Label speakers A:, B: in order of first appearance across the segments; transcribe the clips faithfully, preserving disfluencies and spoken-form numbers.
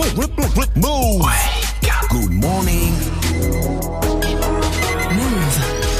A: Move. Good morning.
B: Move.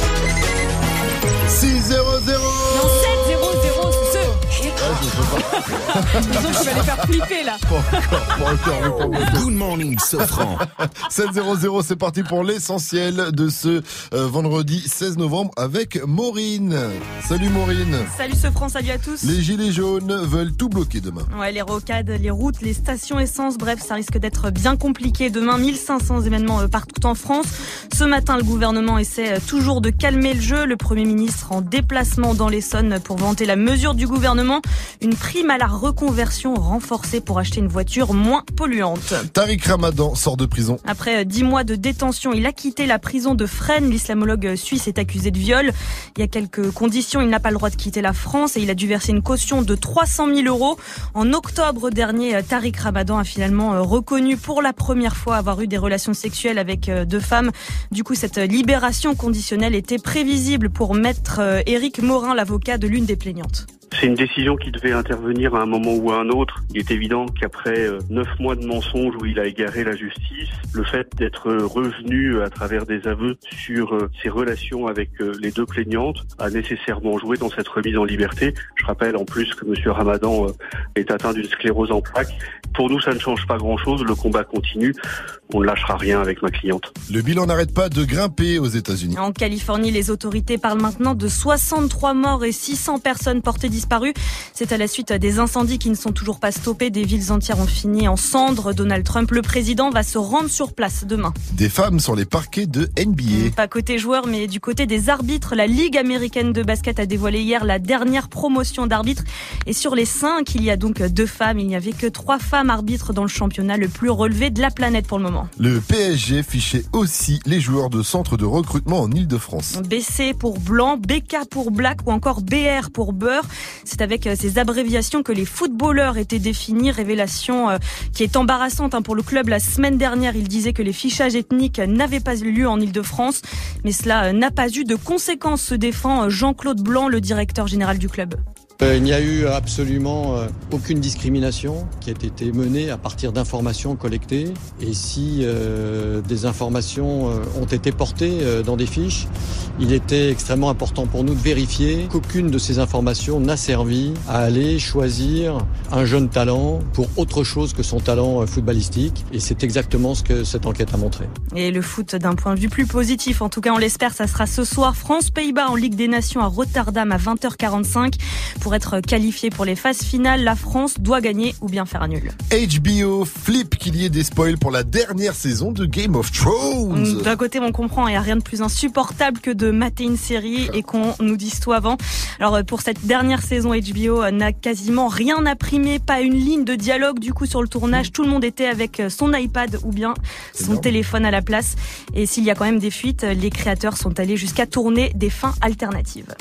C: six zéro zéro.
D: Non, sept zéro zéro, c'est ce.
C: Ah, je sais pas.
D: Disons que tu vas les faire flipper là.
C: Pas encore, pas encore, mais pas encore.
A: Good morning, Sofran.
C: sept zéro zéro, c'est parti pour l'essentiel de ce euh, vendredi seize novembre avec Maureen. Salut Maureen.
D: Salut ce France, salut à tous.
C: Les gilets jaunes veulent tout bloquer demain.
D: Ouais, les rocades, les routes, les stations essence, bref, ça risque d'être bien compliqué. Demain, mille cinq cents événements partout en France. Ce matin, le gouvernement essaie toujours de calmer le jeu. Le Premier ministre en déplacement dans l'Essonne pour vanter la mesure du gouvernement. Une prime à la reconversion renforcée pour acheter une voiture moins polluante.
C: Tariq Ramadan sort de prison.
D: Après dix mois de détention, il a quitté la prison de Fresnes. L'islamologue suisse est accusé de viol. Il y a quelques conditions. Il n'a pas le droit de quitter la France et il a dû verser une caution de trois cent mille euros. En octobre dernier, Tariq Ramadan a finalement reconnu pour la première fois avoir eu des relations sexuelles avec deux femmes. Du coup, cette libération conditionnelle était prévisible pour maître Éric Morin, l'avocat de l'une des plaignantes.
E: C'est une décision qui devait intervenir à un moment ou à un autre. Il est évident qu'après neuf mois de mensonges où il a égaré la justice, le fait d'être revenu à travers des aveux sur ses relations avec les deux plaignantes a nécessairement joué dans cette remise en liberté. Je rappelle en plus que M. Ramadan est atteint d'une sclérose en plaques. Pour nous, ça ne change pas grand-chose. Le combat continue. On ne lâchera rien avec ma cliente.
C: Le bilan n'arrête pas de grimper aux États-Unis.
D: En Californie, les autorités parlent maintenant de soixante-trois morts et six cents personnes portées disparues. C'est à la suite des incendies qui ne sont toujours pas stoppés. Des villes entières ont fini en cendres. Donald Trump, le président, va se rendre sur place demain.
C: Des femmes sur les parquets de N B A.
D: Pas côté joueurs, mais du côté des arbitres. La Ligue américaine de basket a dévoilé hier la dernière promotion d'arbitres. Et sur les cinq, il y a donc deux femmes. Il n'y avait que trois femmes arbitres dans le championnat le plus relevé de la planète pour le moment.
C: Le P S G fichait aussi les joueurs de centre de recrutement en Ile-de-France.
D: B C pour blanc, B K pour black ou encore B R pour beurre. C'est avec ces abréviations que les footballeurs étaient définis. Révélation qui est embarrassante pour le club. La semaine dernière, il disait que les fichages ethniques n'avaient pas eu lieu en Ile-de-France. Mais cela n'a pas eu de conséquences, se défend Jean-Claude Blanc, le directeur général du club.
F: Il n'y a eu absolument aucune discrimination qui a été menée à partir d'informations collectées. Et si euh, des informations ont été portées dans des fiches, il était extrêmement important pour nous de vérifier qu'aucune de ces informations n'a servi à aller choisir un jeune talent pour autre chose que son talent footballistique. Et c'est exactement ce que cette enquête a montré.
D: Et le foot d'un point de vue plus positif, en tout cas on l'espère, ça sera ce soir. France-Pays-Bas en Ligue des Nations à Rotterdam à vingt heures quarante-cinq. Pour être qualifié pour les phases finales, la France doit gagner ou bien faire un nul.
C: H B O flippe qu'il y ait des spoils pour la dernière saison de Game of Thrones.
D: D'un côté, on comprend, il n'y a rien de plus insupportable que de mater une série et qu'on nous dise tout avant. Alors pour cette dernière saison, H B O n'a quasiment rien imprimé, pas une ligne de dialogue du coup sur le tournage. Tout le monde était avec son iPad ou bien son téléphone à la place. Et s'il y a quand même des fuites, les créateurs sont allés jusqu'à tourner des fins alternatives.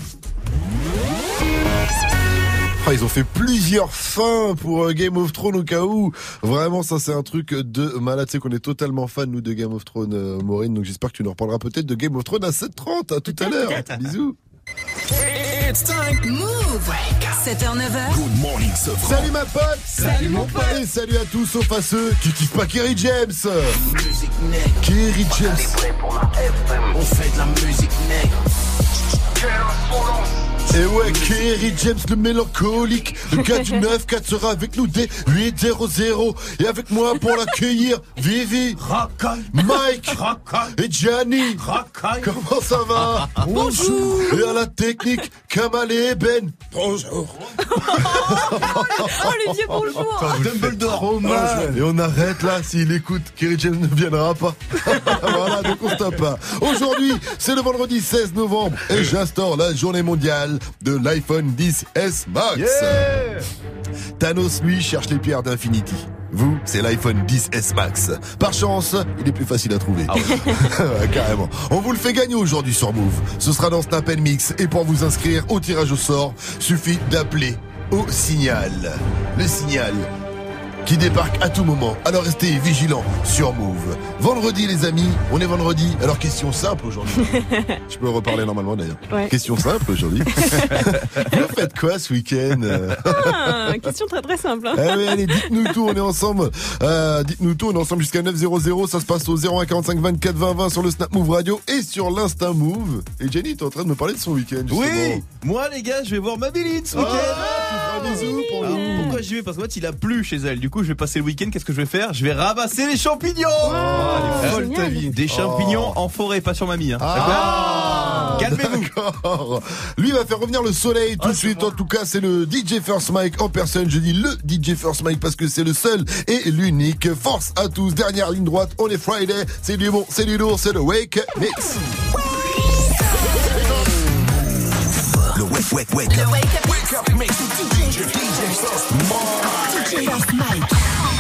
C: Ah, ils ont fait plusieurs fins pour Game of Thrones au cas où. Vraiment, ça c'est un truc de malade. Tu sais qu'on est totalement fan nous de Game of Thrones, euh, Maureen. Donc j'espère que tu nous reparleras peut-être de Game of Thrones à sept heures trente. À tout à l'heure. Bisous.
B: It's time. Move. sept heures neuf heures.
A: Good morning, Sofran.
C: Salut ma pote.
B: Salut mon pote.
C: Et salut à tous, sauf à ceux qui kiffent pas Kerry James. Kerry James.
A: On fait de la musique nègre.
C: Et ouais, Kerry James le mélancolique, le gars du neuf quatre sera avec nous dès huit zéro zéro. Et avec moi pour l'accueillir, Vivi,
A: Racaille,
C: Mike
A: Racaille,
C: et Gianni.
A: Racaille.
C: Comment ça va?
B: Bonjour.
C: Et à la technique, Kamal et Ben. Bonjour.
D: Oh les vieux bonjour.
C: Dumbledore, oh man. Et on arrête là, s'il écoute, Kerry James ne viendra pas. Voilà, donc on stoppe pas. Aujourd'hui, c'est le vendredi seize novembre et j'instaure la journée mondiale de l'iPhone dix S Max.
A: Yeah.
C: Thanos, lui, cherche les pierres d'Infinity. Vous, c'est l'iPhone dix S Max. Par chance, il est plus facile à trouver. Ah ouais. Carrément. On vous le fait gagner aujourd'hui sur Move. Ce sera dans Snap and Mix. Et pour vous inscrire au tirage au sort, suffit d'appeler au signal. Le signal qui débarque à tout moment. Alors restez vigilants sur Move. Vendredi les amis, on est vendredi. Alors question simple aujourd'hui. Je peux reparler normalement d'ailleurs. Ouais. Question simple aujourd'hui. Vous faites quoi ce week-end?
D: Ah, question très très simple. Hein.
C: Eh oui, allez, dites-nous tout, on est ensemble. Euh, dites-nous tout, on est ensemble jusqu'à neuf cents. Ça se passe au zéro un quarante-cinq vingt-quatre vingt vingt sur le Snap Move Radio et sur l'Insta Move. Et Jenny, t'es en train de me parler de son week-end. Justement.
G: Oui, moi les gars, je vais voir ma Bélite ce week-end.
C: Ah, tu feras des bisous pour
G: Alors,
C: nous.
G: pourquoi j'y vais? Parce qu'en fait, il a plu chez elle. Du coup, je vais passer le week-end. Qu'est-ce que je vais faire? Je vais ramasser les champignons.
D: Oh,
G: oh,
D: c'est
G: folle ta vie. Des champignons oh. en forêt, pas sur mamie. Hein.
C: Ah,
G: calmez-vous.
C: D'accord. Lui va faire revenir le soleil tout de oh, suite. En tout cas, c'est le D J First Mike en personne. Je dis le D J First Mike parce que c'est le seul et l'unique. Force à tous. Dernière ligne droite. On est Friday. C'est du bon, c'est du lourd, c'est le Wake Mix.
A: Le wake, wake, wake up. Wake up, wake up mix. D J, D J First Mike.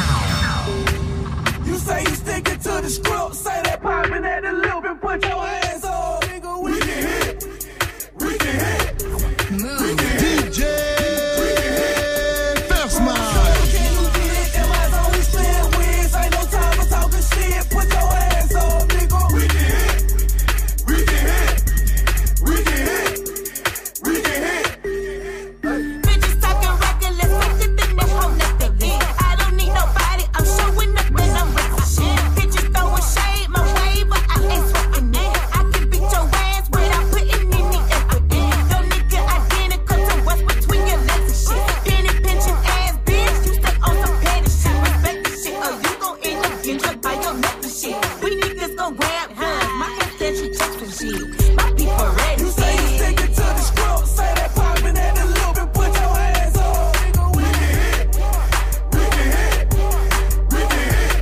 H: You say you sticking to the script, say that poppin' at the loop and put your hands on. Nigga, we can hit, we can hit, we can hit.
C: D J First Mike.
H: Can you get it? Them eyes always playing wins. Ain't no time for talking shit. Put your hands on, nigga. We can hit, we can hit, we can hit, we can hit.
I: Bitches talking reckless, faster than that whole nothing. I don't need nobody. I'm showing up and I'm with shit. Bitches throwing shade my way, but I ain't sweating it. I can beat your ass without putting any effort in. Your nigga identical to what's between your legs and shit. Penny pinching ass bitch, you stay on some petty shit. Respect the shit, or you gon' end up getting cut by your neck and shit. We niggas gon' grab guns, my extension checks and shit. My people ready.
H: You say you sticking to the script, say that poppin' at the loop and put your hands on. Nigga, we can hit, we can hit, we can hit,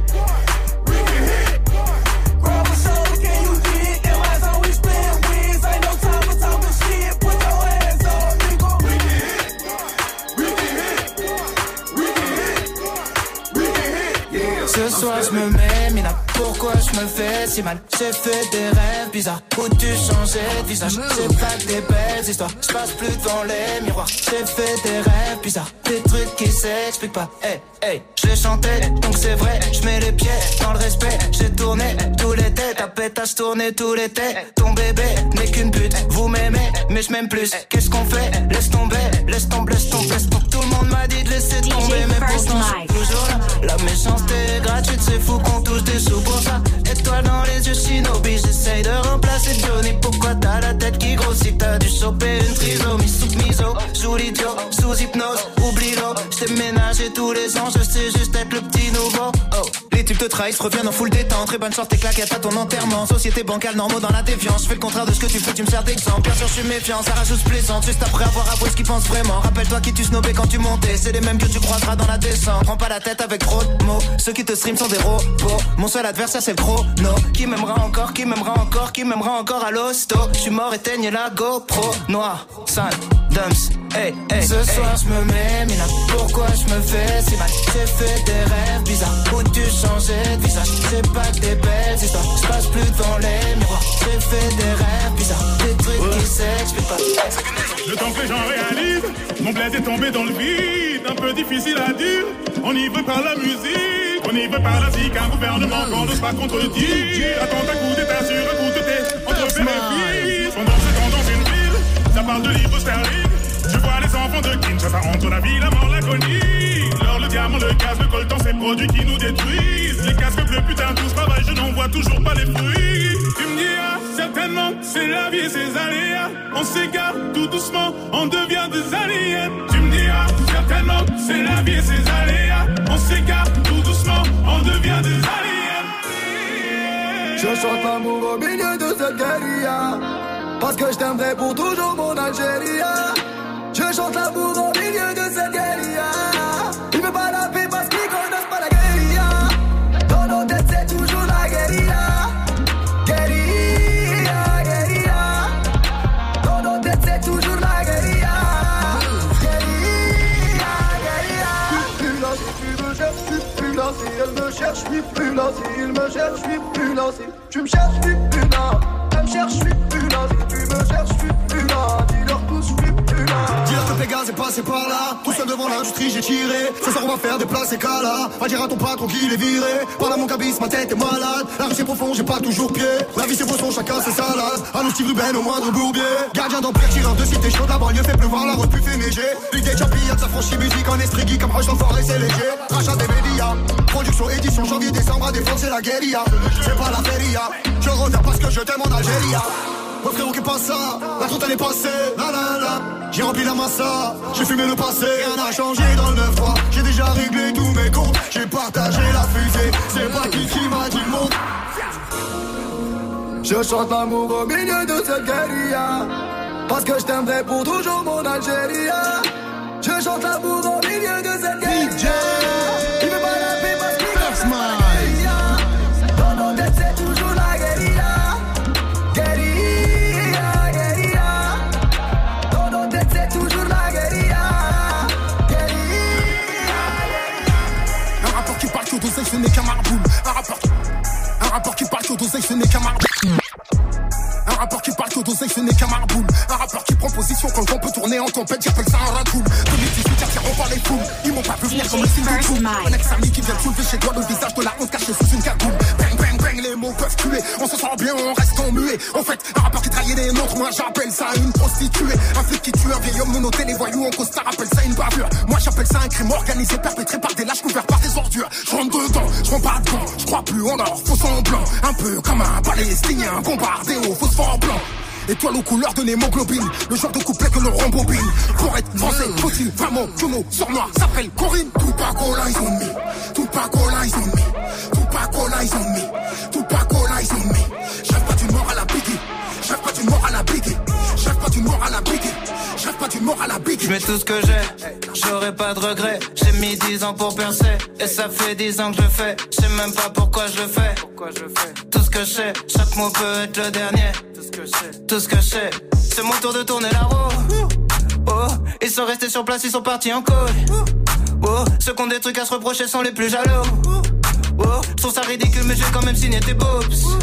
H: we can hit. Grab a shoulder, can you get it? Them eyes always playing wins. Ain't no time for talking shit. Put your hands on, nigga. We can hit, we can hit, we can hit, we can hit. Yeah.
J: Ce soir je me mets, Mina, pourquoi je me fais si mal? J'ai fait des rêves bizarres, où tu changeais de visage. C'est pas que des belles histoires, je passe plus devant les miroirs. J'ai fait des rêves bizarres, des trucs qui s'expliquent pas. Hey, hey, je les chantais, donc c'est vrai, je mets les pieds dans le respect. J'ai tourné tous les têtes, ta pétasse tourné tous les têtes. Ton bébé n'est qu'une pute, vous m'aimez, mais je m'aime plus. Qu'est-ce qu'on fait? Laisse tomber, laisse tomber, laisse tomber, laisse tomber. Tout le monde m'a dit de laisser tomber, mais pourtant je suis toujours là. La méchanceté est gratuite, c'est fou qu'on touche des sous pour ça. Étoile dans les yeux, Shinobi, j'essaye de remplacer Johnny. Pourquoi t'as la tête qui grossit? T'as dû choper une trisomie sous miso, sous l'idiot, sous hypnose, oublie-le. J't'ai ménagé tous les ans, je sais juste être le petit nouveau. Oh, les tubes te trahissent, reviennent en full détente. Très bonne sorte, tes claquettes à ton enterrement. Société bancale, normaux dans la défiance. Je fais le contraire de ce que tu fais, tu me sers d'exemple. Bien sûr, je suis méfiant, ça rajoute plaisante. Juste après avoir avoué ce qu'ils pensent vraiment. Rappelle-toi qui tu snobais quand tu montais. C'est les mêmes que tu croiseras dans la descente. Prends pas la tête avec trop de mots. Ceux qui te stream sont des robots. Mon seul adversaire, c'est le chrono. Qui m'aimera encore, qui m'aimera encore, qui m'aimera encore à l'hosto. Je suis mort, éteigne la GoPro. Noir, sale, dumps, hey, hey. Ce hey. soir, je me mets, Mina, pourquoi je me fais si mal? J'ai fait des rêves bizarres, où tu changeais de visage. C'est pas que des belles histoires, je passe plus devant les miroirs. J'ai fait des rêves bizarres, des trucs ouais. qui s'expliquent pas.
K: Le temps que j'en réalise, mon bled est tombé dans le vide. Un peu difficile à dire, on y veut par la musique, on y veut par la zik. Un gouvernement qu'on n'ose pas contredire. Attends un coup d'état sur un coup de tête, entre père et fils. Pendant ce temps dans une ville, ça parle de livres sterling. Je vois les enfants de Kinshasa entre la vie, la mort, l'agonie. L'or, le diamant, le gaz, le coltan, ces produits qui nous détruisent. Les casques bleus, putain, tout ce travail, je n'en vois toujours pas les fruits. Tu me diras, certainement, c'est la vie et ses aléas. On s'égare tout doucement, on devient des aliens. Tu me diras, certainement, c'est la vie et ses aléas. On s'égare tout doucement, on devient des aliens.
H: Je chante l'amour au milieu de cette guérilla, parce que je t'aimerai pour toujours mon Algérie. Je chante l'amour au milieu de cette guérilla. Ils veulent pas la paix parce qu'ils connaissent pas la guérilla. Dans nos têtes c'est toujours la guérilla. Guérilla, guérilla. Dans nos têtes c'est toujours la guérilla. Guérilla, guérilla. Je suis plus là si tu me cherches, je suis plus là si elle me cherche, je suis plus là si il me cherche, je suis plus là si tu me cherches, je suis plus là. Elle me cherche, je suis plus là si tu me cherches, je suis plus là. Dis-leur tous, je suis plus là.
J: Dis-leur que
L: les gaz est passé par là. Tout seul devant l'industrie j'ai tiré. Ce soir on va faire des places et cala. Va dire à ton patron qu'il est viré. Par là mon cabis, ma tête est malade. La rue c'est profond, j'ai pas toujours pied. La vie c'est poisson, chacun ses salades. À nous Steve Ruben au moindre bourbier. Gardien d'empire, tireur de cité chaude. La banlieue fait pleuvoir, la route plus fait neiger. Ligue des champions, ça franchit musique en esprit geek. Comme Roche l'enfoiré c'est léger. Rachat des médias. Production, édition, janvier, décembre à défendre c'est la guérilla. C'est pas la feria. Je reviens parce que je t'aime en Algérie. Oh frérot qui passe ça, la compte elle est passée, la la la. J'ai rempli la massa, j'ai fumé le passé. Rien n'a changé dans le neuf trois. J'ai déjà réglé tous mes comptes. J'ai partagé la fusée, c'est pas qui qui m'a dit le monde. Je chante l'amour au milieu de cette guérilla. Parce que je t'aimerai pour toujours mon Algérie. Je chante l'amour au milieu de cette guérilla. Il veut pas la paix parce qu'il veut pas la guérilla. Dans nos têtes c'est toujours la guérilla. Ce n'est qu'un marboule. Un rapport qui... Un rapport qui parle d'oseille, ce n'est qu'un marboule. Un rapport qui parle d'oseille, ce n'est qu'un marboule. Un rapport qui prend position quand le vent peut tourner en tempête, j'appelle ça un ragoul. deux mille dix-huit, attirant par les foules. Ils m'ont pas vu venir comme le signe de tout. Un ex-ami qui vient de soulever chez toi le visage de la honte caché sous une cagoule. Bang, bang, bang, les mots peuvent tuer. On se sent bien, on reste en muet. En fait, un rapport qui trahit les nôtres, moi j'appelle ça une prostituée. Un flic qui tue un vieil homme monoté, les voyous en costard appelle ça une bavure. Moi j'appelle ça un crime organisé, perpétré par des lâches couverts par des ordures. Je rentre dedans, je prends pas de temps, je crois plus en or, faux semblant. Un peu comme un palestinien bombardé au phosphore blanc. Étoile aux couleurs de l'hémoglobine, le genre de couplet que l'on rembobine. Pour être français, faut-il vraiment que nos sur noir s'appelle Corinne? Tupac all eyes on me, Tupac all eyes on me, Tupac all eyes on me, Tupac all eyes on me. J'rêve pas d'une mort à la Biggie, j'rêve pas d'une mort à la Biggie, j'rêve pas d'une mort à la Biggie, j'rêve pas d'une mort à la Biggie.
J: J'mets tout ce que j'ai, j'aurai pas de regrets. J'ai mis dix ans pour percer, et ça fait dix ans que je le fais. J'sais même pas pourquoi je le fais. Pourquoi je le fais. Tout ce que je sais, chaque mot peut être le dernier. Tout ce que je sais, tout ce que je sais, c'est mon tour de tourner la roue. Oh, ils sont restés sur place, ils sont partis en couille. Oh, ceux qui ont des trucs à se reprocher sont les plus jaloux. Oh, je trouve ça ridicule mais j'ai quand même signé tes boobs.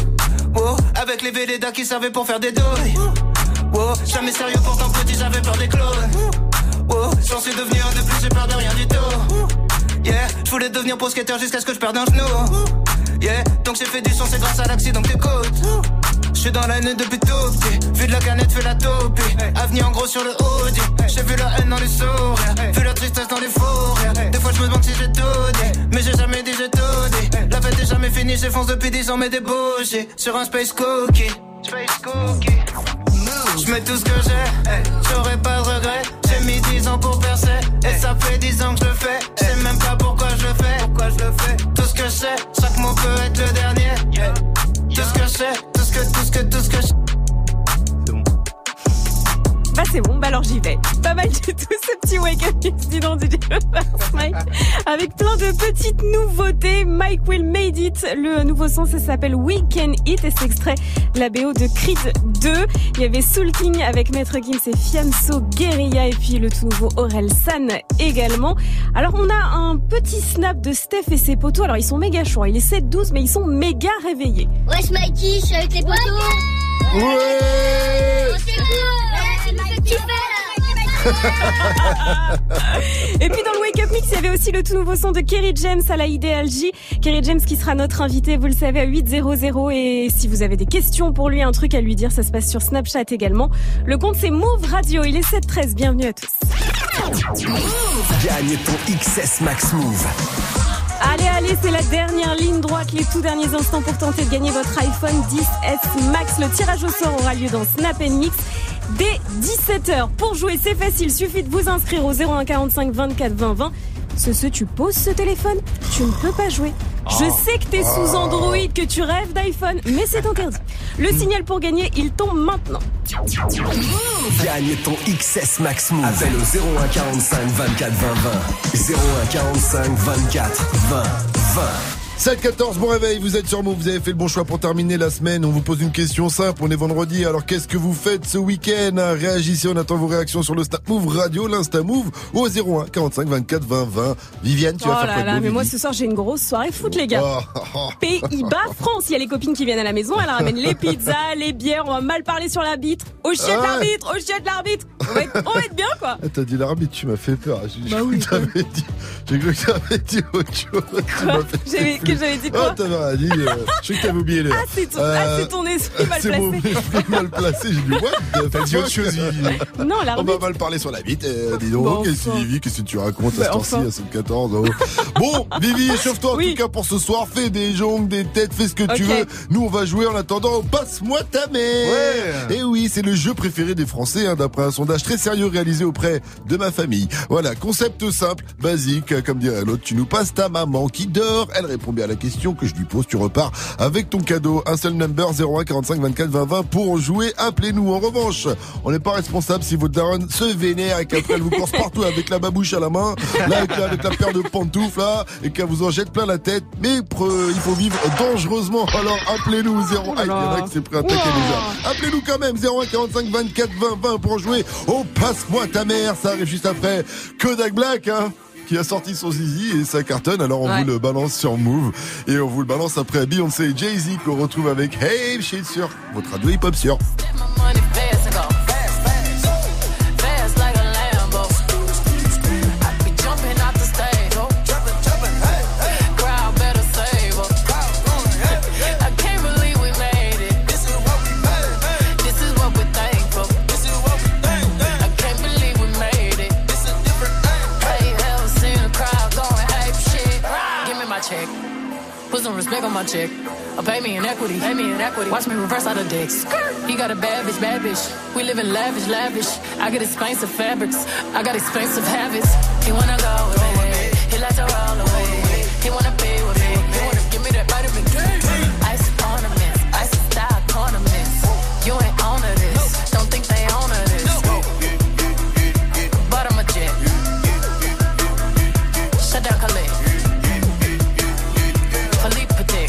J: Oh, avec les Vélédas qui servaient pour faire des douilles. Oh, jamais sérieux pourtant petit j'avais peur des clones. Oh, j'en suis devenu un de plus, j'ai peur de rien du tout. Yeah, je voulais devenir pro skater jusqu'à ce que je perde un genou. Yeah, donc j'ai fait du son, c'est grâce à l'accident que t'écoutes. J'suis dans la nuit depuis tout petit. Vu de la canette, fais la taupe. Avenir en gros sur le Audi. J'ai vu la haine dans les sourires, vu la tristesse dans les fours. Des fois je me demande si j'ai tout dit, mais j'ai jamais dit j'ai tout dit. La fête est jamais finie, j'effonce depuis dix ans mais des bougies sur un space cookie. Space cookie. J'mets tout ce que j'ai, j'aurai pas de regrets. J'ai mis dix ans pour percer, et ça fait dix ans que je le fais. J'sais même pas pourquoi je le fais. Pourquoi je le fais. Tout ce que je sais, chaque mot peut être le dernier. Yeah. Tout ce que je sais, tout ce que, tout ce que, tout ce que je...
D: Bah c'est bon, bah alors j'y vais. Pas mal du tout ce petit wake-up mix du nom du D J Mike. Avec plein de petites nouveautés. Mike Will Made It. Le nouveau son, ça s'appelle We Can Eat et c'est extrait la B O de Creed deux. Il y avait Soul King avec Maître Gims et Fianso Guerilla et puis le tout nouveau Aurel San également. Alors on a un petit snap de Steph et ses potos. Alors ils sont méga chauds. Il est sept douze mais ils sont méga réveillés.
M: Wesh Mikey, je suis avec les potos.
C: Ouais,
M: ouais.
D: Et puis dans le Wake Up Mix, il y avait aussi le tout nouveau son de Kerry James à la Ideal J. Kerry James qui sera notre invité, vous le savez, à huit cents. Et si vous avez des questions pour lui, un truc à lui dire, ça se passe sur Snapchat également. Le compte c'est Move Radio, il est sept treize, bienvenue à tous.
A: Gagne ton X S Max Move.
D: Allez, allez, c'est la dernière ligne droite, les tout derniers instants pour tenter de gagner votre iPhone dix S Max. Le tirage au sort aura lieu dans Snap and Mix dès dix-sept heures. Pour jouer, c'est facile, suffit de vous inscrire au zéro un quarante-cinq vingt-quatre vingt vingt. Ce, ce, tu poses ce téléphone, tu ne peux pas jouer. Je sais que t'es sous Android, que tu rêves d'iPhone, mais c'est interdit. Le signal pour gagner, il tombe maintenant.
A: Gagne ton X S Max Move. Appelle au zéro un quarante-cinq vingt-quatre vingt vingt. zéro un quarante-cinq vingt-quatre vingt vingt.
C: sept quatorze, bon réveil, vous êtes sur Move, vous avez fait le bon choix pour terminer la semaine. On vous pose une question simple, on est vendredi, alors qu'est-ce que vous faites ce week-end? Réagissez, on attend vos réactions sur le Snap Move Radio, l'Insta Move ou au zéro un quarante-cinq vingt-quatre vingt vingt. Viviane, tu
N: oh
C: vas faire
N: là
C: quoi de
N: là,
C: beau,
N: mais
C: Vivi?
N: moi ce soir j'ai une grosse soirée foot les gars.
C: Oh, oh, oh.
N: Pays-Bas, France, il y a les copines qui viennent à la maison, elles ramènent les pizzas, les bières, on va mal parler sur l'arbitre, au chien
C: Ah
N: de
C: ouais.
N: l'arbitre, au chien de l'arbitre. On va être, on va être bien quoi.
C: Ah, t'as dit l'arbitre, tu m'as fait peur. J'ai
N: Bah
C: cru
N: oui,
C: que t'avais dit, j'ai cru que t'avais dit autre chose. Tu m'as fait
N: J'avais- que j'avais dit quoi?
C: Ah, t'avais rien dit. Euh, je sais que t'avais oublié l'heure.
N: Ah c'est ton, ah, c'est ton esprit mal
C: c'est
N: placé.
C: mon esprit mal placé. J'ai dit, what?
G: T'as dit autre chose, Vivi.
N: Non,
C: On
N: l'arbitre.
C: va mal parler sur la bite. Euh, dis donc,
N: Bon,
C: qu'est-ce que
N: enfin.
C: Vivi, qu'est-ce que tu racontes
N: Bah,
C: à ce temps-ci,
N: enfin.
C: à sept quatorze oh. Bon, Vivi, échauffe-toi en
N: Oui.
C: tout cas pour ce soir. Fais des jongles, des têtes, fais ce que tu
N: Ok.
C: veux. Nous, on va jouer en attendant. Passe-moi ta mère.
G: Ouais.
C: Et oui, c'est le jeu préféré des Français, hein, d'après un sondage très sérieux réalisé auprès de ma famille. Voilà, concept simple, basique, euh, comme dirait l'autre. Tu nous passes ta maman qui dort. Elle répond bien à la question que je lui pose. Tu repars avec ton cadeau. Un seul number, zéro un quarante-cinq vingt-quatre vingt vingt pour jouer. Appelez-nous. En revanche, on n'est pas responsable si votre daronne se vénère et qu'après elle vous course partout avec la babouche à la main, là avec, avec la paire de pantoufles là, et qu'elle vous en jette plein la tête. Mais pre- il faut vivre dangereusement. Alors appelez-nous zéro un. Ah, il y en a qui s'est pris un taquet déjà. Appelez-nous quand même zéro un quarante-cinq vingt-quatre vingt vingt pour jouer au Passe-moi ta mère. Ça arrive juste après Kodak Black, hein, qui a sorti son zizi et ça cartonne. Alors on
N: Ouais.
C: vous le balance sur Move et on vous le balance après Beyoncé et Jay-Z qu'on retrouve avec Hey Shit sur votre radio hip-hop sur.
J: Money fast and go fast, fast, fast like a Lambo. I be jumping out the stage, oh, jumping, jumping, hey, hey. Crowd better save us. I can't believe we made it. This is what we made. This is what we're thankful. This is what we thankful. I can't believe we made it. This is different. Hey, ever seen a crowd going ape shit? Give me my check. Put some respect on my check. Or pay me in equity. Pay me in equity. Watch me reverse out of dicks. He got a bad bitch, bad bitch. We live in lavish, lavish. I got expensive fabrics. I got expensive habits. He wanna go with me. He like to roll away. He wanna be with me. He wanna give me that vitamin D. Ice ornaments. Ice style ornaments. You ain't on to this. Don't think they own to this. But I'm a jet. Shut down Khalid. Philippe Patek.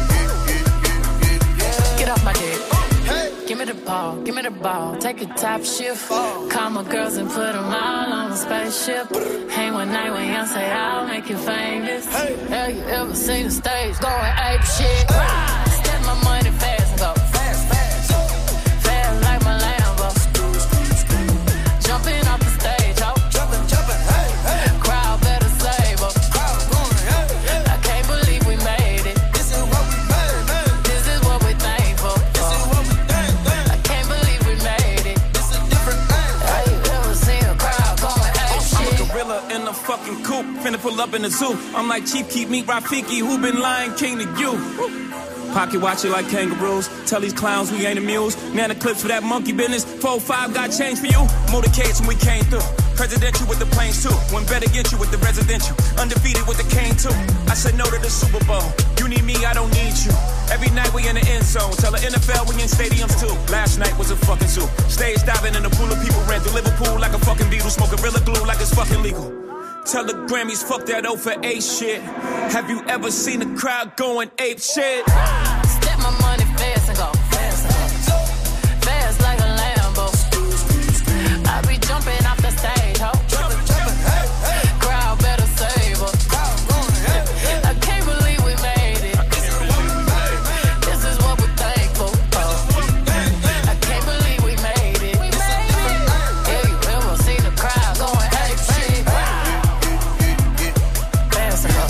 J: Get off my dick. Give me the ball, give me the ball. Take a top shift. Call my girls and put them all on a spaceship. Hang one night with Beyonce, I'll make you famous. Have you ever seen the stage going ape shit? Step my money fast and go fast, fast. Fast like my Lambo. Jumping off the stage, ho. Jumping, jumping, hey, hey. Crowd better save us. I can't believe we made it. This is what we made, man. This is what we thankful. This is what we thankful. I can't believe we made it. This is different thing. Have you ever seen a crowd going ape
O: I'm
J: shit?
O: a gorilla in a fucking coop, finna pull up in the zoo. I'm like Chief Keep Meat Rafiki, who been Lion King to you? Pocket watch it like kangaroos. Tell these clowns we ain't amused. Nana clips for that monkey business. four five got change for you. Motorcades when we came through. Presidential with the planes too. One better get you with the residential. Undefeated with the cane too. I said no to the Super Bowl. You need me, I don't need you. Every night we in the end zone. Tell the N F L we in stadiums too. Last night was a fucking zoo. Stage diving in a pool of people. Ran through Liverpool like a fucking beetle. Smoking Gorilla Glue like it's fucking legal. Tell the Grammys fuck that O for A shit. Have you ever seen a crowd going ape shit?
J: Step my money fast and go fast and go. Fast like a Lambo. I be jumping off the stage, ho. Jumping, jumping, hey, hey. Crowd better save us. I can't believe we made it. This is what we're thankful for. I can't believe we made it. Have you ever seen a crowd going ape shit? Fast and go.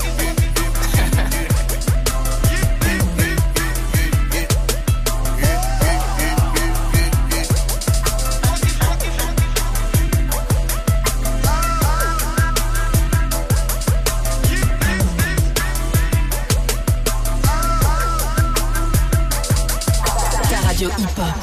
B: Ta radio hip-hop.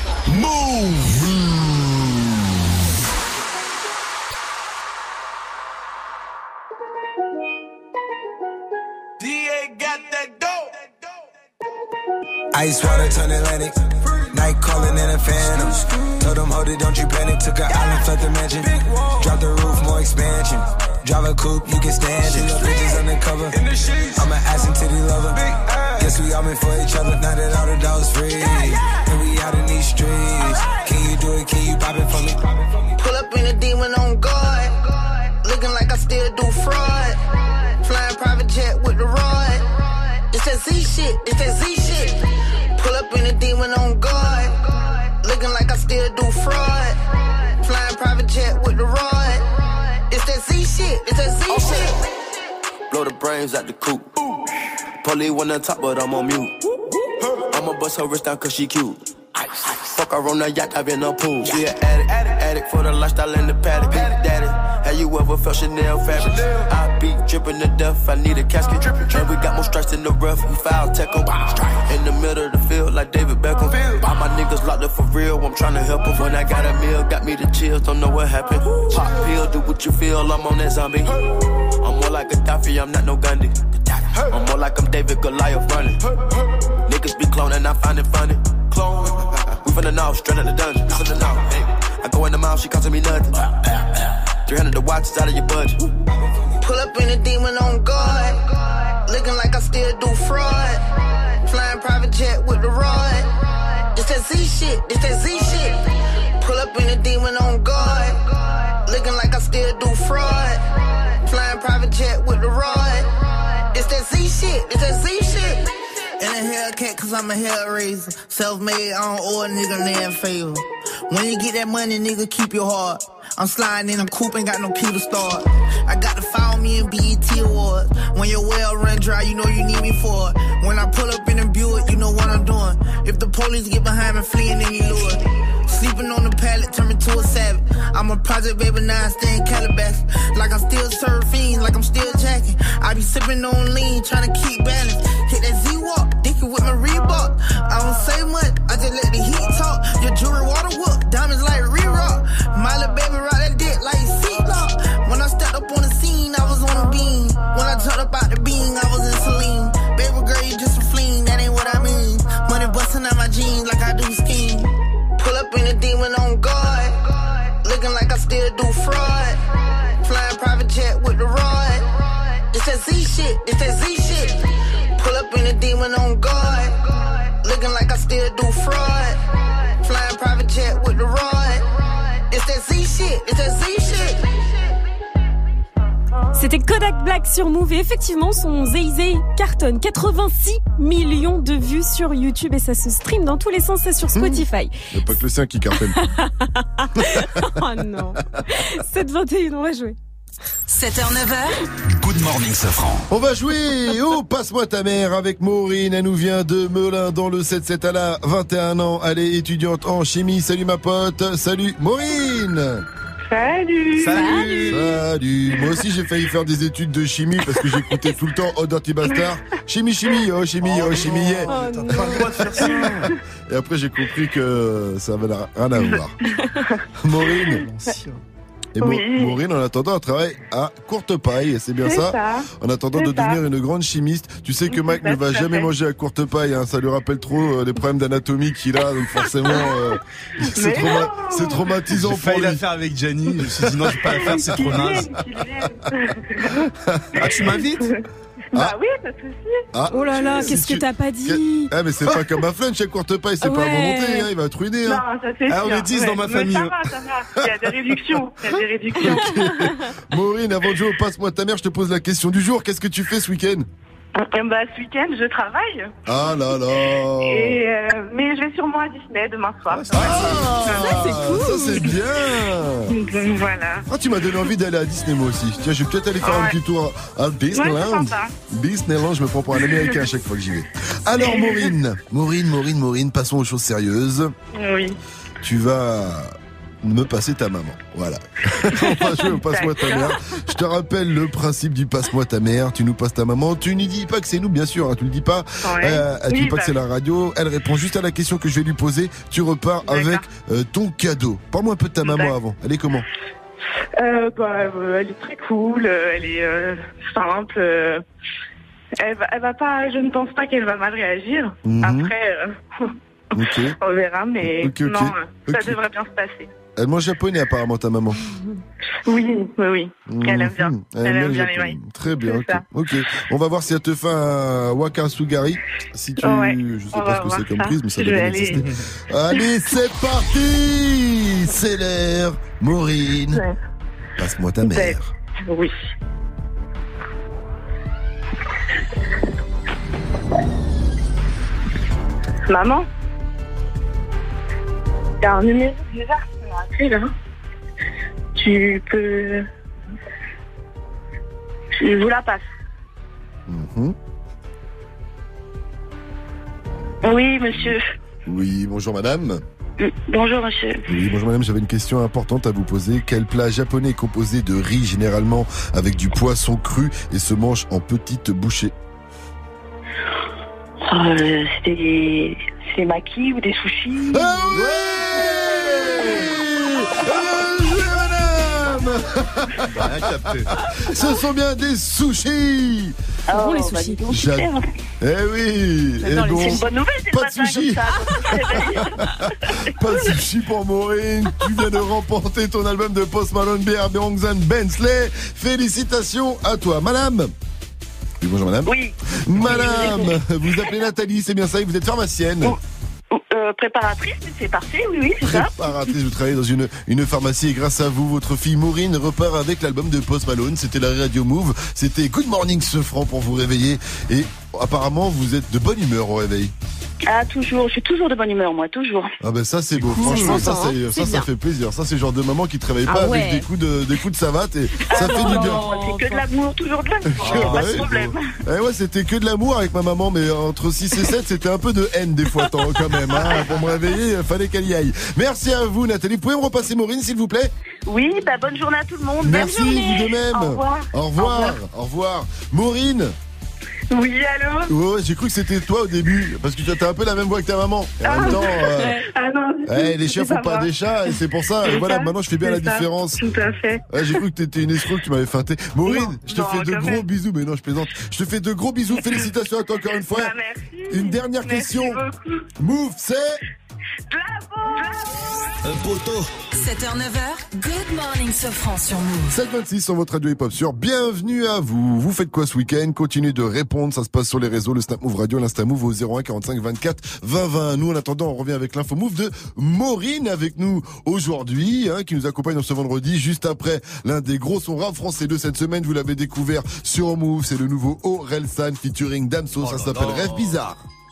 H: D A got that dope.
P: Ice water turn Atlantic. Night calling in a phantom. Told them, hold it, don't you panic. Took an island, fled the mansion. Drop the roof, more expansion. Drive a coupe, you can stand it. Bitches undercover lover. I'm an ass and titty lover. Guess we all meant for each other. Now that all the dogs free, and we out in these streets. Can you do it? Can you pop it for me?
Q: Pull up in a demon on guard. Looking like I still do fraud. Flying private jet with the rod. It's that Z shit. It's that Z shit. Pull up in a demon on guard. Looking like I still do fraud. Flying private jet with the rod. It's that Z shit. It's that Z
R: okay.
Q: shit.
R: Blow the brains out the coop. Polly one on top, but I'm on mute. I'ma bust her wrist down cause she cute. Fuck her on the yacht, I've been a pool. She an addict, addict, addict for the lifestyle in the paddock. Daddy, have you ever felt Chanel fabric? I be dripping to death, I need a casket. And we got more strikes in the rough, we foul tech em. In the middle of the field like David Beckham. All my niggas locked up for real, I'm tryna help them. When I got a meal, got me the chills, don't know what happened. Pop pill, do what you feel, I'm on that zombie. I'm more like Gaddafi, I'm not no Gandhi. I'm more like I'm David Goliath running. Niggas be cloning, I find it funny. Clone. We from the north, straight out the dungeon. From the north, hey. I go in the mouth, she costing me nothing. three hundred the watch is out of your budget.
Q: Pull up in a demon on guard. Looking like I still do fraud. Flying private jet with the rod. It's that Z shit. It's that Z shit. Pull up in a demon on guard. Looking like I still do fraud. Flying private jet with the rod. It's that Z shit. It's that Z shit. In a Hellcat, cause I'm a hellraiser. Self-made, I don't owe a nigga land favor. When you get that money, nigga, keep your heart. I'm sliding in a coupe, ain't got no key to start. I got to follow me in B E T Awards. When your well run dry, you know you need me for it. When I pull up in a Buick, you know what I'm doing. If the police get behind me, fleeing any lure. Sleeping on the pallet, turn me to a savage. I'm a project baby, now I stay in Calabasas. Like I'm still surfing, like I'm still jacking. I be sipping on lean, trying to keep balance. Hit that Z-Walk, dicky with my Reebok. I don't say much, I just let the heat talk. Your jewelry water whoop, diamonds like re-rock. My little baby rock that dick like seatlock. When I stepped up on the scene, I was on a beam. When I turned up out the beam, I was in Celine. Baby girl, you just a fleen, that ain't what I mean. Money busting out my jeans like I do scheme. Pull up in a demon on guard. Looking like I still do fraud. Flying private jet with the rod. It's that Z shit, it's that Z shit. Pull up in a demon on guard. Looking like I still do fraud. Flying private jet with the rod. It's that Z shit, it's that Z shit.
N: C'était Kodak Black sur Move et effectivement son Zay Zay cartonne. quatre-vingt-six millions de vues sur YouTube et ça se stream dans tous les sens, c'est sur Spotify.
C: Il n'y a pas que le sien qui cartonne.
N: Oh non. sept vingt et un, on va jouer.
B: sept heures neuf heures.
A: Good morning, Safran.
C: On va jouer au Passe-moi ta mère avec Maureen. Elle nous vient de Melun dans le sept sept. Elle a vingt et un ans. Elle est étudiante en chimie. Salut ma pote. Salut Maureen.
S: Salut.
C: Salut. Salut. Moi aussi j'ai failli faire des études de chimie parce que j'écoutais tout le temps Oh Dirty Bastard. Chimie, chimie, oh chimie, oh, oh chimie. Yeah.
G: Oh, t'as pas le droit de faire ça.
C: Et après j'ai compris que ça avait rien à voir. Maureen. Et
S: oui.
C: Maureen, en attendant, elle travaille à Courtepaille, c'est bien ça,
S: ça
C: En attendant
S: c'est
C: de
S: ça.
C: devenir une grande chimiste. Tu sais que Mike
S: ça,
C: ne va jamais
S: fait.
C: manger à Courtepaille, hein, ça lui rappelle trop euh, les problèmes d'anatomie qu'il a, donc forcément, euh, c'est, trauma- c'est traumatisant
G: J'ai
C: pour
G: failli
C: lui.
G: la faire avec Gianni, je me suis dit non, je vais pas la faire, c'est trop naze. Ah, tu m'invites?
S: Bah oui, pas de soucis.
C: Ah,
N: Oh là là,
C: si
N: qu'est-ce
C: tu-
N: que t'as pas dit?
C: Ah mais c'est pas comme un flunch chez Courtepaille, c'est pas à
N: Ouais.
C: volonté, hein, il va te ruiner. Hein.
S: Non, ça c'est
G: Ah, on
S: sûr.
G: est dix dans ma
S: Mais
G: famille.
S: Ça va, ça va. Il y a des réductions. Il y a des réductions.
C: Maureen, avant de jouer au Passe-moi ta mère, je te pose la question du jour. Qu'est-ce que tu fais ce week-end?
S: Euh, Bah, ce week-end, je travaille.
C: Ah là là.
S: Et, euh, mais je vais sûrement à Disney demain soir.
C: Ah, ça c'est cool. Ça c'est bien.
S: Donc voilà.
C: Ah, tu m'as donné envie d'aller à Disney moi aussi. Tiens, je vais peut-être aller faire un
S: Ouais.
C: petit tour à
S: Ouais, c'est
C: Disneyland.
S: sympa.
C: Disneyland, je me prends pour un Américain à chaque fois que j'y vais. Alors Maureen, Maureen, Maureen, Maureen, passons aux choses sérieuses.
S: Oui.
C: Tu vas me passer ta maman. Voilà. On va jouer au Passe-moi ta mère. Je te rappelle le principe du Passe-moi ta mère. Tu nous passes ta maman. Tu ne dis pas que c'est nous, bien sûr. Hein, tu ne dis pas.
S: Ouais.
C: Euh, tu
S: Oui,
C: dis pas
S: bah
C: que c'est
S: oui.
C: la radio. Elle répond juste à la question que je vais lui poser. Tu repars avec euh, ton cadeau. Parle-moi un peu de ta maman
S: D'accord.
C: avant. Elle est comment?
S: Euh, bah, euh, elle est très cool. euh, Elle est euh, simple. euh, Elle va, elle va pas. Je ne pense pas qu'elle va mal réagir.
C: Mhm.
S: Après, euh,
C: Ok.
S: on verra. Mais
C: Ok, ok.
S: non, euh, ça
C: Ok.
S: devrait bien se passer.
C: Elle mange japonais apparemment ta maman.
S: Oui, oui, oui. Elle aime bien.
C: Mmh,
S: Elle, aime bien les
C: japonais.
S: maïs.
C: Très bien.
S: C'est
C: Ok.
S: ça.
C: Ok. On va voir si elle te fait un waka sugari. Si tu,
S: Ouais,
C: je sais
S: on
C: pas
S: va
C: ce que
S: voir
C: c'est comme
S: ça.
C: prise, mais ça
S: Je
C: doit
S: vais
C: bien
S: aller-
C: exister. Allez, c'est parti. C'est l'air. Maureen.
S: Ouais.
C: Passe-moi ta mère.
S: Oui. Maman, il y a un numéro bizarre qui m'a appelé là. Tu peux. Je vous la passe.
C: Mhm.
S: Oui, monsieur.
C: Oui, bonjour madame.
S: Mm, Bonjour, monsieur.
C: Oui, bonjour madame, j'avais une question importante à vous poser. Quel plat japonais est composé de riz généralement avec du poisson cru et se mange en petites bouchées?
S: Euh, c'est des... c'est des makis ou des sushis.
C: Ah oui madame. Ce sont bien des sushis.
S: Ah
N: bon, les
S: bah,
N: sushis.
S: dis donc,
C: J'a-
S: super.
C: Eh oui.
S: J'adore
C: Et
S: les-
C: bon,
S: C'est une bonne nouvelle, c'est
C: pas
S: le
C: de
S: matin
C: sushi.
S: comme ça.
C: Pas de sushi pour Maureen. Tu viens de remporter ton album de Post Malone, B R B Bronx and Bensley. Félicitations à toi, madame. Oui, bonjour madame.
S: Oui.
C: Madame, vous appelez Nathalie, c'est bien ça, et vous êtes pharmacienne.
S: Euh, préparatrice, c'est parfait, oui, oui, c'est ça.
C: Préparatrice, vous travaillez dans une, une pharmacie et grâce à vous, votre fille Maureen repart avec l'album de Post Malone. C'était la Radio Move, c'était Good Morning Sofran pour vous réveiller. Et apparemment, vous êtes de bonne humeur au réveil.
S: Ah, toujours, je suis toujours de bonne humeur, moi, toujours.
C: Ah ben ça c'est beau,
S: cool.
C: franchement
S: C'est
C: ça,
S: sympa,
C: c'est-
S: hein.
C: ça,
S: C'est
C: ça
S: bien.
C: fait plaisir. Ça c'est le genre de maman qui travaille
S: Ah
C: pas
S: ouais.
C: avec des coups de, des coups de savate et ça
S: Ah
C: fait
S: non,
C: du bien.
S: non, c'est que de l'amour, toujours de l'amour.
C: Ah
S: pas
C: ouais,
S: de problème.
C: bon. Eh ouais, c'était que de l'amour avec ma maman, mais entre six et sept, c'était un peu de haine des fois, tant, quand même. Hein. Pour me réveiller, il fallait qu'elle y aille. Merci à vous, Nathalie. Vous pouvez me repasser Maureen, s'il vous plaît?
S: Oui, bah, bonne journée à tout le monde.
C: Merci,
S: bonne journée.
C: vous de même.
S: Au revoir.
C: Au revoir. Au revoir. Maureen.
S: Oui, allô?
C: Ouais, ouais, j'ai cru que c'était toi au début, parce que tu as un peu la même voix que ta maman. Et en même temps, euh,
S: Ah non,
C: eh, les chiens
S: c'est
C: font pas
S: moi.
C: des chats, et c'est pour ça. Et
S: C'est
C: voilà,
S: ça,
C: maintenant je fais bien la
S: c'est ça,
C: différence.
S: Tout à fait.
C: Ouais, j'ai cru que t'étais une escroc, que tu m'avais feinté. Maureen,
S: Non,
C: je te
S: non,
C: fais de
S: quand
C: gros
S: même.
C: bisous, mais non, je plaisante. Je te fais de gros bisous, félicitations à toi encore une fois.
S: Bah, merci.
C: Une dernière
S: Merci
C: question.
S: beaucoup.
C: Move, c'est...
A: Un poteau.
B: sept heures neuf heures, Good Morning Sofran sur Move.
C: sept vingt-six sur votre radio hip-hop sur. Bienvenue à vous. Vous faites quoi ce week-end? Continuez de répondre. Ça se passe sur les réseaux, le Snap Move Radio, l'Insta Move au zéro un quarante-cinq vingt-quatre vingt vingt. Nous, en attendant, on revient avec l'info Move de Maureen avec nous aujourd'hui, hein, qui nous accompagne dans ce vendredi, juste après l'un des gros sons rap français de cette semaine. Vous l'avez découvert sur Move. C'est le nouveau Orelsan featuring Damso. Ça s'appelle Rêve Bizarre.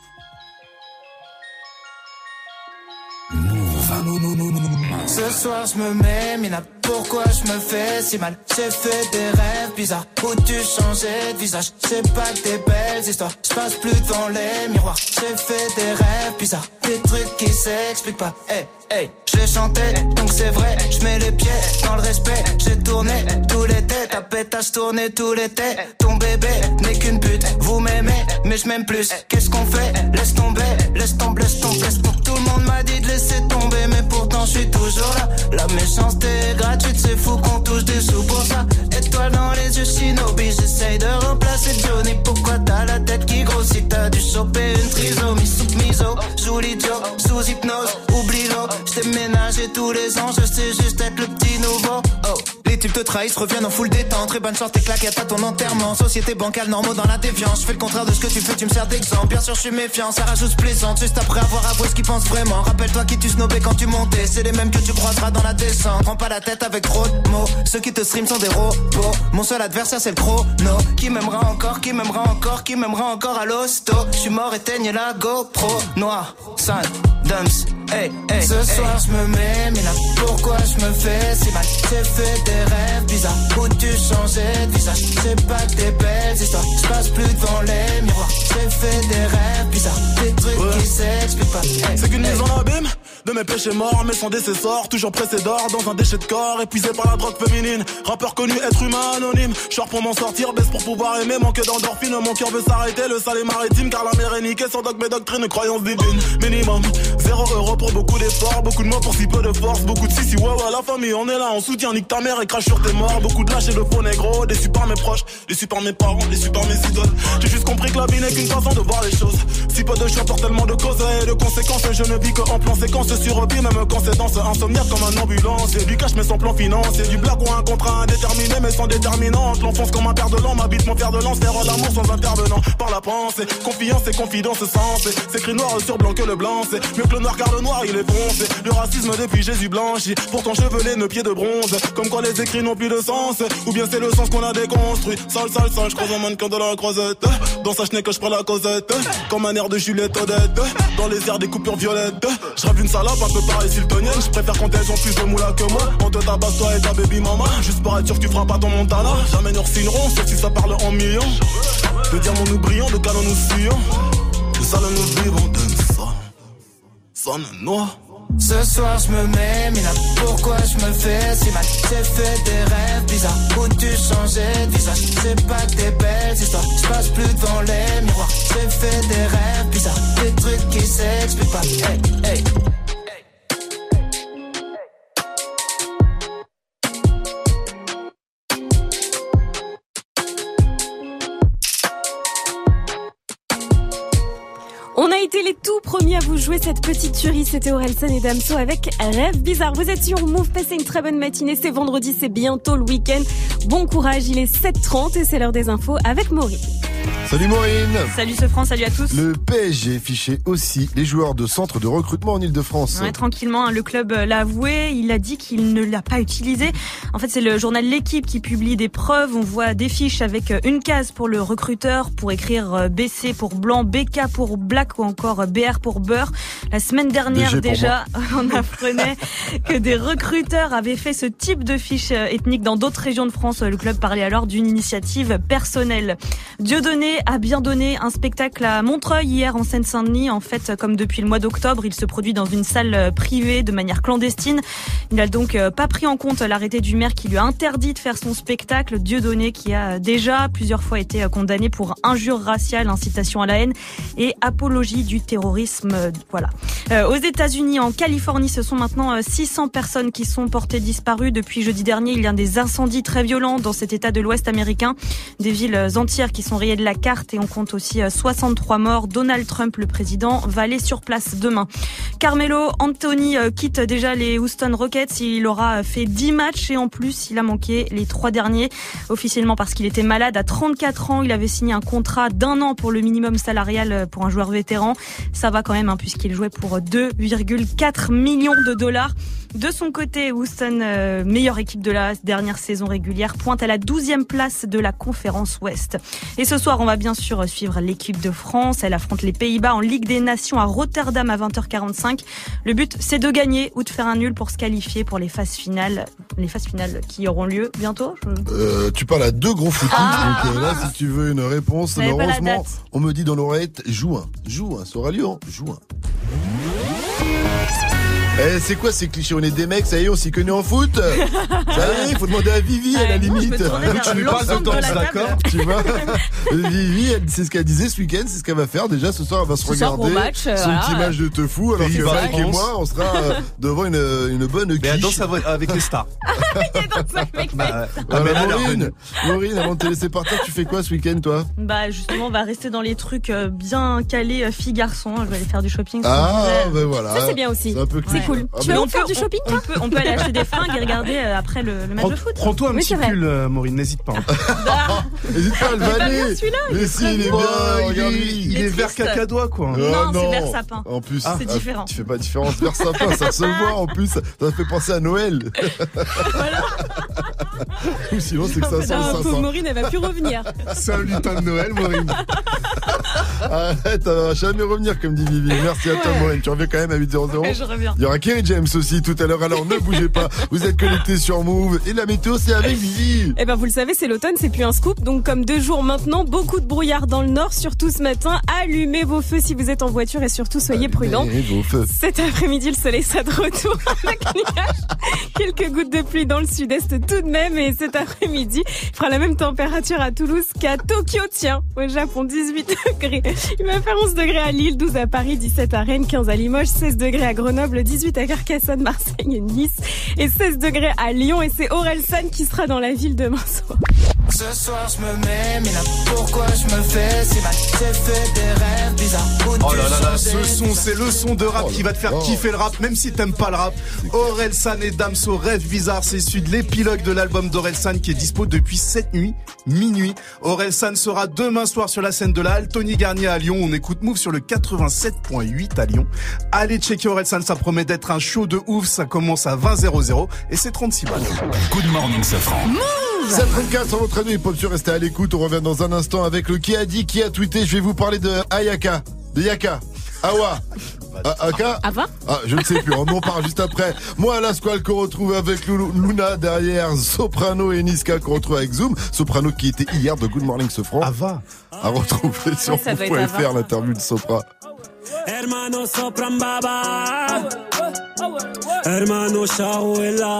J: Ce soir je me mets, Mina, pourquoi je me fais si mal? J'ai fait des rêves bizarres où tu changeais de visage. C'est pas que des belles histoires, je passe plus devant les miroirs. J'ai fait des rêves bizarres, des trucs qui s'expliquent pas. Hey, hey, je chantais, donc c'est vrai, je mets les pieds dans le respect. J'ai tourné tout l'été, ta pétasse tournée tout l'été. Ton bébé n'est qu'une pute, vous m'aimez, mais je m'aime plus. Qu'est-ce qu'on fait? Laisse tomber, laisse tomber, laisse tomber, laisse tomber. Tout le monde m'a dit de laisser tomber, mais pourtant je suis toujours là. La méchanceté est gratuite, c'est fou qu'on touche des sous pour ça. Étoile dans les yeux, Shinobi, j'essaye de remplacer Johnny. Pourquoi t'as la tête qui grossit? T'as dû choper une trisomie sous miso. Joue l'idiot, sous hypnose, oublie-le. J't'ai ménagé tous les ans, je sais juste être le petit nouveau. Oh, les types te trahissent, reviennent en full détente. Très bonne sorte, tes claquettes à ton enterrement. Société bancale, normaux dans la déviance. Je fais le contraire de ce que tu fais, tu me sers d'exemple. Bien sûr, je suis méfiant, ça rajoute plaisante. Juste après avoir avoué ce qu'ils pensent vraiment. Rappelle-toi qui tu snobais quand tu montais. C'est les mêmes que tu croiseras dans la descente. Prends pas la tête avec trop de mots. Ceux qui te stream sont des robots. Mon seul adversaire, c'est le chrono. Qui m'aimera encore, qui m'aimera encore, qui m'aimera encore à l'hosto. Je suis mort, éteigne la GoPro. Noir, sale, dumps. Hey, hey, ce hey. soir je me mets, mais là pourquoi je me fais si mal? J'ai fait des rêves bizarres où tu changeais de visage. C'est pas que des belles histoires, je passe plus devant les miroirs. J'ai fait des rêves bizarres, des trucs ouais. qui s'expliquent pas. Hey,
T: c'est qu'une
J: hey.
T: mise en abîme de mes péchés morts, mais sans décessor, toujours pressé d'or dans un déchet de corps, épuisé par la drogue féminine. Rappeur connu, être humain anonyme. J'sors pour m'en sortir, baisse pour pouvoir aimer. Manque d'endorphine, mon cœur veut s'arrêter. Le sale est maritime, car la mer est niquée. Sans dogme et doctrine, croyance divine. Minimum, zéro euro pour beaucoup d'efforts. Beaucoup de mots pour si peu de force. Beaucoup de si si ouais ouais, la famille, on est là, on soutient. Nique ta mère et crache sur tes morts. Beaucoup de lâches et de faux négros. Déçus par mes proches, déçus par mes parents, déçus par mes idoles. J'ai juste compris que la vie n'est qu'une façon de voir les choses. Si peu de choix pour tellement de causes et de conséquences. Je ne vis que en plan séquence. suis repied même quand c'est danse. Insomniaque comme un ambulancier. Du cash mais sans plan financier. Du blague ou un contrat indéterminé mais sans déterminante. L'enfonce comme un père de l'an, m'habite mon fer de lance. Faire l'amour sans intervenant par la pensée. Confiance et confidence sensée. C'est écrit noir sur blanc que le blanc. C'est mieux que le noir car le noir il est foncé. Le racisme depuis Jésus blanchi. Pourtant chevelé, nos pieds de bronze. Comme quoi les écrits n'ont plus de sens. Ou bien c'est le sens qu'on a déconstruit. Sale, sale, sale, je croise un mannequin de la croisette. Dans sa chenille que je prends la causette. Comme un air de Juliette Odette. Dans les airs des coupures violettes. Je rêve une salope un peu pareil siltonienne. Je préfère quand elles ont plus de moula que moi. On te tabasse toi et ta baby mama. Juste pour être sûr que tu feras pas ton Montana. Jamais nous signerons sauf si ça parle en millions. De diamants nous brillons, de canons nous fuyons. De salles nous vivons, de ça. Sonne noir.
J: Ce soir je me mets, mais là pourquoi je me fais si mal? J'ai fait des rêves bizarres où tu changeais de visage. C'est pas que des belles histoires, je passe plus devant les miroirs. J'ai fait des rêves bizarres, des trucs qui s'expliquent pas. Hey, hey.
N: On a été les tout premiers à vous jouer cette petite tuerie, c'était Orelsan et Damso avec Rêve Bizarre. Vous êtes sur Move, passez une très bonne matinée, c'est vendredi, c'est bientôt le week-end. Bon courage, il est sept heures trente et c'est l'heure des infos avec Maureen.
C: Salut Maureen.
D: Salut Sofran, salut à tous.
C: Le P S G fichait aussi les joueurs de centre de recrutement en Ile-de-France.
D: Ouais, tranquillement, le club l'a avoué, il a dit qu'il ne l'a pas utilisé. En fait, c'est le journal L'Équipe qui publie des preuves. On voit des fiches avec une case pour le recruteur, pour écrire B C pour blanc, B K pour black ou encore B R pour beurre. La semaine dernière déjà, on apprenait que des recruteurs avaient fait ce type de fiche ethnique dans d'autres régions de France. Le club parlait alors d'une initiative personnelle. Dieudonné a bien donné un spectacle à Montreuil hier en Seine-Saint-Denis. En fait, comme depuis le mois d'octobre, il se produit dans une salle privée de manière clandestine. Il n'a donc pas pris en compte l'arrêté du maire qui lui a interdit de faire son spectacle. Dieudonné qui a déjà plusieurs fois été condamné pour injure raciale, incitation à la haine et apologie du terrorisme. Voilà. Euh, aux États-Unis, en Californie, ce sont maintenant six cents personnes qui sont portées disparues. Depuis jeudi dernier, il y a des incendies très violents dans cet état de l'Ouest américain. Des villes entières qui sont rayées de la carte et on compte aussi soixante-trois morts. Donald Trump, le président, va aller sur place demain. Carmelo Anthony quitte déjà les Houston Rockets. Il aura fait dix matchs et en plus, il a manqué les trois derniers. Officiellement parce qu'il était malade à trente-quatre ans. Il avait signé un contrat d'un an pour le minimum salarial pour un joueur vétéran. Ça va quand même hein, puisqu'il jouait pour deux virgule quatre millions de dollars. De son côté, Houston, euh, meilleure équipe de la dernière saison régulière, pointe à la douzième place de la conférence Ouest. Et ce soir, on va bien sûr suivre l'équipe de France. Elle affronte les Pays-Bas en Ligue des Nations à Rotterdam à vingt heures quarante-cinq. Le but, c'est de gagner ou de faire un nul pour se qualifier pour les phases finales. Les phases finales qui auront lieu bientôt. Je...
C: Euh, tu parles à deux gros footies. Ah donc euh, là, si tu veux une réponse, malheureusement, on me dit dans l'oreillette, juin. Juin, ça aura lieu en juin. Eh, c'est quoi ces clichés? On est des mecs, ça y est, on s'y connaît en foot. Ça y est, il faut demander à Vivi à la limite.
G: Tu lui parles de danse, d'accord?
C: Tu vois? Vivi, elle, c'est ce qu'elle disait ce week-end, c'est ce qu'elle va faire. Déjà, ce soir, elle va se
N: ce
C: regarder
N: match,
C: son
N: voilà.
C: petit match de te fou. Alors que Mike et moi, on sera euh, devant une, une bonne quiche.
G: Mais elle danse avec les stars.
N: Il danse avec les stars.
C: Alors, Maureen, Maureen, avant de te laisser partir, tu fais quoi ce week-end, toi?
D: Bah, justement, on va rester dans les trucs bien calés, filles-garçons. Je vais aller faire du shopping.
C: Ah, ben voilà.
N: Ça, c'est bien aussi.
C: C'est un peu
N: C'est cool.
C: Ah,
N: tu vas
D: on
N: en faire
D: peut,
N: du shopping,
D: on,
N: toi
D: on peut, on peut aller acheter des fringues et regarder euh, après le, le match
U: Prends,
D: de foot.
U: Prends-toi un
N: Oui,
U: petit
N: c'est vrai.
U: pull, euh, Maureen, n'hésite pas.
C: N'hésite pas à le
D: Il est pas
C: vanner.
D: bien celui-là, il
C: Mais
D: est
C: si,
D: très
C: il est
D: beau.
C: bien.
U: il
C: Regarde,
U: est,
C: lui.
U: il
D: Il est
U: est vert
D: triste.
U: cacadois, quoi.
C: Euh,
D: Non, c'est vert sapin.
C: En plus,
D: Ah, c'est différent.
C: Tu fais pas différence vers sapin, ça se voit en plus. Ça te fait penser à Noël. Ou sinon, c'est que ça sent
N: Ah,
C: le
N: pauvre
C: sapin.
N: Maureen, elle va plus revenir.
U: C'est un lutin de Noël, Maureen.
C: Arrête, on va jamais revenir, comme dit Vivi. Merci à toi,
N: Ouais.
C: Maureen. Tu reviens quand même à huit heures zéro.
D: Ouais, je reviens.
C: Il y aura Kerry James aussi tout à l'heure. Alors ne bougez pas. Vous êtes connectés sur Move. Et la météo, c'est avec Vivi.
N: Eh ben, vous le savez, c'est l'automne, c'est plus un scoop. Donc, comme deux jours maintenant, beaucoup de brouillard dans le nord, surtout ce matin. Allumez vos feux si vous êtes en voiture et surtout soyez prudents.
C: Allumez vos feux.
N: Cet après-midi, le soleil sera de retour avec nuages. Quelques gouttes de pluie dans le sud-est tout de même. Et cet après-midi, il fera la même température à Toulouse qu'à Tokyo, tiens, au Japon, dix-huit degrés. Il va faire onze degrés à Lille, douze à Paris, dix-sept à Rennes, quinze à Limoges, seize degrés à Grenoble, dix-huit à Carcassonne, Marseille et Nice et seize degrés à Lyon. Et c'est Orelsan qui sera dans la ville demain soir.
J: Ce soir je me mets, mais là pourquoi je me fais si mal? J'ai fait des rêves bizarre. Où
U: Oh
J: tu
U: là là là,
J: changeais,
U: ce son, c'est le son de rap qui va te faire kiffer le rap, même si t'aimes pas le rap. Orelsan et Damso, Rêve bizarre, c'est issu de l'épilogue de l'album d'Orelsan qui est dispo depuis cette nuit, minuit. Orelsan sera demain soir sur la scène de la Halle Tony Garnier à Lyon. On écoute Move sur le quatre-vingt-sept virgule huit à Lyon. Allez checker Orelsan, ça promet d'être un show de ouf. Ça commence à vingt zéro zéro et c'est trente-six balles.
A: Good morning, Safran.
C: sept trente-quatre sur votre radio, il faut sûr rester à l'écoute. On revient dans un instant avec le qui a dit, qui a tweeté. Je vais vous parler de Ayaka, de Yaka, Awa. Ah, Aka
N: Ava
C: Ah, je ne sais plus, on en parle juste après. Moi, la Squale qu'on retrouve avec Loulou, Luna derrière, Soprano et Niska qu'on retrouve avec Zoom. Soprano qui était hier de Good Morning Sofran.
U: Ava
C: à retrouver sur
N: Ouais, ça doit
C: Move
N: être
C: point F R,
N: Ava.
C: l'interview de Sopra.
E: Hermano Sopran Baba, Hermano Shaouela.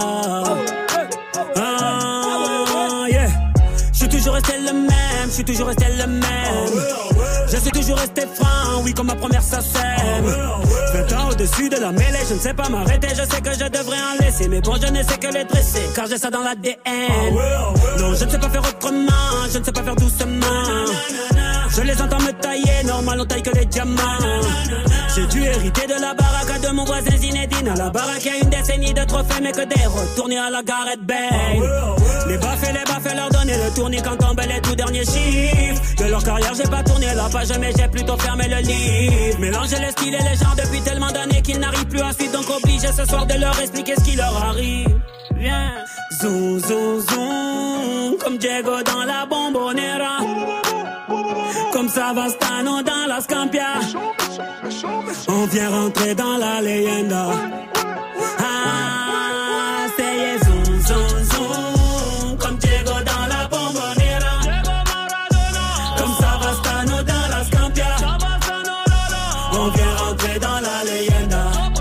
E: Ah, yeah. Je suis toujours resté le même, je suis toujours resté le même. Je suis toujours resté franc, oui, comme ma première sacème. vingt ans au-dessus de la mêlée, je ne sais pas m'arrêter. Je sais que je devrais en laisser, mais bon, je ne sais que les dresser, car j'ai ça dans l'A D N. Non, je ne sais pas faire autrement, je ne sais pas faire doucement. Je les entends me tailler, normal on taille que les diamants. J'ai dû hériter de la baraque de mon voisin Zinedine. À la baraque il y a une décennie de trophées, mais que des retournés à la Gareth Bale. Les baffes et les baffes leur donner le tournis quand tombent les tout derniers chiffres. De leur carrière j'ai pas tourné la page, mais j'ai plutôt fermé le livre. Mélanger les styles et les genres depuis tellement d'années qu'ils n'arrivent plus à suivre. Donc obligé ce soir de leur expliquer ce qui leur arrive. Viens, zoom, zoom, zoom, comme Diego dans la Bombonera. Comme Savastano dans la Scampia. On vient rentrer dans la leyenda. Ah, c'est zoom, zoom, zoom. Comme Diego dans la Bombonera. Comme Savastano dans la Scampia. On vient rentrer dans la leyenda.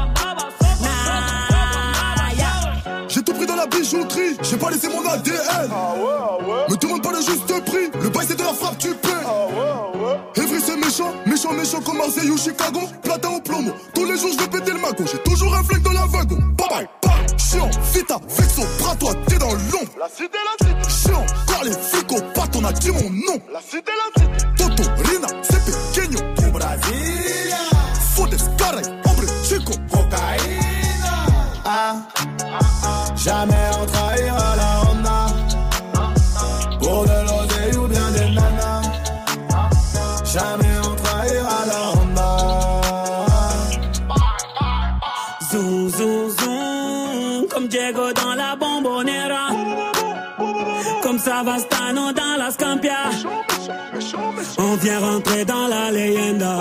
L: J'ai tout pris dans la bijouterie, j'ai pas laissé mon A D N. Me demande pas le juste prix, le bail c'est de la frappe, tu paies. Evry c'est méchant, méchant, méchant comme Marseille ou Chicago. Platin au plomo, tous les jours je vais péter le magot. J'ai toujours un flingue dans la wagon. Bye bye, bye. Chiant, vita, vexo, bras toi, t'es dans l'ombre. La cité, la cité. Chiant, car les flics au pat, on a dit mon nom. La cité, la cité. Toto, Rina, c'est pequeño. Au Brasilia. Fodes, caray, hombre, chico. Cocaïna.
J: Ah, jamais on trahira la Honda. Pour de l'oseille ou bien des nanas. Jamais on trahira la Honda.
E: Zoom, zoom, zoom, comme Diego dans la Bombonera. Comme Savastano dans la Scampia. On vient rentrer dans la leyenda.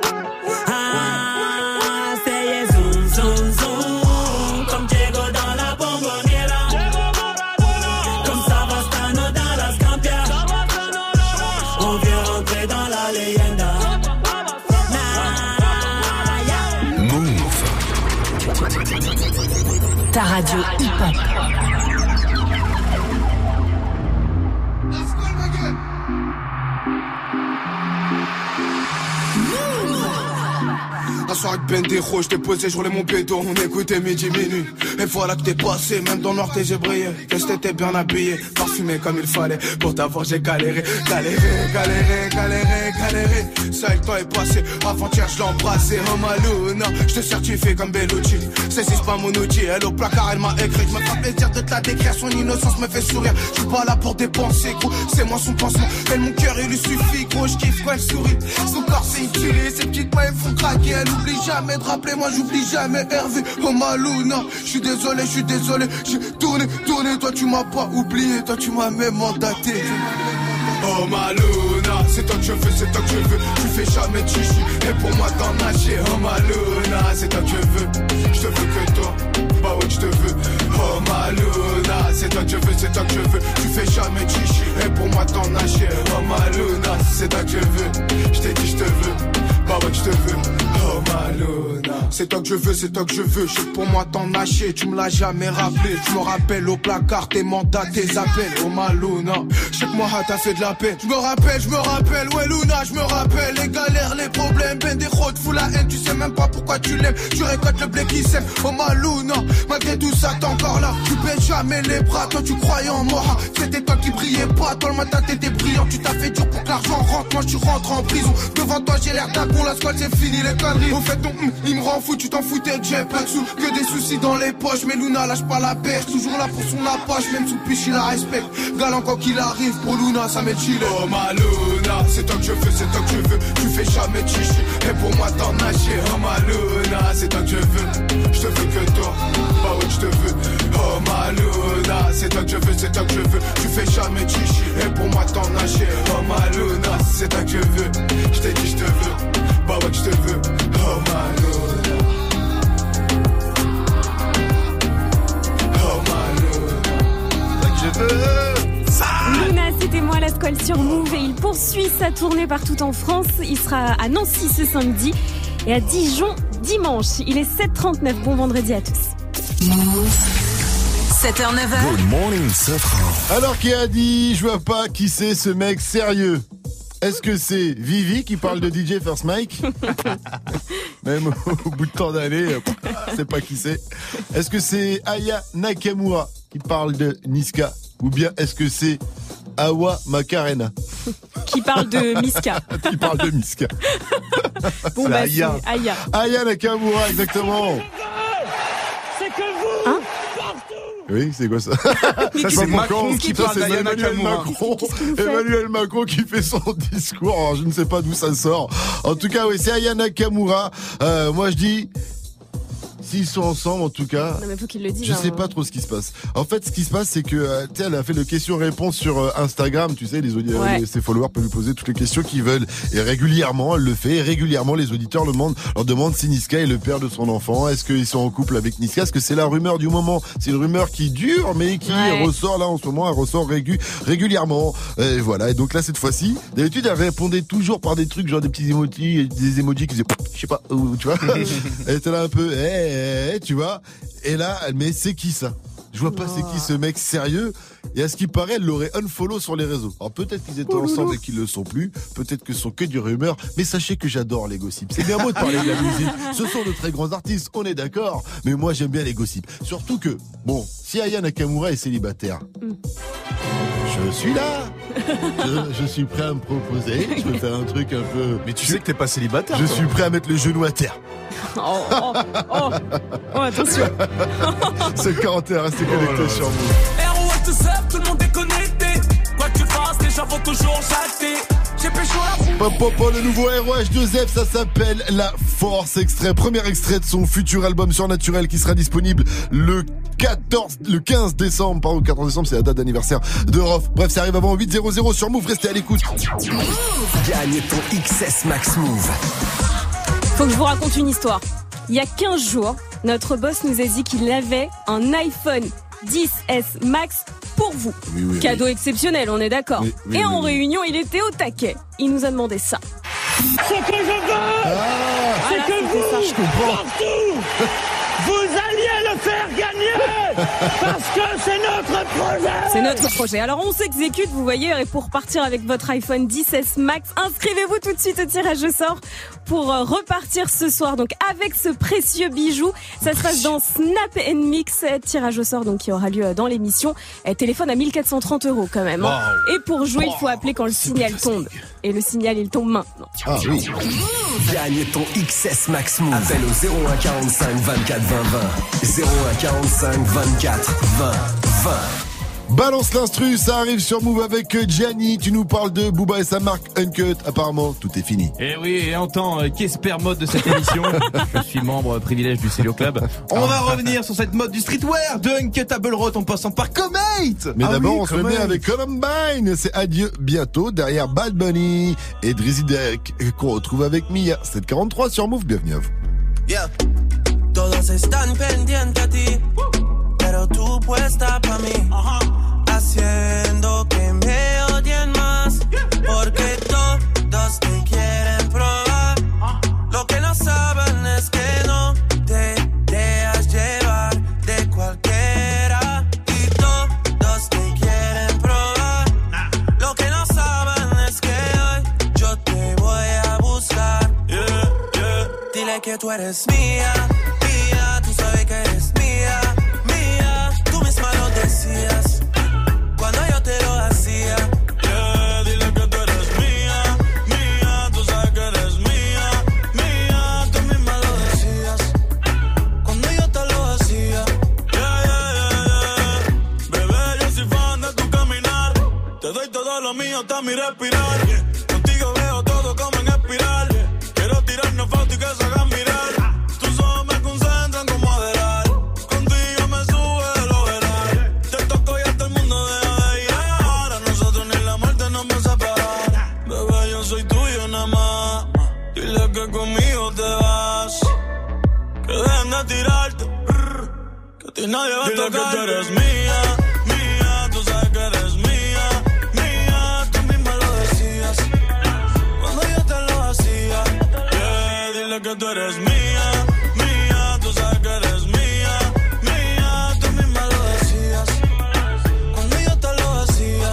E: Ah, c'est zoom, zoom, zoom, comme Diego dans la Bombonera. Comme Savastano dans la Scampia. On vient rentrer dans la leyenda.
A: Move.
V: Ta radio hip-hop.
W: Un soir avec Bendejo, j't'ai posé, j'roulais mon bédo, on écoutait midi minuit. Et voilà que t'es passé, même dans le noir t'es j'ai brillé. Qu'est-ce que t'étais bien habillé, parfumé comme il fallait. Pour t'avoir j'ai galéré, galéré, galéré, galéré, galéré. Ça le temps est passé, avant-hier j'l'ai embrassé. Oh Maluna, j'te certifie comme Bellucci. C'est pas mon outil, elle au placard elle m'a écrit. Me fait plaisir de te la décrire, son innocence me fait sourire. J'suis pas là pour dépenser gros, c'est moi son pansement. Elle mon cœur il lui suffit gros, j'kiffe quand elle sourit. Son corps c'est utile, ses petites mains elles font craquer. Elle oublie jamais de rappeler, moi j'oublie jamais Hervé. Oh Maluna, j'suis désolé, j'suis désolé. J'ai tourné, tourné, toi tu m'as pas oublié, toi tu m'as même mandaté. Oh Maluna, c'est toi que je veux, c'est toi que je veux. Tu fais jamais de chichi, et pour moi t'en nager. Oh Maluna, c'est toi que je veux. Je te veux que toi, bah ouais que je te veux. Oh Maluna, c'est toi que je veux, c'est toi que je veux. Tu fais jamais de chichi, et pour moi t'en nager. Oh Maluna, c'est toi que je veux. Je t'ai dit je te veux, bah ouais que je te veux. Oh Maluna. c'est toi que je veux, c'est toi que je veux. Je sais que pour moi t'en as chier, tu me l'as jamais rappelé. Je me rappelle au placard, tes mandats, tes appels. Oh ma Luna, je sais que moi t'as fait de la peine. Je me rappelle, je me rappelle, ouais Luna, je me rappelle. Les galères, les problèmes, ben des routes, fous la haine. Tu sais même pas pourquoi tu l'aimes, tu récoltes le blé qui sème. Oh ma Luna, malgré tout ça t'es encore là. Tu baisses jamais les bras, toi tu croyais en moi. C'était toi qui brillais pas, toi le matin t'étais brillant. Tu t'as fait dur pour que l'argent rentre, moi je suis rentré en prison. Devant toi j'ai l'air d'un con, la squad c'est fini les conneries. Au fait ton hum, il me rend fou, tu t'en foutais que j'ai pas de sous. Que des soucis dans les poches, mais Luna lâche pas la perche. Toujours là pour son apache, même sous piche il la respecte. Galant quand qu'il arrive, pour Luna ça m'est chill. Oh ma Luna, c'est toi que je veux, c'est toi que je veux. Tu fais jamais de chichi, et pour moi t'en as chier. Oh ma Luna, c'est toi que je veux. Je te veux que toi, bah ouais je te veux. Oh ma Luna, c'est toi que je veux, c'est toi que je veux. Tu fais jamais de chichi, et pour moi t'en as chier. Oh ma Luna, c'est toi que je veux. Je t'ai dit je te veux, bah ouais que je te veux. Oh ma Luna. Oh ma Luna, c'est toi que je veux. Ça
N: Luna, c'était moi la squale sur Move et il poursuit sa tournée partout en France. Il sera à Nancy ce samedi et à Dijon dimanche. Il est sept heures trente-neuf. Bon vendredi à tous.
A: Move. sept heures neuf heures. Good morning, Safran.
C: Alors qui a dit, je vois pas qui c'est ce mec sérieux. Est-ce que c'est Vivi qui parle de D J First Mike? Même au bout de tant d'années, c'est pas qui c'est. Est-ce que c'est Aya Nakamura qui parle de Niska? Ou bien est-ce que c'est Awa Macarena
N: qui parle de Miska?
C: Qui parle de Miska.
N: Bon, bah, Aya. C'est Aya.
C: Aya Nakamura, exactement.
H: C'est que vous
N: hein?
C: Oui, c'est quoi ça?
U: Ça, c'est Macron qui parle d'Aya Nakamura.
C: Macron. Emmanuel Macron qui fait son discours. Alors, je ne sais pas d'où ça sort. En tout cas, oui, c'est Aya Nakamura. Euh, moi, je dis... S'ils sont ensemble, en tout cas,
N: non, mais faut qu'il le dise,
C: je
N: hein.
C: sais pas trop ce qui se passe. En fait, ce qui se passe, c'est que euh, tu sais, elle a fait le question-réponse sur euh, Instagram. Tu sais, les auditeurs,
N: ouais.
C: les, ses followers peuvent lui poser toutes les questions qu'ils veulent. Et régulièrement, elle le fait. Et régulièrement, les auditeurs le demandent, leur demandent si Niska est le père de son enfant. Est-ce qu'ils sont en couple avec Niska? Est-ce que c'est la rumeur du moment? C'est une rumeur qui dure, mais qui ouais. ressort là en ce moment. Elle ressort régu- régulièrement. Et voilà. Et donc là, cette fois-ci, d'habitude, elle répondait toujours par des trucs genre des petits emojis, des emojis qui disaient, je sais pas, où, tu vois. Elle était là un peu, eh, eh, tu vois. Et là, mais c'est qui ça? Je vois pas oh. c'est qui ce mec sérieux. Et à ce qui paraît, elle l'aurait unfollow sur les réseaux. Alors peut-être qu'ils étaient oh ensemble et qu'ils le sont plus. Peut-être que ce sont que du rumeur. Mais sachez que j'adore les gossips. C'est bien beau de parler de la musique. Ce sont de très grands artistes, on est d'accord. Mais moi j'aime bien les gossips. Surtout que, bon, si Aya Nakamura est célibataire, mm. je suis là. Je, je suis prêt à me proposer. Je peux faire un truc un peu...
U: Mais tu sais que t'es pas célibataire.
C: Je
U: toi.
C: suis prêt à mettre le genou à terre.
N: Oh, oh, oh, oh, attention.
C: C'est le quarante et un, restez connectés oh sur vous.
E: R O S deux F, tout le monde est connecté. Quoi que tu fasses, les gens vont toujours chatter. J'ai pécho la
C: Pop, pop, pop, le nouveau R O H deux F, ça s'appelle La Force. Extrait, premier extrait de son futur album Surnaturel qui sera disponible le quatorze, le quinze décembre, pardon, le quatorze décembre, c'est la date d'anniversaire de Rof. Bref, ça arrive avant huit heures sur Move, restez à l'écoute.
A: Gagne ton X S Max Move.
N: Faut que je vous raconte une histoire. Il y a quinze jours, notre boss nous a dit qu'il avait un iPhone dix S Max pour vous.
C: Oui, oui,
N: Cadeau
C: oui.
N: exceptionnel, on est d'accord.
C: Oui, oui,
N: Et
C: oui,
N: en
C: oui.
N: réunion, il était au taquet. Il nous a demandé ça.
H: Ce que je veux,
C: Ah,
H: c'est
N: voilà,
H: que vous,
N: ça.
C: je comprends.
H: partout, vous alliez le faire gagner, parce que c'est notre projet.
N: C'est notre projet. Alors on s'exécute, vous voyez, et pour partir avec votre iPhone dix S Max, inscrivez-vous tout de suite au tirage au sort pour euh, repartir ce soir. Donc avec ce précieux bijou, ça se passe dans Snap and Mix, euh, tirage au sort donc qui aura lieu euh, dans l'émission. Et téléphone à mille quatre cent trente euros quand même. Hein.
C: Wow.
N: Et pour jouer, il faut appeler quand le signal tombe. Et le signal, il tombe maintenant.
C: Ah oui.
A: Gagne ton X S Max Move. Appelle au zéro un quarante-cinq vingt-quatre vingt vingt. zéro un quarante-cinq vingt-quatre vingt vingt.
C: Balance l'instru, ça arrive sur Move avec Gianni. Tu nous parles de Booba et sa marque Uncut. Apparemment, tout est fini.
G: Et oui, et en tant euh, qu'espère mode de cette émission, je suis membre privilège du Célio Club. On va revenir sur cette mode du streetwear, de Uncuttable Road en passant par Comate.
C: Mais
U: Ah
C: d'abord,
U: oui,
C: on se met
U: Comate.
C: avec Columbine. C'est adieu bientôt derrière Bad Bunny et Drizzy Derek qu'on retrouve avec Mia. sept quarante-trois sur Move, bienvenue à vous.
J: Yeah. Todos están pendientes a ti, pero tú puesta pa' mí, haciendo que me odien más, porque todos te quieren probar. Lo que no saben es que no que tú eres mía, mía, tú sabes que eres mía, mía, tú misma lo decías cuando yo te lo hacía.
T: Yeah, dile que tú eres mía, mía, tú sabes que eres mía, mía, tú misma lo decías cuando yo te lo hacía. Yeah, yeah, yeah, yeah. Bebé, yo soy fan de tu caminar, te doy todo lo mío hasta mi respirar. Contigo veo todo como en espiral. Quiero tirarnos fotos y que se hagan mirar. Tus ojos me concentran como adelar. Contigo me sube de lo veral. Te toco y hasta el mundo deja de ir. Ahora nosotros ni la muerte nos va a separar. Bebé, yo soy tuyo nada más. Dile que conmigo te vas. Que dejen de tirarte. Que a ti nadie va a tocar. Dile que tú eres mía, mía. Tú sabes que eres mía, mía. Tú misma lo decías cuando yo te lo hacía. Yeah, dile que tú eres mía, mía. Tú sabes que eres mía, mía. Tú misma lo decías cuando yo te lo hacía.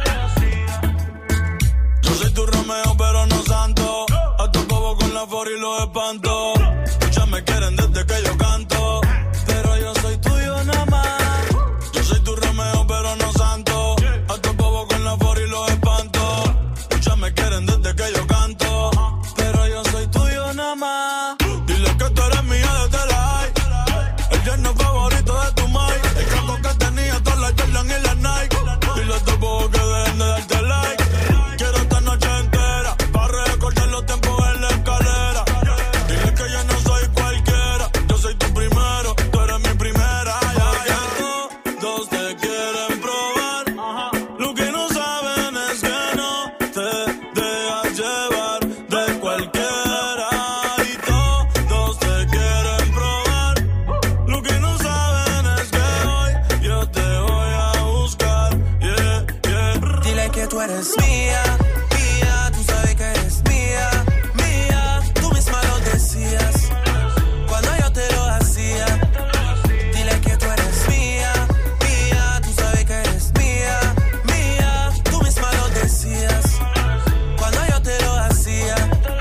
T: Yo soy tu Romeo pero no santo. A tu bobo con la for y los espanto. Muchas me quieren desde que yo canto, pero yo soy tuyo nada más. Yo soy tu Romeo pero no santo. A tu bobo con la for y los espanto. Muchas me quieren desde que yo canto, pero yo soy tuyo nada más. Dile que tú eres mía desde la high. El yerno favorito de tu mai. El campo que tenía todas las Jordan y las Nike. Dile a tu bobo que dejen de darte like. Quiero esta noche entera para recordar los tiempos en la escalera. Dile que yo no soy cualquiera. Yo soy tu primero, tú eres mi primera. Ya, ya. Todos te quieren probar. Lo que no saben es que no te dejas llevar de cualquiera. Y todos te quieren probar. Lo que no saben es que hoy yo te voy a buscar. Yeah, yeah.
J: Dile que tú eres mía, mía, tú sabes que eres mía, mía, tú misma lo decías cuando yo te lo hacía. Dile que tú eres mía, mía, tú sabes que eres mía, mía, tú misma lo decías cuando yo te lo hacía.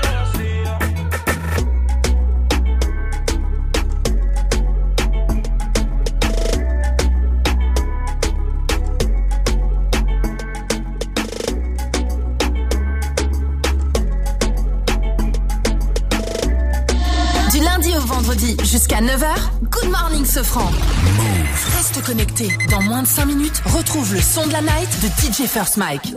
F: Du lundi au vendredi jusqu'à neuf heures, Good Morning Sofran. Reste connecté. Dans moins de cinq minutes, retrouve le son de la night de D J First Mike.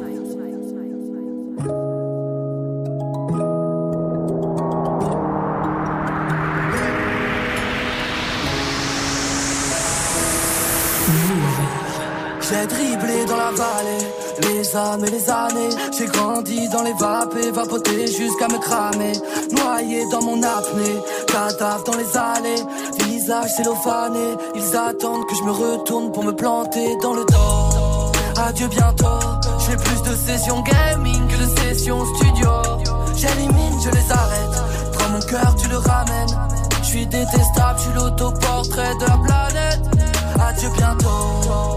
J: J'ai dribblé dans la vallée, les âmes et les années. J'ai grandi dans les vapes et vapoté jusqu'à me cramer. Noyé dans mon apnée, cadavre dans les allées. Visage cellophané, ils attendent que je me retourne pour me planter dans le dos. Adieu bientôt, je fais plus de sessions gaming que de sessions studio. J'élimine, je les arrête, prends mon cœur, tu le ramènes. Je suis détestable, je suis l'autoportrait de la planète. Adieu bientôt.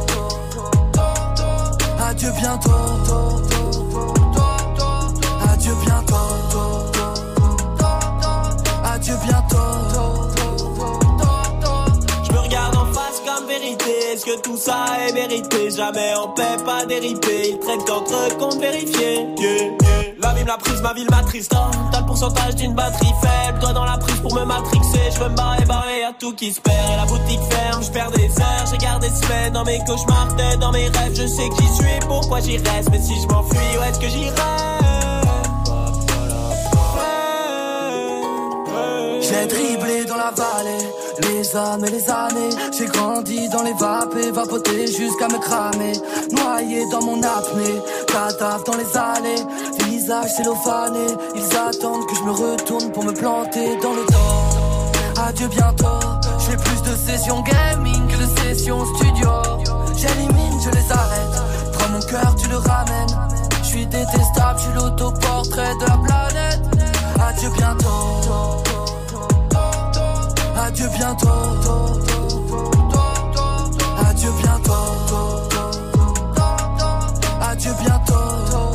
J: Adieu bientôt. Adieu bientôt. Adieu bientôt.
I: Je me regarde en face comme vérité. Est-ce que tout ça est mérité? Jamais on paie pas dériper. Ils traitent d'entre eux compte vérifié. Yeah, yeah. La vie me l'a prise, ma ville m'attriste. T'as le pourcentage d'une batterie faible. Toi dans la prise pour me matrixer. Je veux me barrer, barrer, y'a tout qui se perd. Et la boutique ferme, je perds des heures. J'ai gardé semaines dans mes cauchemars, tête dans mes rêves. Je sais qui je suis, pourquoi j'y reste. Mais si je m'enfuis, où est-ce que j'irai?
J: J'ai dribblé dans la vallée, les âmes et les années. J'ai grandi dans les vapes et vapoté jusqu'à me cramer. Noyé dans mon apnée, cadavre dans les allées. Visage cellophané, ils attendent que je me retourne pour me planter dans le dos. Adieu bientôt, je fais plus de sessions gaming que de sessions studio. J'élimine, je les arrête, prends mon cœur, tu le ramènes. Je suis détestable, je suis l'autoportrait de la planète. Adieu bientôt. Adieu bientôt. Adieu bientôt. Adieu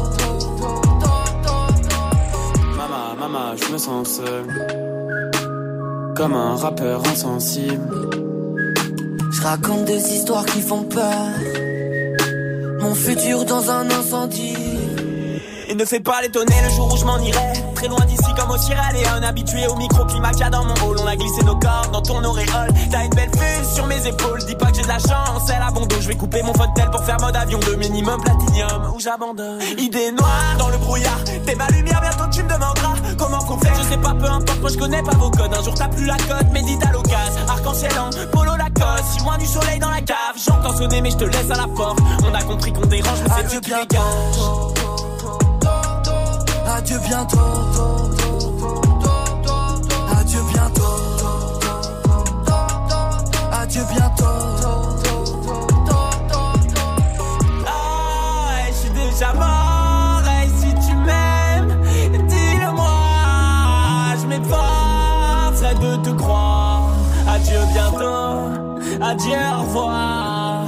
J: bientôt.
I: Maman, maman, je me sens seul. comme un rappeur insensible.
J: Je raconte des histoires qui font peur. Mon futur dans un incendie.
I: Et ne fais pas l'étonner le jour où je m'en irai. Très loin d'ici comme au Sierra Leone. Habitué au microclimat qu'il y a dans mon hall. On a glissé nos corps dans ton auréole. T'as une belle fuse sur mes épaules. Dis pas que j'ai de la chance, elle a bon dos. Je vais couper mon fontel pour faire mode avion de minimum platinium. Ou j'abandonne. Idée noire dans le brouillard. T'es ma lumière, bientôt tu me demanderas comment qu'on fait. Je sais pas, peu importe, moi je connais pas vos codes. Un jour t'as plus la cote, médite à l'occasion. Arc-en-ciel en polo Lacoste. Si loin du soleil dans la cave. J'entends sonner mais je te laisse à la porte. On a compris qu'on dérange mais c'est Dieu qui les gâche.
J: Adieu bientôt. Adieu bientôt. Adieu bientôt.
I: Ah, je suis déjà mort. Et si tu m'aimes, dis-le-moi. Je m'efforcerai de te croire. Adieu bientôt. Adieu, au revoir.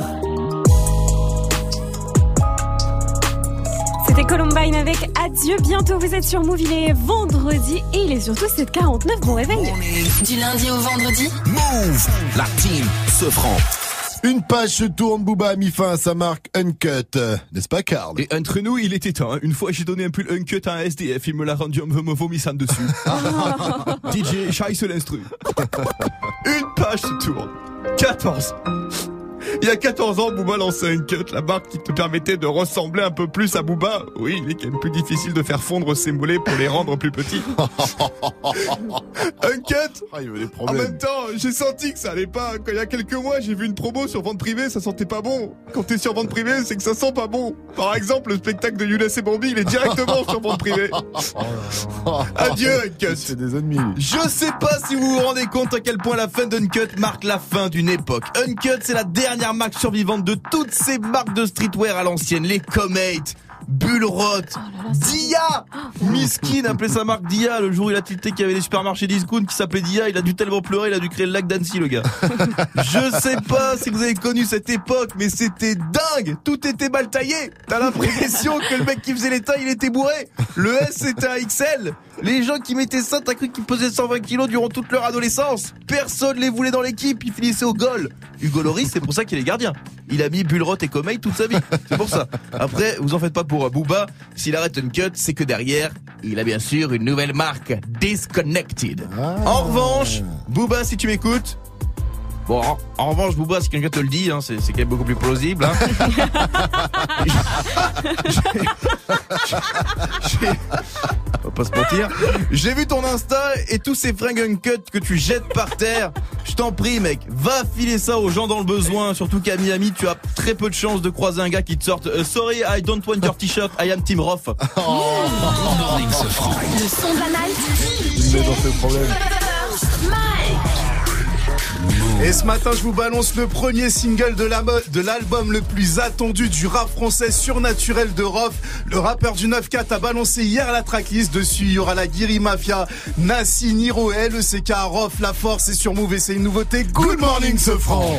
N: C'était Columbine avec Adieu bientôt. Vous êtes sur Move, il est vendredi et il est surtout sept heures quarante-neuf. Bon réveil.
F: Du lundi au vendredi.
A: Move, la team se prend.
C: Une page se tourne, Booba a mis fin à sa marque Uncut, n'est-ce pas Karl?
G: Et entre nous, il était temps. Hein. Une fois, j'ai donné un pull Uncut à un S D F, il me l'a rendu en me vomissant dessus. D J, chaisse l'instru. Une page se tourne. quatorze. Il y a quatorze ans, Booba lançait Uncut, la marque qui te permettait de ressembler un peu plus à Booba. Oui, il est quand même plus difficile de faire fondre ses mollets pour les rendre plus petits. Uncut.
C: Ah, il y avait des
G: En
C: problèmes.
G: même temps, j'ai senti que ça allait pas. Quand il y a quelques mois, j'ai vu une promo sur vente privée, ça sentait pas bon. Quand t'es sur vente privée, c'est que ça sent pas bon. Par exemple, le spectacle de Younes et Bambi, il est directement sur vente privée. Adieu, Uncut.
C: C'est des ennemis.
G: Je sais pas si vous vous rendez compte à quel point la fin d'Uncut marque la fin d'une époque. Uncut, c'est la dernière marque survivante de toutes ces marques de streetwear à l'ancienne. Les Comate, Bullrot, Dia. Miskin appelait sa marque Dia le jour où il a tilté qu'il y avait des supermarchés discount qui s'appelaient Dia. Il a dû tellement pleurer, il a dû créer le lac d'Annecy, le gars. Je sais pas si vous avez connu cette époque, mais c'était dingue. Tout était mal taillé. T'as l'impression que le mec qui faisait les tailles, il était bourré. Le S, c'était un X L. Les gens qui mettaient ça, t'as cru qu'ils pesaient cent vingt kilos durant toute leur adolescence. Personne les voulait dans l'équipe, ils finissaient au goal. Hugo Loris, c'est pour ça qu'il est gardien. Il a mis Bullrot et Comey toute sa vie. C'est pour ça. Après, vous en faites pas pour Booba. S'il arrête Uncut, c'est que derrière, il a bien sûr une nouvelle marque, Disconnected. Ah. En revanche, Booba, si tu m'écoutes, bon, en, en revanche, Booba, si quelqu'un te le dit, hein, c'est, c'est quand même beaucoup plus plausible. Hein. j'ai, j'ai, on va pas se mentir. J'ai vu ton Insta et tous ces fringues Uncut que tu jettes par terre. Je t'en prie, mec, va filer ça aux gens dans le besoin. Surtout qu'à Miami, tu as très peu de chances de croiser un gars qui te sorte uh, Sorry, I don't want your t-shirt, I am Team Roth. Oh.
F: Le son de la night.
C: Il met dans ses problèmes.
U: Et ce matin, je vous balance le premier single de, la mo- de l'album le plus attendu du rap français, Surnaturel de Rof. Le rappeur du neuf quatre a balancé hier la tracklist. Dessus, il y aura la Guiri Mafia, Nassi, Niro et L E C K, Rof, La Force et sur Move. Et c'est une nouveauté. Good morning, ce franc.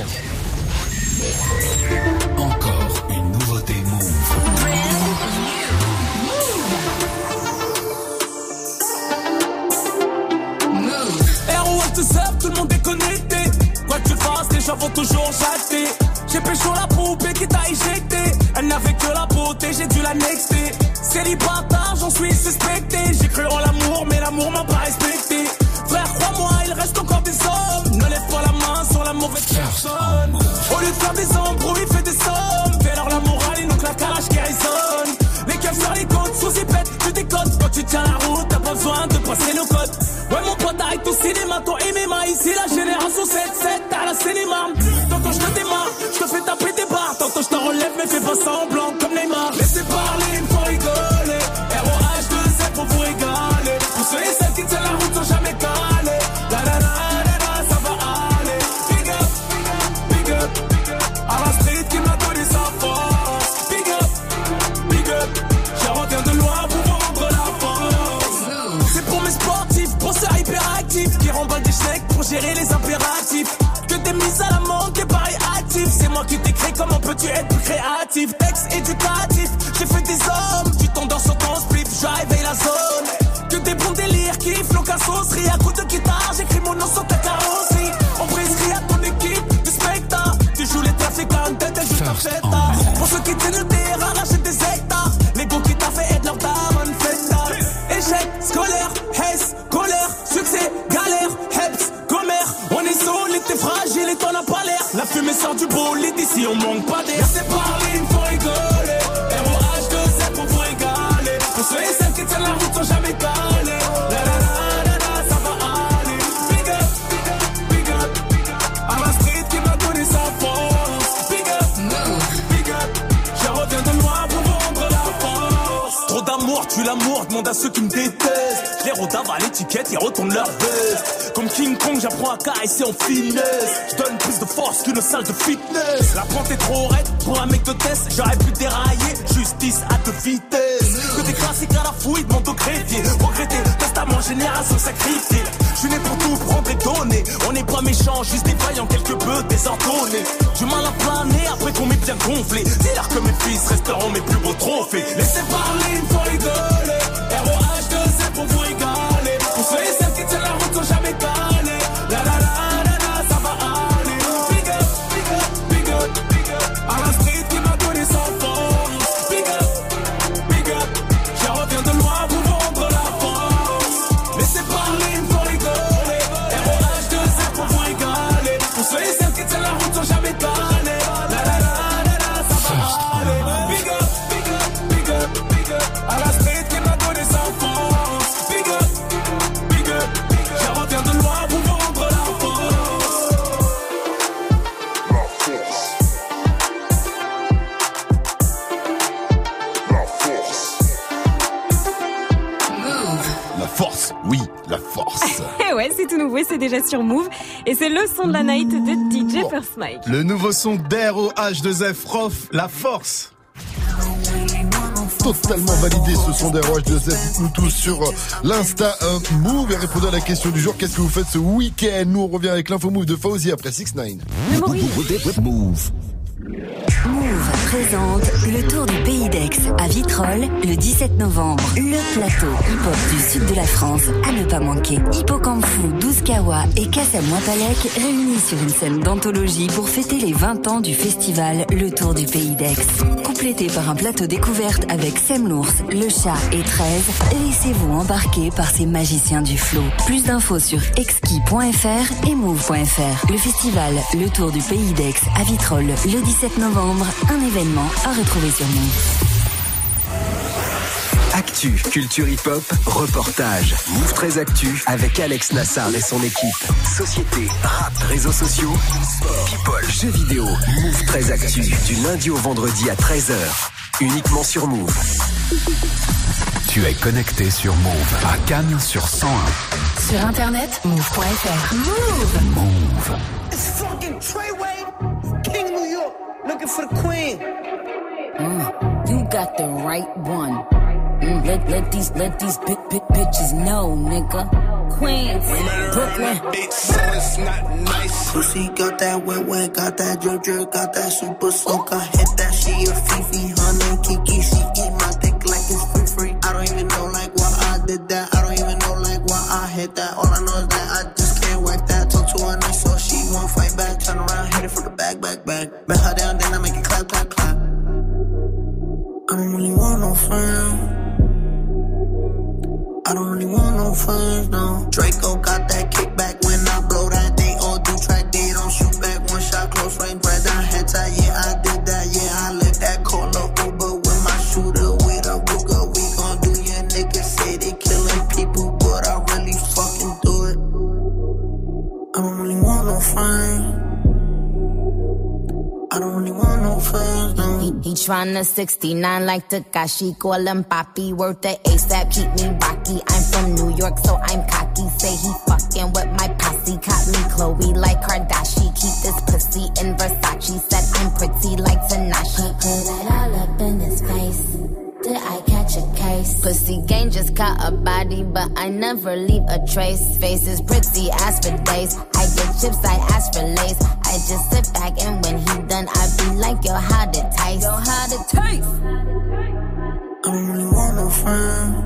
A: Encore une nouveauté Move.
E: R O H te serve, tout le monde est connecté. Quoi que tu fasses, les gens vont toujours chatter. J'ai pécho la poupée qui t'a éjecté. Elle n'avait que la beauté, j'ai dû la nexter. Célibataire, j'en suis suspecté. J'ai cru en l'amour, mais l'amour m'a pas respecté. Frère, crois-moi, il reste encore des hommes. Ne lève pas la main sur la mauvaise personne. Au lieu de faire des embrouilles, il fait des sommes. Fais-leur la morale et donc la calage qui résonne. Les keufs sur les côtes, sous zipette, tu décodes. Quand tu tiens la route, t'as pas besoin de passer le code. Ouais, mon pote, arrête au cinéma, ton M M A. Ici, la génération sept sept, t'as la cinéma. Tantôt, je te démarre, je te fais taper des barres. Tantôt, je t'en relève, mais fais pas semblant comme Neymar. Laissez parler, il faut rigoler. R O H deux Z pour vous régaler. Pour ceux et celles qui tiennent la route sans jamais caler. La la la la la, ça va aller. Big up, big up, big up. À la street qui m'a donné sa force. Big up, big up. Je reviens de loin pour vous rendre la force. C'est pour mes sportifs, penseurs hyperactifs qui remballent des chèques pour gérer les impératifs. Que des mises à la manque et pareil actif. C'est moi qui t'ai créé, comment peux-tu être plus créatif? Texte éducatif, j'ai fait des hommes. Tu t'endors sur ton spliff, je réveille la zone. Que des bons délires, kiff, l'occasion, à coup de guitare. J'écris mon nom sur ta carte. ici on manque pas d'air. Laissez parler, il me faut rigoler. R O H deux Z pour vous régaler. Pour ceux et celles qui tiennent la route sans jamais caler. La la la la la, ça va aller. Big up, big up, big up. À la street qui m'a donné sa force. Big up, big up. Je reviens de loin pour vendre la force. Trop d'amour, tue l'amour, demande à ceux qui me détestent. Je les rodave à l'étiquette, ils retournent leur veste. Comme King Kong, j'apprends à caresser en finesse. Je donne plus de force qu'une salle de fitness. La pente est trop raide pour un mec de test. J'aurais pu dérailler, justice à deux vitesses. Que des classiques à la fouille, demande au crédit. Regretter, testament, génération sacrifiée. Je suis né pour tout prendre et donner. On n'est pas méchants, juste des vaillants, quelque peu désordonnés. Du mal à planer après qu'on m'ait bien gonflé. Dis-leur que mes fils resteront mes plus beaux trophées. Laissez parler, il me faut rigoler. R O H deux Z pour vous régaler. Pour ceux et celles qui tiennent la route sans jamais caler. La la la la la, ça va aller. Big up, big up, big up, big up. À la street qui m'a donné sa force. Big up, big up. Je reviens de loin pour vendre la force. Laissez parler, il me faut rigoler. R O H deux Z pour vous régaler. Pour ceux et celles qui tiennent la route sans jamais caler. La la la la la, ça va aller. Big up, big up, big up, big up. À la street qui m'a donné sa force. Big up, big up, big up. Je reviens de loin pour vendre la force.
C: La force, oui, la force.
N: Et ouais, c'est tout nouveau, c'est déjà sur Move. Et c'est le son de la night de D J First Mike.
U: Le nouveau son d'R O H deux F Rof, la force.
C: Totalement validé ce son des R O H deux Z. Dites-nous tous sur euh, l'Insta euh, Move et répondez à la question du jour. Qu'est-ce que vous faites ce week-end? Nous on revient avec l'info Move de Fauzi après six neuf.
K: Move. Move présente le Tour du Pays d'Aix à Vitrolles le dix-sept novembre. Le plateau hip-hop du sud de la France à ne pas manquer. Hippocampfou, Douze-Kawa et Kassamois-Palek réunis sur une scène d'anthologie pour fêter les vingt ans du festival Le Tour du Pays d'Aix. Complété par un plateau découverte avec Semlours, Le Chat et treize, laissez-vous embarquer par ces magiciens du flow. Plus d'infos sur exquis point f r et move point f r. Le festival Le Tour du Pays d'Aix à Vitrolles le dix-sept novembre, un événement à retrouver sur Move.
A: Actu, culture hip-hop, reportage. Move treize Actu avec Alex Nassar et son équipe. Société, rap, réseaux sociaux, people, jeux vidéo. Move treize Actu, du lundi au vendredi à treize heures. Uniquement sur Move.
M: Tu es connecté sur Move à Cannes sur cent un.
F: Sur internet, move point f r. Move.
M: Move.
V: It's fucking Treyway, King New York, looking for the queen.
X: Mm, you got the right one. Mm, let let these let these big big bitches know, nigga. Queens, Brooklyn.
V: So it's not nice. Pussy got that wet wet, got that drip drip, got that super soak. I hit that, she a Fifi, honey Kiki. She eat my dick like it's free free. I don't even know like why I did that. I don't even know like why I hit that. All I know is that I just can't whack that. Talk to her nice so she won't fight back. Turn around, hit it from the back, back, back. Bet her down, then I make it clap, clap, clap. I don't really want no friend. I don't really want no friends, no. Draco got that kickback when I blow that. They all do track, they don't shoot back. One shot, close range, bread down, head tie. Yeah, I did that, yeah, I lived that. Call up Uber with my shooter, with a Ruger. We gon' do your niggas say they killing people, but I really fucking do it. I don't really want no friends. I don't really want no friends, no.
X: He, he tryna sixty-nine like Takashi, call him Papi, worth the ASAP, keep me rocky. I'm from New York, so I'm cocky. Say he fucking with my posse, caught me Chloe like Kardashian. Keep this pussy in Versace, said I'm pretty like Tanashi. Put it all up in his face. Did I catch a case? Pussy gang just caught a body, but I never leave a trace. Face is pretty, ass for days. I get chips, I ask for lace. I just sit back and when he done, I be like, yo, how it taste? Yo, how it taste?
V: I don't really want no friend.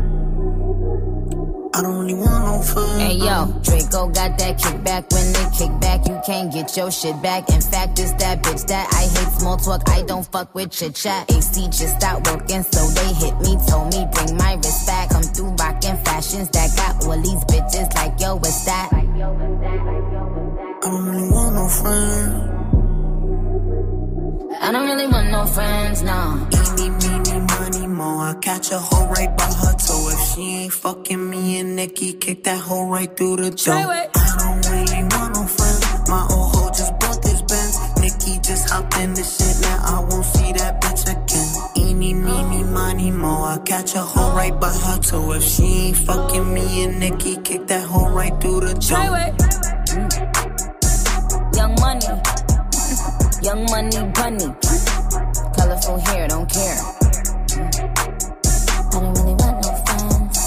V: I don't really want no friend.
X: Hey yo, Draco got that kickback. When they kick back, you can't get your shit back. In fact, it's that bitch that I hate small talk. I don't fuck with chit chat. A C just stopped working, so they hit me, told me bring my wrist back. Come through rockin' fashions that got all these bitches like yo, what's that?
V: I don't really want no friend.
X: I don't really want no friends, no.
V: Eeny, meeny, money, mo. I catch a hoe right by her toe. If she ain't fucking me and Nikki, kick that hoe right through the door. I don't really want no friends. My old hoe just bought this Benz. Nikki just hopped in this shit. Now I won't see that bitch again. Eeny, meeny, money, mo. I catch a hoe right by her toe. If she ain't fucking me and Nikki, kick that hoe right through the door.
X: Young money, young money bunny. Colorful hair, don't care. I don't really want no friends.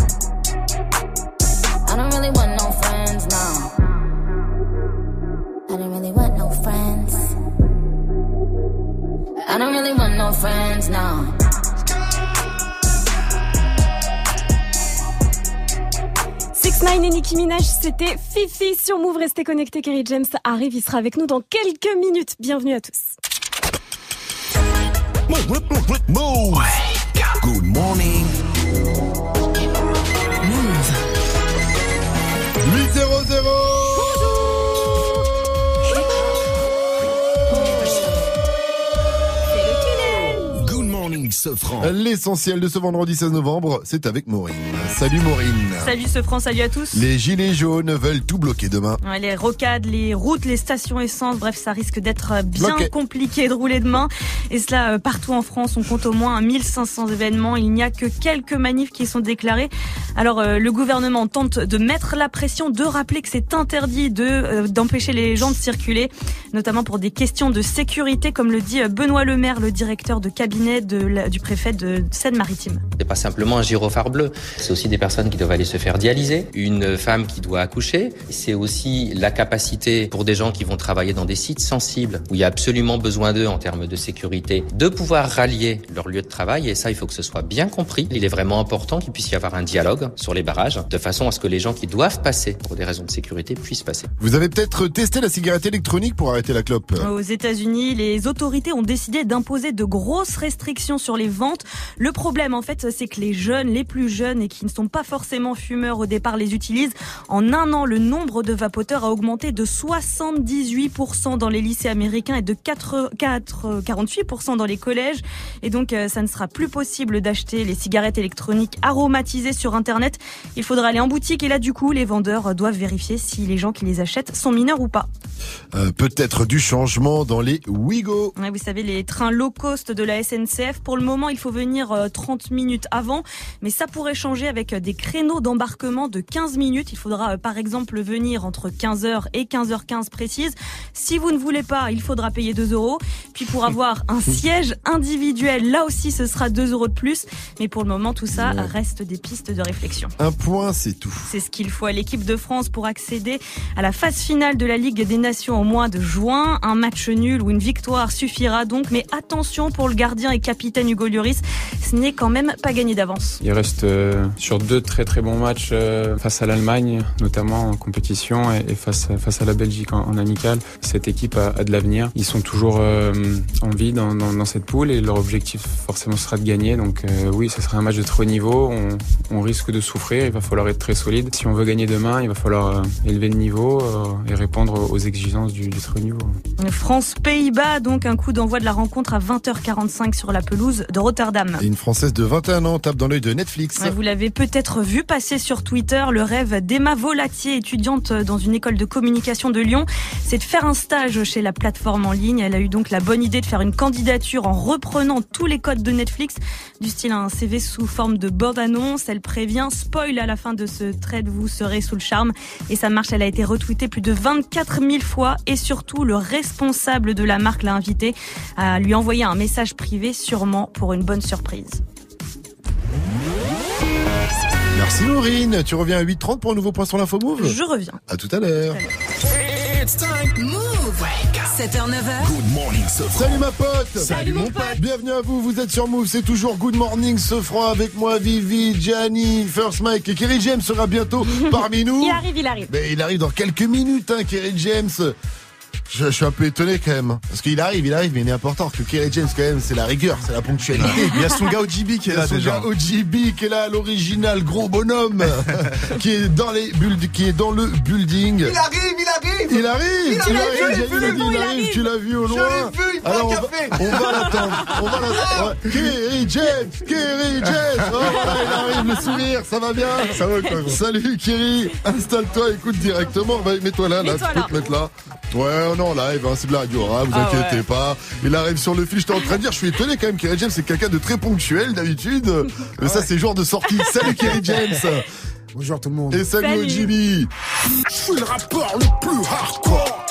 X: I don't really want no friends, no. I don't really want no friends. I don't really want no friends, no.
N: six ix neuf et Nicki Minaj, c'était Fifi sur Move. Restez connectés, Kerry James arrive, il sera avec nous dans quelques minutes. Bienvenue à tous.
A: Move. Wake up. Good morning.
N: Move.
C: huit zéro zéro.
A: Sofran.
C: L'essentiel de ce vendredi seize novembre, c'est avec Maureen. Salut Maureen.
D: Salut Sofran, salut à tous.
C: Les gilets jaunes veulent tout bloquer demain.
D: Ouais, les rocades, les routes, les stations essence, bref, ça risque d'être bien
C: Bloqué.
D: compliqué de rouler demain. Et cela euh, partout en France, on compte au moins mille cinq cents événements. Il n'y a que quelques manifs qui sont déclarés. Alors euh, le gouvernement tente de mettre la pression, de rappeler que c'est interdit de euh, d'empêcher les gens de circuler, notamment pour des questions de sécurité, comme le dit Benoît Lemaire, le directeur de cabinet de la, du préfet de Seine-Maritime.
O: C'est pas simplement un gyrophare bleu, c'est aussi des personnes qui doivent aller se faire dialyser, une femme qui doit accoucher, c'est aussi la capacité pour des gens qui vont travailler dans des sites sensibles où il y a absolument besoin d'eux en termes de sécurité, de pouvoir rallier leur lieu de travail, et ça il faut que ce soit bien compris. Il est vraiment important qu'il puisse y avoir un dialogue sur les barrages de façon à ce que les gens qui doivent passer pour des raisons de sécurité puissent passer.
C: Vous avez peut-être testé la cigarette électronique pour arrêter la clope.
D: Aux États-Unis, les autorités ont décidé d'imposer de grosses restrictions sur les ventes. Le problème, en fait, c'est que les jeunes, les plus jeunes et qui ne sont pas forcément fumeurs au départ, les utilisent. En un an, le nombre de vapoteurs a augmenté de soixante-dix-huit pour cent dans les lycées américains et de quarante-huit pour cent dans les collèges. Et donc, ça ne sera plus possible d'acheter les cigarettes électroniques aromatisées sur Internet. Il faudra aller en boutique et là, du coup, les vendeurs doivent vérifier si les gens qui les achètent sont mineurs ou pas.
C: Euh, peut-être du changement dans les Ouigo.
D: Ouais, vous savez, les trains low cost de la S N C F, pour le moment, il faut venir trente minutes avant, mais ça pourrait changer avec des créneaux d'embarquement de quinze minutes. Il faudra par exemple venir entre quinze heures et quinze heures quinze précises. Si vous ne voulez pas, il faudra payer deux euros. Puis pour avoir un siège individuel, là aussi ce sera deux euros de plus. Mais pour le moment, tout ça ouais. reste des pistes de réflexion.
C: Un point, c'est tout.
D: C'est ce qu'il faut à l'équipe de France pour accéder à la phase finale de la Ligue des Nations au mois de juin. Un match nul ou une victoire suffira donc. Mais attention pour le gardien et capitaine Hugo Lloris, ce n'est quand même pas gagné d'avance.
P: Il reste euh, sur deux très très bons matchs euh, face à l'Allemagne, notamment en compétition, et, et face, face à la Belgique en, en amical. Cette équipe a, a de l'avenir. Ils sont toujours euh, en vie dans, dans, dans cette poule et leur objectif forcément sera de gagner. Donc euh, oui, ce sera un match de très haut niveau. On, on risque de souffrir. Il va falloir être très solide. Si on veut gagner demain, il va falloir euh, élever le niveau euh, et répondre aux exigences du, du très haut niveau.
D: France-Pays-Bas, donc un coup d'envoi de la rencontre à vingt heures quarante-cinq sur la pelouse de Rotterdam.
C: Et une Française de vingt et un ans tape dans l'œil de Netflix.
D: Vous l'avez peut-être vu passer sur Twitter, le rêve d'Emma Volatier, étudiante dans une école de communication de Lyon, c'est de faire un stage chez la plateforme en ligne. Elle a eu donc la bonne idée de faire une candidature en reprenant tous les codes de Netflix, du style un C V sous forme de bande-annonce. Elle prévient, spoil à la fin de ce thread, vous serez sous le charme. Et ça marche, elle a été retweetée plus de vingt-quatre mille fois et surtout le responsable de la marque l'a invitée à lui envoyer un message privé, sûrement pour une bonne surprise.
C: Merci Maureen, tu reviens à huit trente pour un nouveau point sur l'info Move ?
D: Je reviens.
C: À tout à l'heure.
B: It's time.
F: Move. sept heures neuf heures.
A: Good morning, Sofran.
C: Salut ma pote.
F: Salut mon pote.
C: Bienvenue à vous, vous êtes sur Move, c'est toujours Good Morning Sofran avec moi, Vivi, Gianni, First Mike et Kerry James sera bientôt parmi nous.
N: Il arrive, il arrive.
C: Mais il arrive dans quelques minutes, hein, Kerry James. Je, je suis un peu étonné quand même. Parce qu'il arrive, il arrive, mais il est important que Kerry James quand même, c'est la rigueur, c'est la ponctualité.
U: Il y a son gars O G B qui est là
C: son
U: déjà.
C: Gars O G B qui est là, l'original gros bonhomme, qui est dans les build, qui est dans le building.
U: Il arrive, il arrive.
C: Il arrive,
U: Il
C: il
U: arrive,
C: arrive,
U: je l'ai
C: Jamil
U: vu.
C: a dit, il arrive, tu l'as vu au
U: Je
C: loin.
U: l'ai vu, il prend
C: Alors
U: un
C: on va,
U: café.
C: on va l'attendre, on va l'attendre. Ouais. Kerry James, Kerry James. Oh voilà, il arrive, le sourire, ça va bien.
U: Ça va quoi, gros. Salut
C: Kerry, installe-toi, écoute directement. Bah, mets-toi là, là,
D: Mets-toi
C: tu peux
D: là.
C: te mettre là. Ouais, on est en live, hein, c'est de la radio, hein, vous
D: Ah
C: inquiétez
D: ouais.
C: pas. Il arrive sur le fil, j'étais en train de dire, je suis étonné quand même, Kerry James, c'est quelqu'un de très ponctuel d'habitude. Mais ça, c'est genre de sortie. Salut Kerry James.
L: Bonjour tout le monde.
C: Et salut,
D: Salut.
C: au Jimmy.
T: Je suis le rappeur le plus hardcore.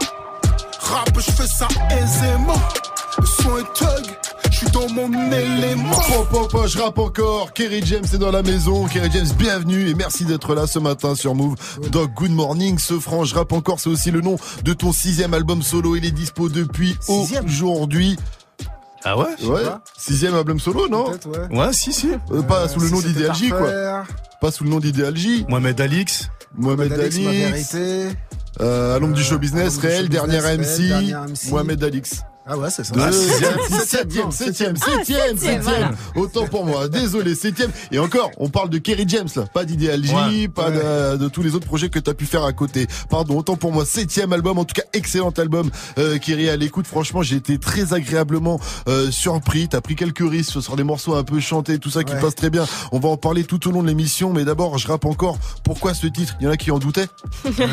T: Rap, je fais ça aisément. Le son est thug, je suis dans mon élément.
C: Pop, pop, pop, je rappe encore. Kerry James est dans la maison. Kerry James, bienvenue et merci d'être là ce matin sur Move. Doc, good morning. Ce franc, je rappe encore. C'est aussi le nom de ton sixième album solo. Il est dispo depuis
L: Sixième
C: aujourd'hui.
U: Ah ouais?
C: Ouais. Sixième album solo, non?
L: Peut-être, ouais.
U: Ouais, si, si.
C: Euh, Pas sous le
L: si
C: nom
L: c'était
C: d'Idéal J,
L: à
C: quoi.
L: refaire.
C: Pas sous le nom d'Idéal J.
U: Mohamed Alix.
C: Mohamed
L: Alix, ma
C: Alix.
L: vérité.
C: Euh, à l'ombre du show business,
L: À l'ombre du
C: réel,
L: show
C: dernier
L: business,
C: M C.
L: réel, dernier M C.
C: Mohamed Alix.
L: Ah ouais, c'est ça.
C: Ah,
U: sixième.
C: septième, septième,
L: Ah,
C: septième,
D: septième,
C: septième. Autant pour moi. Désolé, septième. Et encore, on parle de Kerry James, là. Pas d'Idéal J,
U: Ouais.
C: pas de, de tous les autres projets que t'as pu faire à côté. Pardon, autant pour moi. Septième album, en tout cas, excellent album, euh, Kerry, à l'écoute. Franchement, j'ai été très agréablement, euh, surpris. T'as pris quelques risques sur des morceaux un peu chantés, tout ça qui
L: Ouais.
C: passe très bien. On va en parler tout au long de l'émission, mais d'abord, je rappe encore. Pourquoi ce titre? Il y en a qui en doutaient?
L: Euh,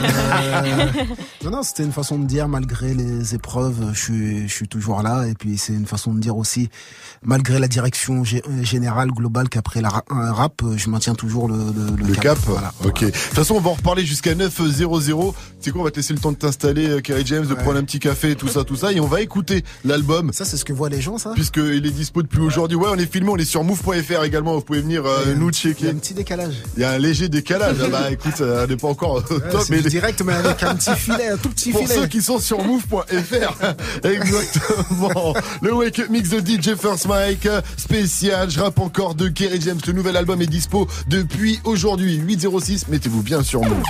L: non, non, c'était une façon de dire, malgré les épreuves, je suis, je suis toujours là. Et puis, c'est une façon de dire aussi, malgré la direction gé- générale, globale qu'après la ra- un rap, je maintiens toujours le, le,
C: Le cap,
L: Voilà.
C: ok. De toute façon, on va en reparler jusqu'à neuf heures. C'est quoi, on va te laisser le temps de t'installer, euh, Kerry James, de
L: Ouais.
C: prendre un petit café, tout ça, tout ça, et on va écouter l'album.
L: Ça, c'est ce que voient les gens, ça?
C: Puisqu'il est dispo depuis aujourd'hui. Ouais, on est filmé, on est sur move point f r également. Vous pouvez venir euh,
L: Il y a un
C: nous
L: petit- Il y a
C: checker.
L: un petit décalage.
C: Il y a un léger décalage. Ah bah écoute, euh, on n'est pas encore au
L: Ouais,
C: top.
L: c'est
C: Mais
L: du
C: les-
L: direct, mais avec un petit filet, un tout petit
C: pour
L: filet.
C: ceux qui sont sur move point f r. Exactement. Le Wake Up Mix de D J First Mike euh, spécial. Je rappe encore de Kerry James. Le nouvel album est dispo depuis aujourd'hui. huit zéro six. Mettez-vous bien sur Move.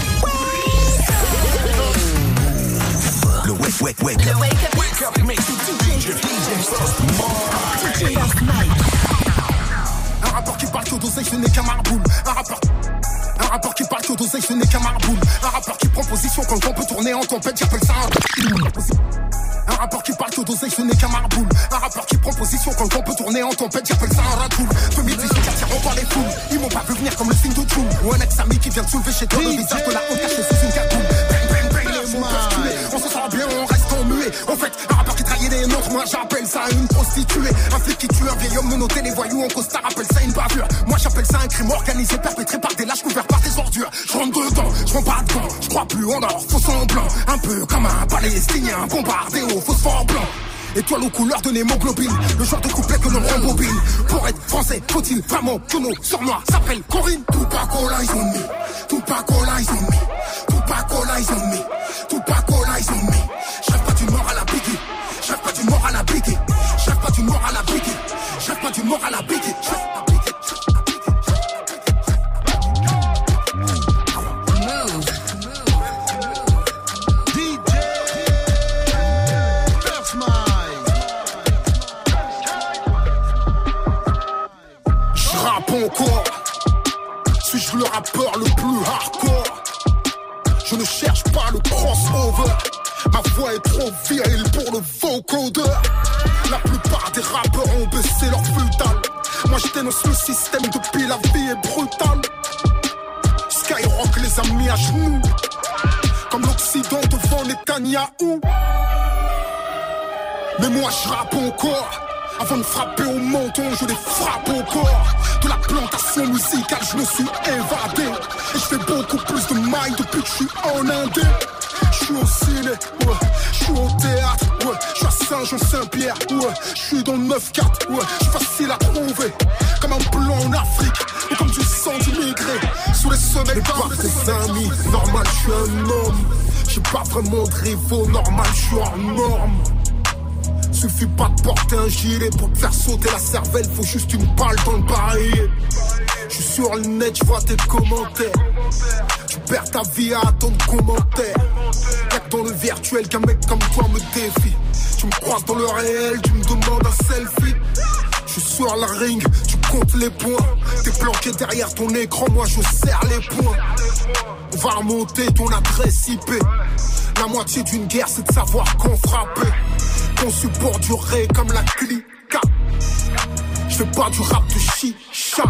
A: Le wake, wake, wake.
F: Le Wake Up
A: Wake up mix to D J First Mike.
T: Un rappeur qui parle que d'oseille, ce n'est qu'un marboule. Un rappeur. Un rappeur qui parle que d'oseille, ce n'est qu'un marboule. Un rappeur qui prend position quand le vent peut tourner en tempête, j'appelle ça un. Un rappeur qui parle que d'oseille, ce n'est qu'un marboule. Un rappeur qui prend position quand le vent peut tourner en tempête, j'appelle ça un ratoul. deux mille dix-huit, attirant par les foules. Ils m'ont pas vu venir comme le signe de Tchoum. Ou un ex-ami qui vient de soulever chez toi le visage de la honte caché sous une cagoule. Bang, bang, bang, les mots peuvent tuer. On se sent bien, on reste en muet. En fait, un rappeur qui trahit des nôtres, moi j'appelle ça une prostituée. Un flic qui tue un vieil homme menotté, les voyous en costard appelle ça une bavure. Moi j'appelle ça un crime organisé, perpétré par des lâches couverts par des ordures. Je rentre dedans, je prends pas de gants, je crois plus en or, faux semblant. Un peu comme un palestinien bombardé au phosphore blanc. Étoile aux couleurs de l'hémoglobine, le genre de couplet que l'on rembobine. Pour être français, faut-il vraiment que nos sœurs noires s'appellent Corinne? Tupac all eyes on me, Tupac all eyes on me, Tupac all eyes on me, Tupac all eyes on me. Je rêve pas d'une mort à la Biggie, je rêve pas d'une mort à la Biggie, je rêve pas d'une mort à la Biggie, je rêve pas d'une mort à la Biggie. Je rêve pas Biggie. Je rappe encore. Suis-je le rappeur le plus hardcore? Je ne cherche pas le crossover. Ma voix est trop virile pour le vocodeur. La plupart des rappeurs ont baissé leur frontal. Moi je dénonce le système depuis la vie est brutale. Skyrock les a mis à genoux, comme l'Occident devant Netanyahou. Mais moi je rappe encore. Avant de frapper au menton, je les frappe au corps. De la plantation musicale, je me suis évadé. Et je fais beaucoup plus de mailles depuis que je suis en Indé. Je suis au ciné, ouais. Je suis au théâtre, ouais. Je suis à Saint-Jean-Saint-Pierre, ouais. Je suis dans le neuf quatre, ouais. Je suis facile à trouver. Comme un blanc en Afrique, ou comme du sang d'immigré. Sous les sommets par des amis. Normal, je suis un homme. J'ai pas vraiment de rivaux, normal, je suis hors norme. Suffit pas de porter un gilet pour te faire sauter la cervelle, faut juste une balle dans le barillet. Je suis sur le net, je vois tes commentaires. Tu perds ta vie à attendre commentaires. Y'a que dans le virtuel qu'un mec comme toi me défie. Tu me croises dans le réel, tu me demandes un selfie. Je suis sur la ring, tu comptes les points. T'es planqué derrière ton écran, moi je serre les poings. On
Q: va remonter ton adresse I P. La moitié d'une guerre, c'est de savoir qu'on frappe. Ton support du ré comme la clica. Je fais pas du rap de chicha.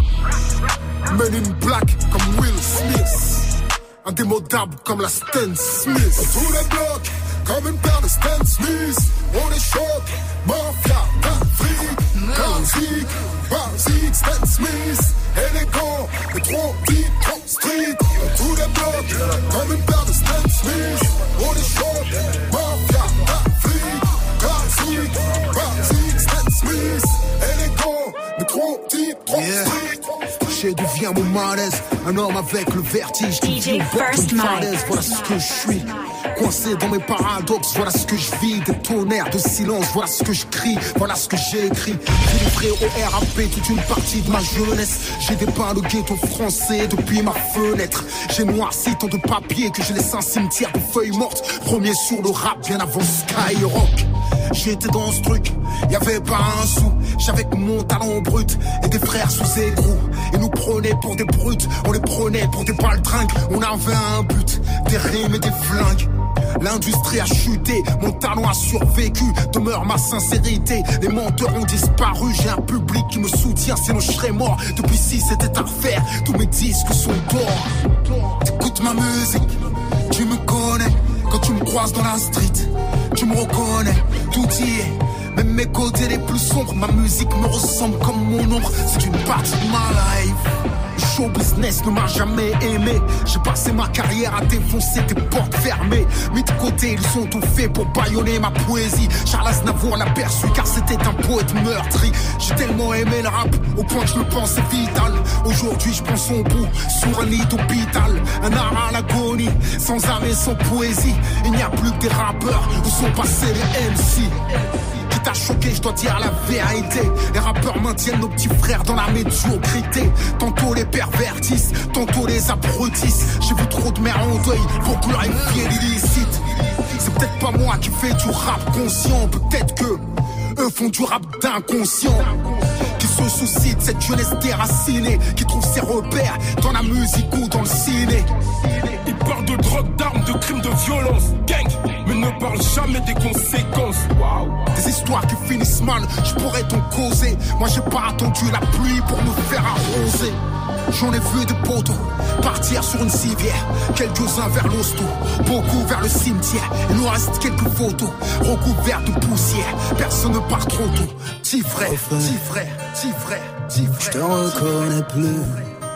Q: Men in black comme Will Smith. Indémodable comme la Stan Smith. Tous les blocs comme une paire de Stan Smith. On les choque, mafia, d'Afrique, classique, basique, Stan Smith. Élégant, mais trop deep, trop street. Tous les blocs comme une paire de Stan Smith. On les choque, mafia, d'Afrique, classique, basique, Stan Smith. Élégant, mais trop deep, trop Yeah. street. J'ai devient mon malaise, un homme avec le vertige.
R: D J First Mike.
Q: Voilà ce que je suis. Coincé dans mes paradoxes, voilà ce que je vis. Des tonnerres de silence, voilà ce que je crie. Voilà ce que j'ai écrit. J'ai livré au R A P toute une partie de ma jeunesse. J'ai dépeint le ghetto français depuis ma fenêtre. J'ai noirci tant de papier que je laisse un cimetière de feuilles mortes. Premier sur le rap bien avant Skyrock. J'étais dans ce truc, y'avait pas un sou. J'avais que mon talent brut et des frères sous écrou. Ils nous prenaient pour des brutes, on les prenait pour des baldringues. On avait un but, des rimes et des flingues. L'industrie a chuté, mon talent a survécu. Demeure ma sincérité, les menteurs ont disparu. J'ai un public qui me soutient, sinon je serais mort. Depuis si c'était à refaire, tous mes disques sont d'or. T'écoutes ma musique, tu me connais. Quand tu me croises dans la street, tu me reconnais, tout y est. Même mes côtés les plus sombres, ma musique me ressemble comme mon ombre. C'est une partie de ma life. Le show business ne m'a jamais aimé. J'ai passé ma carrière à défoncer des portes fermées. Mis de côté, ils ont tout fait pour bâillonner ma poésie. Charles Aznavour l'a perçu car c'était un poète meurtri. J'ai tellement aimé le rap au point que je le pensais vital. Aujourd'hui je pense au bout, sur un lit d'hôpital. Un art à l'agonie, sans âme et sans poésie. Il n'y a plus que des rappeurs, où sont passés les M C. Qui t'a choqué, je dois dire la vérité. Les rappeurs maintiennent nos petits frères dans la médiocrité. Tantôt les pervertissent, tantôt les abrutissent. J'ai vu trop de mères en deuil pour glorifier l'illicite. C'est peut-être pas moi qui fais du rap conscient. Peut-être que eux font du rap d'inconscient. Qui se soucient de cette jeunesse déracinée, qui trouve ses repères dans la musique ou dans le ciné.
S: Ils parlent de drogue, d'armes, de crimes, de violence, gang, mais ne parlent jamais des conséquences.
Q: Des histoires qui finissent mal, je pourrais t'en causer. Moi j'ai pas attendu la pluie pour me faire arroser. J'en ai vu des poteaux partir sur une civière. Quelques-uns vers l'hosto, beaucoup vers le cimetière. Il nous reste quelques photos recouvertes de poussière. Personne ne part trop tôt. Petit frère, petit frère, petit frère, petit frère.
J: Je te reconnais plus.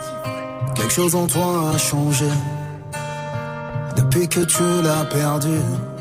J: Quelque chose en toi a changé. Depuis que tu l'as perdu,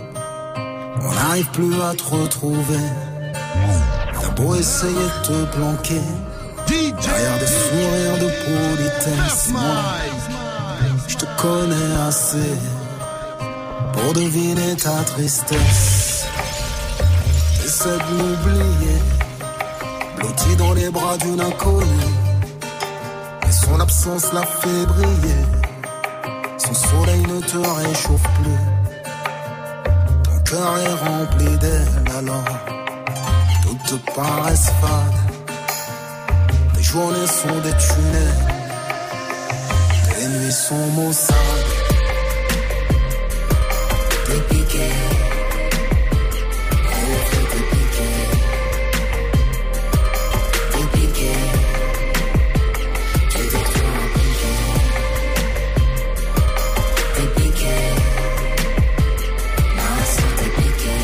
J: on n'arrive plus à te retrouver. T'as beau essayer de te planquer derrière des sourires de politesse, moi, je te connais assez pour deviner ta tristesse. Essaie de m'oublier, blotti dans les bras d'une inconnue, et son absence l'a fait briller. Son soleil ne te réchauffe plus. Ton cœur est rempli d'elle, alors toutes te paraissent fades. Tes journées sont des tunnels, tes nuits sont maussades. T'es piqué, oh, t'es piqué, t'es piqué, tu t'es trop impliqué. T'es piqué, non, si t'es piqué,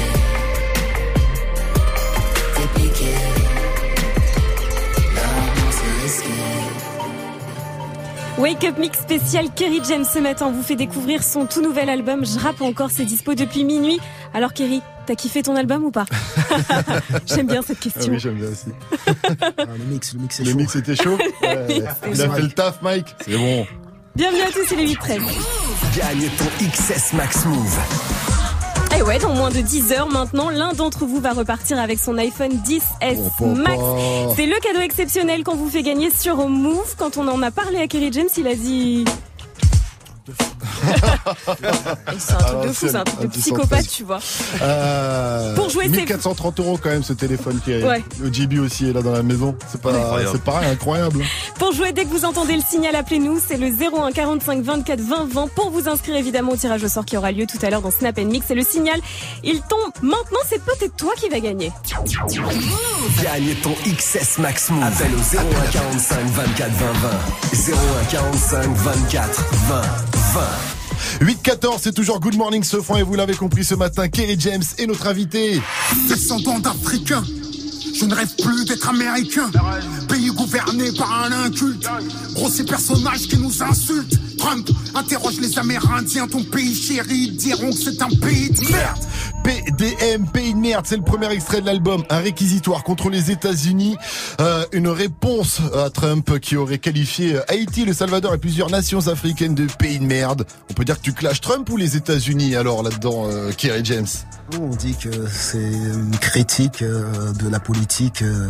J: t'es piqué, là, non, c'est risqué.
N: Wake Up Mix spécial Kerry James ce matin vous fait découvrir son tout nouvel album. Je rappe encore, c'est dispo depuis minuit. Alors Kerry, t'as kiffé ton album ou pas? J'aime bien cette question.
C: Ah oui, j'aime bien aussi.
L: Ah, le mix, le mix est
C: Le
L: chaud.
C: mix était chaud. Ouais,
N: mix
C: il
N: était
C: a
N: chaud.
C: fait le taf, Mike. C'est bon.
N: Bienvenue à tous, c'est les huit treize.
A: Gagne ton X S Max Move.
N: Et ouais, dans moins de dix heures maintenant, l'un d'entre vous va repartir avec son iPhone dix S
C: Oh,
N: Max.
C: papa.
N: C'est le cadeau exceptionnel qu'on vous fait gagner sur Move. Quand on en a parlé à Kerry James, il a dit... C'est un truc de fou, c'est un truc de psychopathe, tu vois.
C: Euh,
N: Pour jouer,
C: mille quatre cent trente euros quand même ce téléphone qui est.
N: Ouais.
C: Le J B aussi est là dans la maison. C'est pas, c'est pareil, incroyable.
N: Pour jouer, dès que vous entendez le signal, appelez-nous. C'est le zéro un quarante-cinq vingt-quatre vingt vingt pour vous inscrire évidemment au tirage au sort qui aura lieu tout à l'heure dans Snap and Mix. Et le signal, il tombe maintenant. C'est peut-être toi qui va gagner.
A: Gagne ton X S Max Move. Appelle au zéro un quarante-cinq vingt-quatre vingt vingt. zéro un quarante-cinq vingt-quatre vingt vingt.
C: huit quatorze, c'est toujours Good Morning Sofran et vous l'avez compris ce matin, Kerry James est notre invité.
Q: Descendant d'Africains, je ne rêve plus d'être américain. Pays gouverné par un inculte. Gros, ces personnages qui nous insultent. Trump interroge les Amérindiens, ton pays chéri, ils diront que c'est un pays de merde.
C: P D M, pays de merde, c'est le premier extrait de l'album, un réquisitoire contre les États-Unis, euh, une réponse à Trump qui aurait qualifié Haïti, le Salvador et plusieurs nations africaines de pays de merde. On peut dire que tu clashes Trump ou les États-Unis alors là-dedans, euh, Kerry James?
L: On dit que c'est une critique euh, de la politique euh,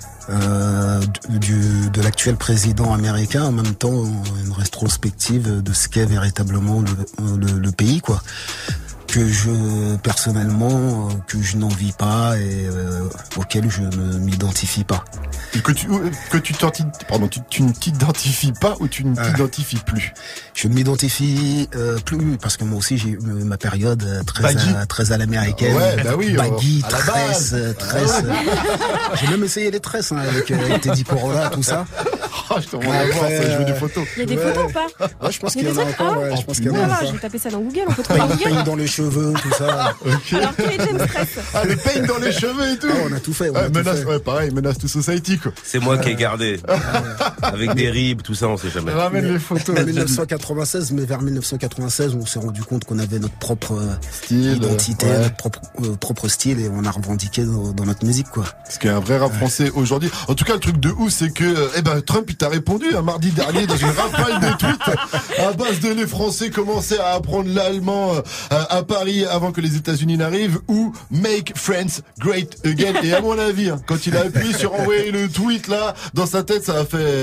L: euh, du, de l'actuel président américain, en même temps une rétrospective de ce qu'est véritablement le, le, le pays, quoi. Que je, personnellement, que je n'en vis pas et euh, auquel je ne m'identifie pas.
C: Que tu, que tu pardon, tu, tu ne t'identifies pas ou tu ne t'identifies plus?
L: Je ne m'identifie euh, plus parce que moi aussi j'ai eu ma période très à, très à l'américaine.
C: Ouais, bah oui.
L: Baggy,
C: à la
L: tresse,
C: base.
L: tresse.
C: Ah ouais.
L: J'ai même essayé les tresses hein, avec euh, Teddy Corolla, tout ça.
C: Oh, je te rends à voir, ça, je veux des photos.
N: Il y a des
L: ouais.
N: photos ou pas?
L: Ouais, je pense
N: il y
L: qu'il y en a
N: des
L: encore.
N: ah,
L: ouais, je pense qu'il y en a
N: ah,
L: encore.
N: Je vais taper ça dans Google, on peut trouver dans Google.
L: Peigne dans les cheveux, tout ça.
C: Okay.
N: Alors, quel est James Tress?
C: Ah, le peigne dans les cheveux et tout.
L: Ah, on a tout fait. On
C: ouais,
L: a
C: menace,
L: tout fait.
C: ouais, pareil, menace to society, quoi.
H: C'est moi qui ai gardé. Avec des ribs, tout ça, on sait jamais.
C: Ramène les photos.
L: En dix-neuf cent quatre-vingt-seize, mais vers dix-neuf cent quatre-vingt-seize, on s'est rendu compte qu'on avait notre propre
C: style,
L: identité,
C: ouais.
L: notre propre, euh, propre style, et on a revendiqué dans, dans notre musique, quoi.
C: Ce qui est un vrai rap français aujourd'hui. En tout cas, le truc de ouf, c'est que, eh ben, Trump, il t'a répondu un mardi dernier dans une rafale de tweets à base de les Français commençaient à apprendre l'allemand euh, à Paris avant que les États-Unis n'arrivent, ou Make Friends Great Again. Et à mon avis, hein, quand il a appuyé sur envoyer le tweet là, dans sa tête, ça a fait.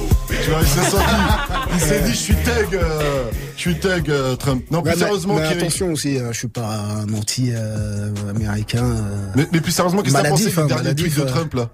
C: Tu vois, il s'est senti, il s'est dit, je suis tag, euh, je suis tag euh, Trump. Non, plus
L: mais,
C: sérieusement,
L: mais
C: Kerry.
L: attention aussi, euh, je suis pas un anti-américain. Euh,
C: mais, mais plus sérieusement, qu'est-ce que t'as pensé du dernier
L: maladif,
C: tweet de Trump là?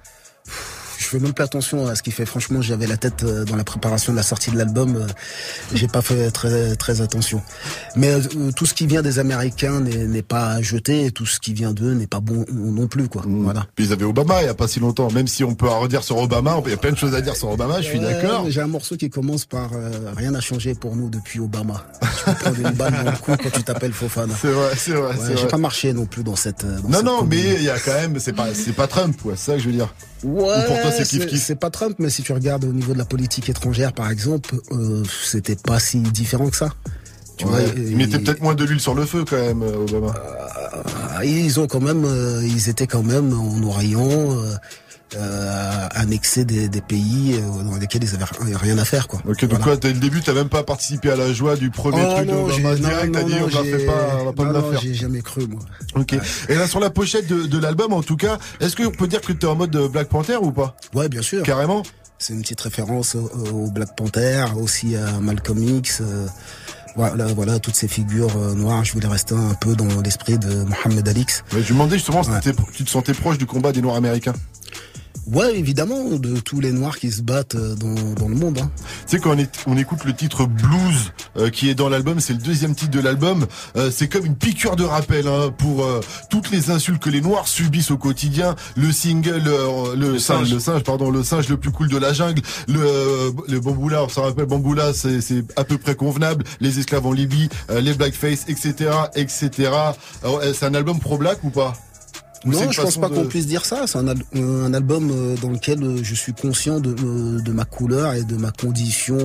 L: Je fais même pas attention à ce qu'il fait. Franchement, j'avais la tête dans la préparation de la sortie de l'album. J'ai pas fait très très attention. Mais euh, tout ce qui vient des Américains n'est, n'est pas jeté, et tout ce qui vient d'eux n'est pas bon non plus, quoi. Mmh. Voilà.
C: Puis ils avaient Obama il y a pas si longtemps. Même si on peut redire sur Obama, il y a plein de choses à dire sur Obama. Je suis
L: ouais,
C: d'accord.
L: J'ai un morceau qui commence par euh, rien n'a changé pour nous depuis Obama. Tu peux prendre une balle dans le cou quand tu t'appelles Fofana.
C: C'est vrai, c'est vrai.
L: Ouais,
C: c'est
L: j'ai
C: vrai.
L: pas marché non plus dans cette. Dans
C: non
L: cette
C: non,
L: commune.
C: mais il y a quand même, c'est pas c'est pas Trump, ouais. C'est ça que je veux dire.
L: Ouais,
C: pour toi, c'est
L: c'est,
C: kiff kiff.
L: c'est pas Trump, mais si tu regardes au niveau de la politique étrangère, par exemple, euh, c'était pas si différent que ça. Tu
C: ouais,
L: vois,
C: il mettait peut-être moins de l'huile sur le feu quand même, Obama.
L: Euh, ils ont quand même, euh, ils étaient quand même en Orient. Euh, Euh, annexer des, des pays euh, dans lesquels ils avaient rien à faire, quoi.
C: Ok, donc
L: voilà.
C: quoi, dès le début, t'as même pas participé à la joie du premier
L: oh,
C: truc
L: non,
C: de Obama direct,
L: non,
C: t'as dit
L: non,
C: on la fait pas, on va pas
L: non,
C: la
L: non,
C: faire.
L: J'ai jamais cru, moi.
C: Ok. Ouais. Et là, sur la pochette de, de l'album, en tout cas, est-ce qu'on peut dire que t'es en mode Black Panther ou pas?
L: Ouais, bien sûr.
C: Carrément.
L: C'est une petite référence au, au Black Panther, aussi à Malcolm X. Euh, Voilà, voilà, toutes ces figures euh, noires. Je voulais rester un peu dans l'esprit de Mohamed Ali.
C: Mais je me demandais justement si
L: ouais.
C: tu te sentais proche du combat des Noirs américains.
L: Ouais, évidemment, de tous les Noirs qui se battent dans, dans le monde. Hein.
C: Tu sais, quand on, est, on écoute le titre Blues euh, qui est dans l'album, c'est le deuxième titre de l'album, euh, c'est comme une piqûre de rappel hein, pour euh, toutes les insultes que les Noirs subissent au quotidien. Le single, euh, le, le singe, singe, le singe, pardon, le singe le plus cool de la jungle, le, euh, le Bamboula, on s'en rappelle, Bamboula, c'est, c'est à peu près convenable, les esclaves en Libye, euh, les blackface, et cetera, et cetera. Alors, c'est un album pro-black ou pas?
L: Non, je pense pas de... qu'on puisse dire ça. C'est un, al- un album dans lequel je suis conscient de, de ma couleur et de ma condition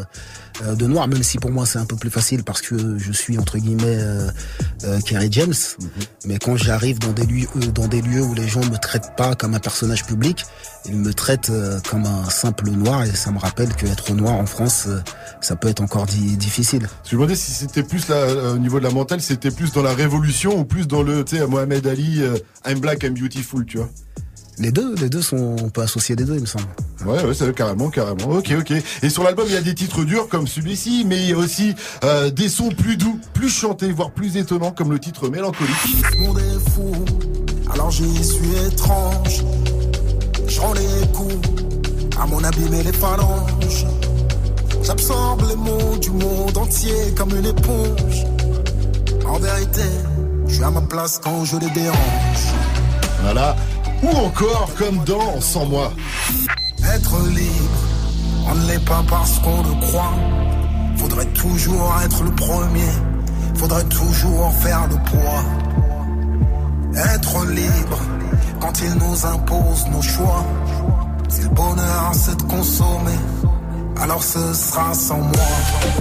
L: euh, de noir, même si pour moi c'est un peu plus facile parce que je suis entre guillemets euh, euh, Kerry James. Mm-hmm. Mais quand j'arrive dans des lieux, dans des lieux où les gens me traitent pas comme un personnage public, ils me traitent euh, comme un simple noir, et ça me rappelle qu'être noir en France, euh, ça peut être encore di- difficile.
C: Je me demandais si c'était plus là, euh, au niveau de la mentale, c'était plus dans la révolution ou plus dans le, tu sais, Mohamed Ali, euh, I'm black, I'm beautiful, tu vois.
L: Les deux, les deux sont, on peut associer les deux, il me semble.
C: Ouais, ouais, c'est carrément, carrément. Ok, ok. Et sur l'album, il y a des titres durs comme celui-ci, mais il y a aussi euh, des sons plus doux, plus chantés, voire plus étonnants, comme le titre Mélancolique.
Q: Le monde est fou, alors j'y suis étrange. J'en ai coups à mon abîme et les phalanges. J'absorbe les mots du monde entier comme une éponge. En vérité, je suis à ma place quand je les dérange.
C: Voilà. Ou encore comme dans Sans moi.
Q: Être libre, on ne l'est pas parce qu'on le croit. Faudrait toujours être le premier, faudrait toujours faire le poids. Être libre, quand il nous impose nos choix. Si le bonheur c'est de consommer, alors ce sera sans moi.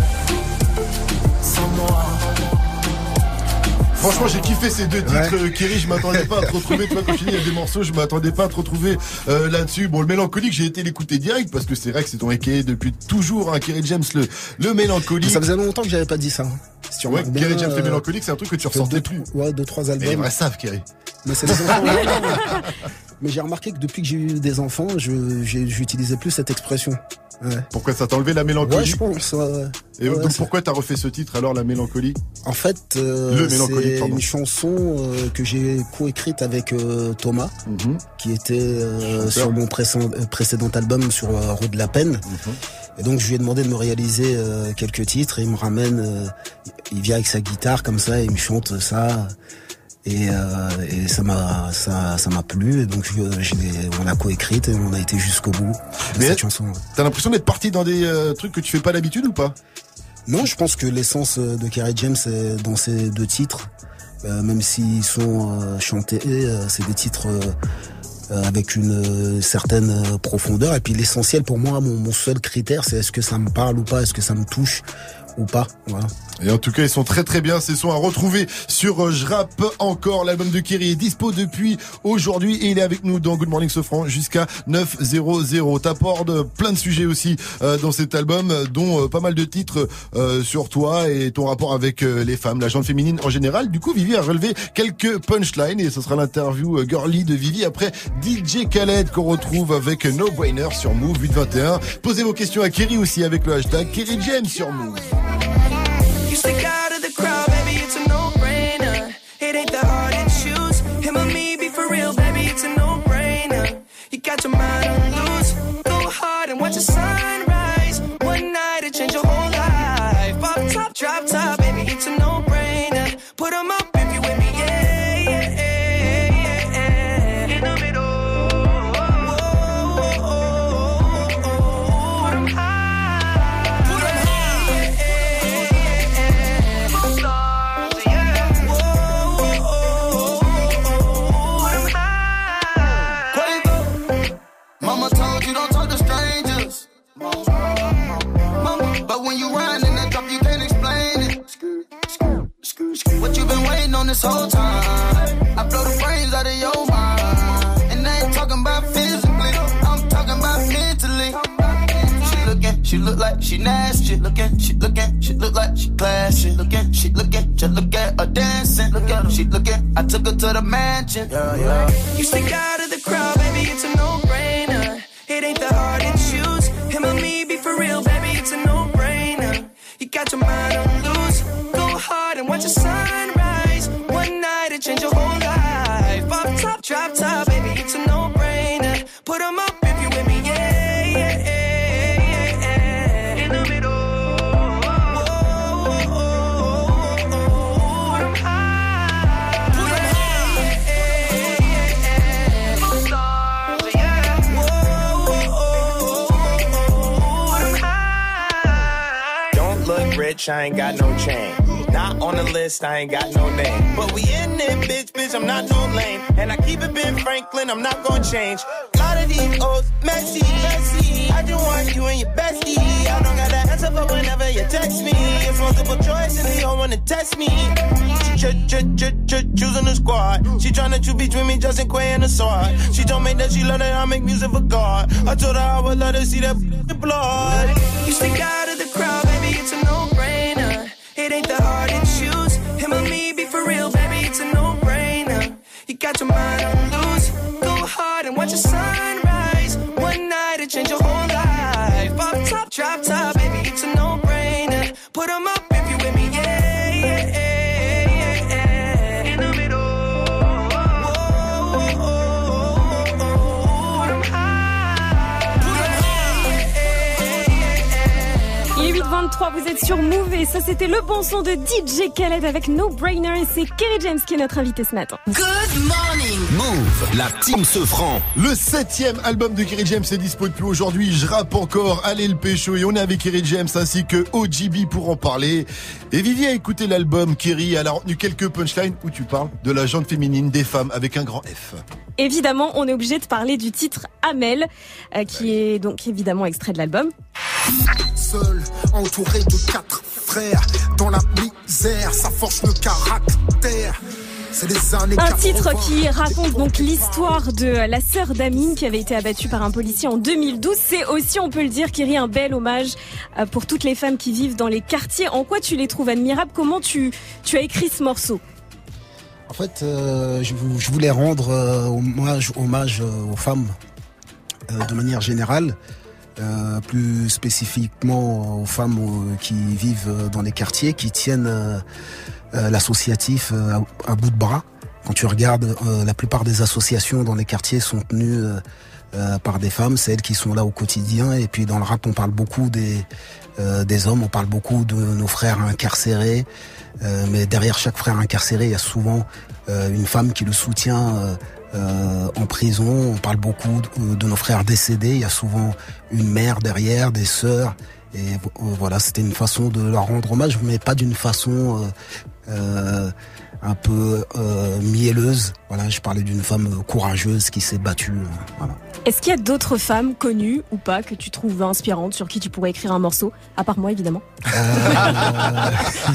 Q: Sans moi.
C: Franchement, j'ai kiffé ces deux titres, ouais. Kerry. Je m'attendais pas à te retrouver. Toi, quand je dis, il y a des morceaux, je m'attendais pas à te retrouver euh, là-dessus. Bon, le Mélancolique, j'ai été l'écouter direct parce que c'est vrai que c'est ton A K A depuis toujours, hein, Kerry James, le, le Mélancolique.
L: Ça faisait longtemps que j'avais pas dit ça. Hein.
C: Si ouais, Kerry James, le Mélancolique, c'est un truc que tu ressentais plus.
L: Ouais, deux, trois albums.
C: Mais les vrais savent, Kerry.
L: Mais c'est des enfants. Mais j'ai remarqué que depuis que j'ai eu des enfants, je, j'ai, j'utilisais plus cette expression. Ouais.
C: Pourquoi ça t'a enlevé la mélancolie?
L: Ouais, je pense. Ouais.
C: Et
L: ouais,
C: donc
L: c'est...
C: pourquoi t'as refait ce titre alors, la mélancolie?
L: En fait, euh, c'est pardon. une chanson euh, que j'ai coécrite avec euh, Thomas, mm-hmm. qui était euh, sur mon précédent, précédent album sur euh, Roue de la peine. Mm-hmm. Et donc je lui ai demandé de me réaliser euh, quelques titres et il me ramène, euh, il vient avec sa guitare comme ça et il me chante ça. Et, euh, et ça m'a ça ça m'a plu et donc j'ai, on l'a coécrite et on a été jusqu'au bout de
C: Mais
L: cette chanson.
C: T'as l'impression d'être parti dans des euh, trucs que tu fais pas d'habitude ou pas?
L: Non, je pense que l'essence de Kerry James est dans ces deux titres, euh, même s'ils sont euh, chantés, euh, c'est des titres euh, avec une euh, certaine profondeur. Et puis l'essentiel pour moi, mon, mon seul critère, c'est est-ce que ça me parle ou pas, est-ce que ça me touche ou pas, voilà.
C: Et en tout cas, ils sont très très bien, ces sons à retrouver sur euh, Je rappe encore. L'album de Kerry est dispo depuis aujourd'hui et il est avec nous dans Good Morning Sofran jusqu'à neuf heures. T'apportes plein de sujets aussi euh, dans cet album, dont euh, pas mal de titres euh, sur toi et ton rapport avec euh, les femmes, la gente féminine en général. Du coup, Vivi a relevé quelques punchlines et ce sera l'interview euh, girly de Vivi après D J Khaled qu'on retrouve avec No Brainer sur Move huit vingt et un. Posez vos questions à Kerry aussi avec le hashtag Kerry James sur Move.
J: Stick out of the crowd, baby, it's a no-brainer. It ain't that hard to choose. Him or me, be for real, baby, it's a no-brainer. You got your mind on loose. Go hard and watch the sunrise. One night it change your whole life. Pop top, drop top, baby, it's a no-brainer. Put 'em up if you with me, yeah, yeah, yeah, yeah. In the middle. What you been waiting on this whole time? I blow the brains out of your mind. And I ain't talking about physically, I'm talking about mentally. She looking, she look like she nasty. Looking, she looking, she look like she classy. Looking, she looking, just look at her dancing. Look at her, she looking, I took her to the mansion. Yeah, yeah. You stick out of the crowd, baby, it's a no-brainer. It ain't that hard to choose. Him or me, be for real, baby, it's a no-brainer. You got your mind on loose. Go hard and watch the sunrise. One night it change your whole life. Pop top, drop top, baby, it's a no-brainer. Put 'em up if you with me, yeah, yeah, yeah, yeah. In the middle.
G: Rich, I ain't got no chain. Not on the list, I ain't got no name. But we in it, bitch, bitch, I'm not no lame. And I keep it Ben Franklin, I'm not gonna change. A lot of these old messy, messy. I just want you and your bestie. I don't got that answer for whenever you text me. It's multiple choice and they all wanna test me. She ch ch ch ch choosing the squad. She tryna choose between me, Justin Quay and the sword. She told me that she love that I make music for God. I told her I would let her see that blood.
J: You stick out of the crowd, baby, it's a no-brainer. It ain't that hard to choose. Him or me, be for real, baby, it's a no-brainer. You got your mind on loose. Go hard and watch the
N: vingt-trois, vous êtes sur Move et ça c'était le bon son de D J Khaled avec No Brainer et c'est Kerry James qui est notre invité ce matin.
F: Good morning.
A: Move, la team Sofran.
C: Le septième album de Kerry James est dispo depuis aujourd'hui. Je rappe encore, allez le pécho. Et on est avec Kerry James ainsi que O G B pour en parler. Et Vivi a écouté l'album. Kerry, elle a retenu quelques punchlines où tu parles de la gente féminine, des femmes avec un grand F.
N: Évidemment, on est obligé de parler du titre Amel, euh, qui est donc évidemment extrait de l'album.
Q: Seul, entouré de quatre frères, dans la misère, ça forge le caractère. C'est des années
N: Un titre
Q: quatre-vingts.
N: qui raconte donc l'histoire de la sœur d'Amine qui avait été abattue par un policier en deux mille douze. C'est aussi, on peut le dire, Kerry, un bel hommage pour toutes les femmes qui vivent dans les quartiers. En quoi tu les trouves admirables? Comment tu, tu as écrit ce morceau?
L: En fait, euh, je, je voulais rendre euh, hommage, hommage euh, aux femmes euh, de manière générale, euh, plus spécifiquement aux femmes euh, qui vivent euh, dans les quartiers, qui tiennent euh, euh, l'associatif euh, à, à bout de bras. Quand tu regardes, euh, la plupart des associations dans les quartiers sont tenues euh, euh, par des femmes, c'est elles qui sont là au quotidien. Et puis dans le rap, on parle beaucoup des, euh, des hommes, on parle beaucoup de nos frères incarcérés. Euh, mais derrière chaque frère incarcéré, il y a souvent euh, une femme qui le soutient euh, euh, en prison. On parle beaucoup de, de nos frères décédés. Il y a souvent une mère derrière, des sœurs. Et euh, voilà, c'était une façon de leur rendre hommage, mais pas d'une façon euh, euh, un peu euh, mielleuse. Voilà, je parlais d'une femme courageuse qui s'est battue. Euh, voilà.
N: Est-ce qu'il y a d'autres femmes connues ou pas que tu trouves inspirantes, sur qui tu pourrais écrire un morceau? À part moi, évidemment.
L: Euh...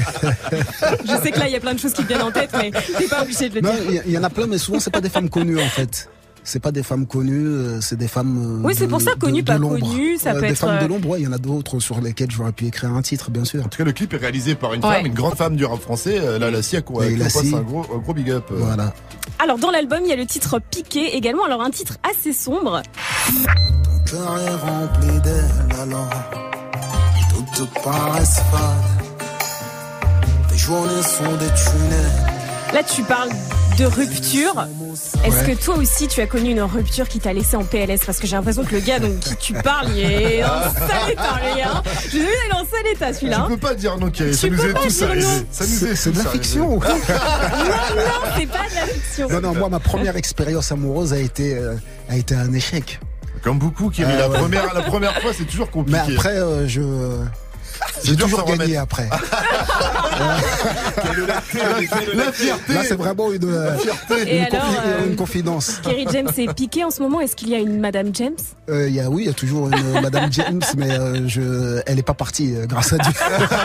N: Je sais que là, il y a plein de choses qui te viennent en tête, mais t'es pas obligé de le
L: non,
N: dire.
L: Il y, y en a plein, mais souvent, c'est pas des femmes connues, en fait. C'est pas des femmes connues, c'est des femmes.
N: Oui, c'est pour ça, connues, pas connues, ça
L: euh,
N: peut
L: des
N: être.
L: Des femmes de l'ombre, ouais, il y en a d'autres sur lesquelles j'aurais pu écrire un titre, bien sûr.
C: En tout cas, le clip est réalisé par une
N: ouais.
C: femme, une grande femme du rap français, la Lassie, à quoi un gros, un gros big up.
L: Voilà.
N: Alors, dans l'album, il y a le titre Piqué également, alors un titre assez sombre.
Q: Ton cœur est rempli d'elle, alors toutes paraissent fades. Tes journées sont des tunnels.
N: Là, tu parles de rupture. Est-ce
L: ouais.
N: que toi aussi, tu as connu une rupture qui t'a laissé en P L S? Parce que j'ai l'impression que le gars donc qui tu parles, il est en sale état, lui, hein. Je l'ai vu, il est en sale état, celui-là.
C: Tu peux pas dire non, Kerry. Ça nous est tous arrivé. Ça nous est
L: C'est de la fiction.
N: Non, non, c'est pas de la fiction.
L: Non, non, moi, ma première expérience amoureuse a été, euh, a été un échec.
C: Comme beaucoup, Kerry. Euh, la, ouais. première, la première fois, c'est toujours compliqué.
L: Mais après, euh, je... J'ai toujours gagné après.
C: La fierté.
L: Là, c'est vraiment une,
C: la fierté.
L: une,
N: alors,
L: confi-
N: euh,
L: une confidence.
N: Kerry James est piqué en ce moment. Est-ce qu'il y a une Madame James?
L: euh, y a, Oui, il y a toujours une Madame James, mais euh, je, elle n'est pas partie, euh, grâce à Dieu.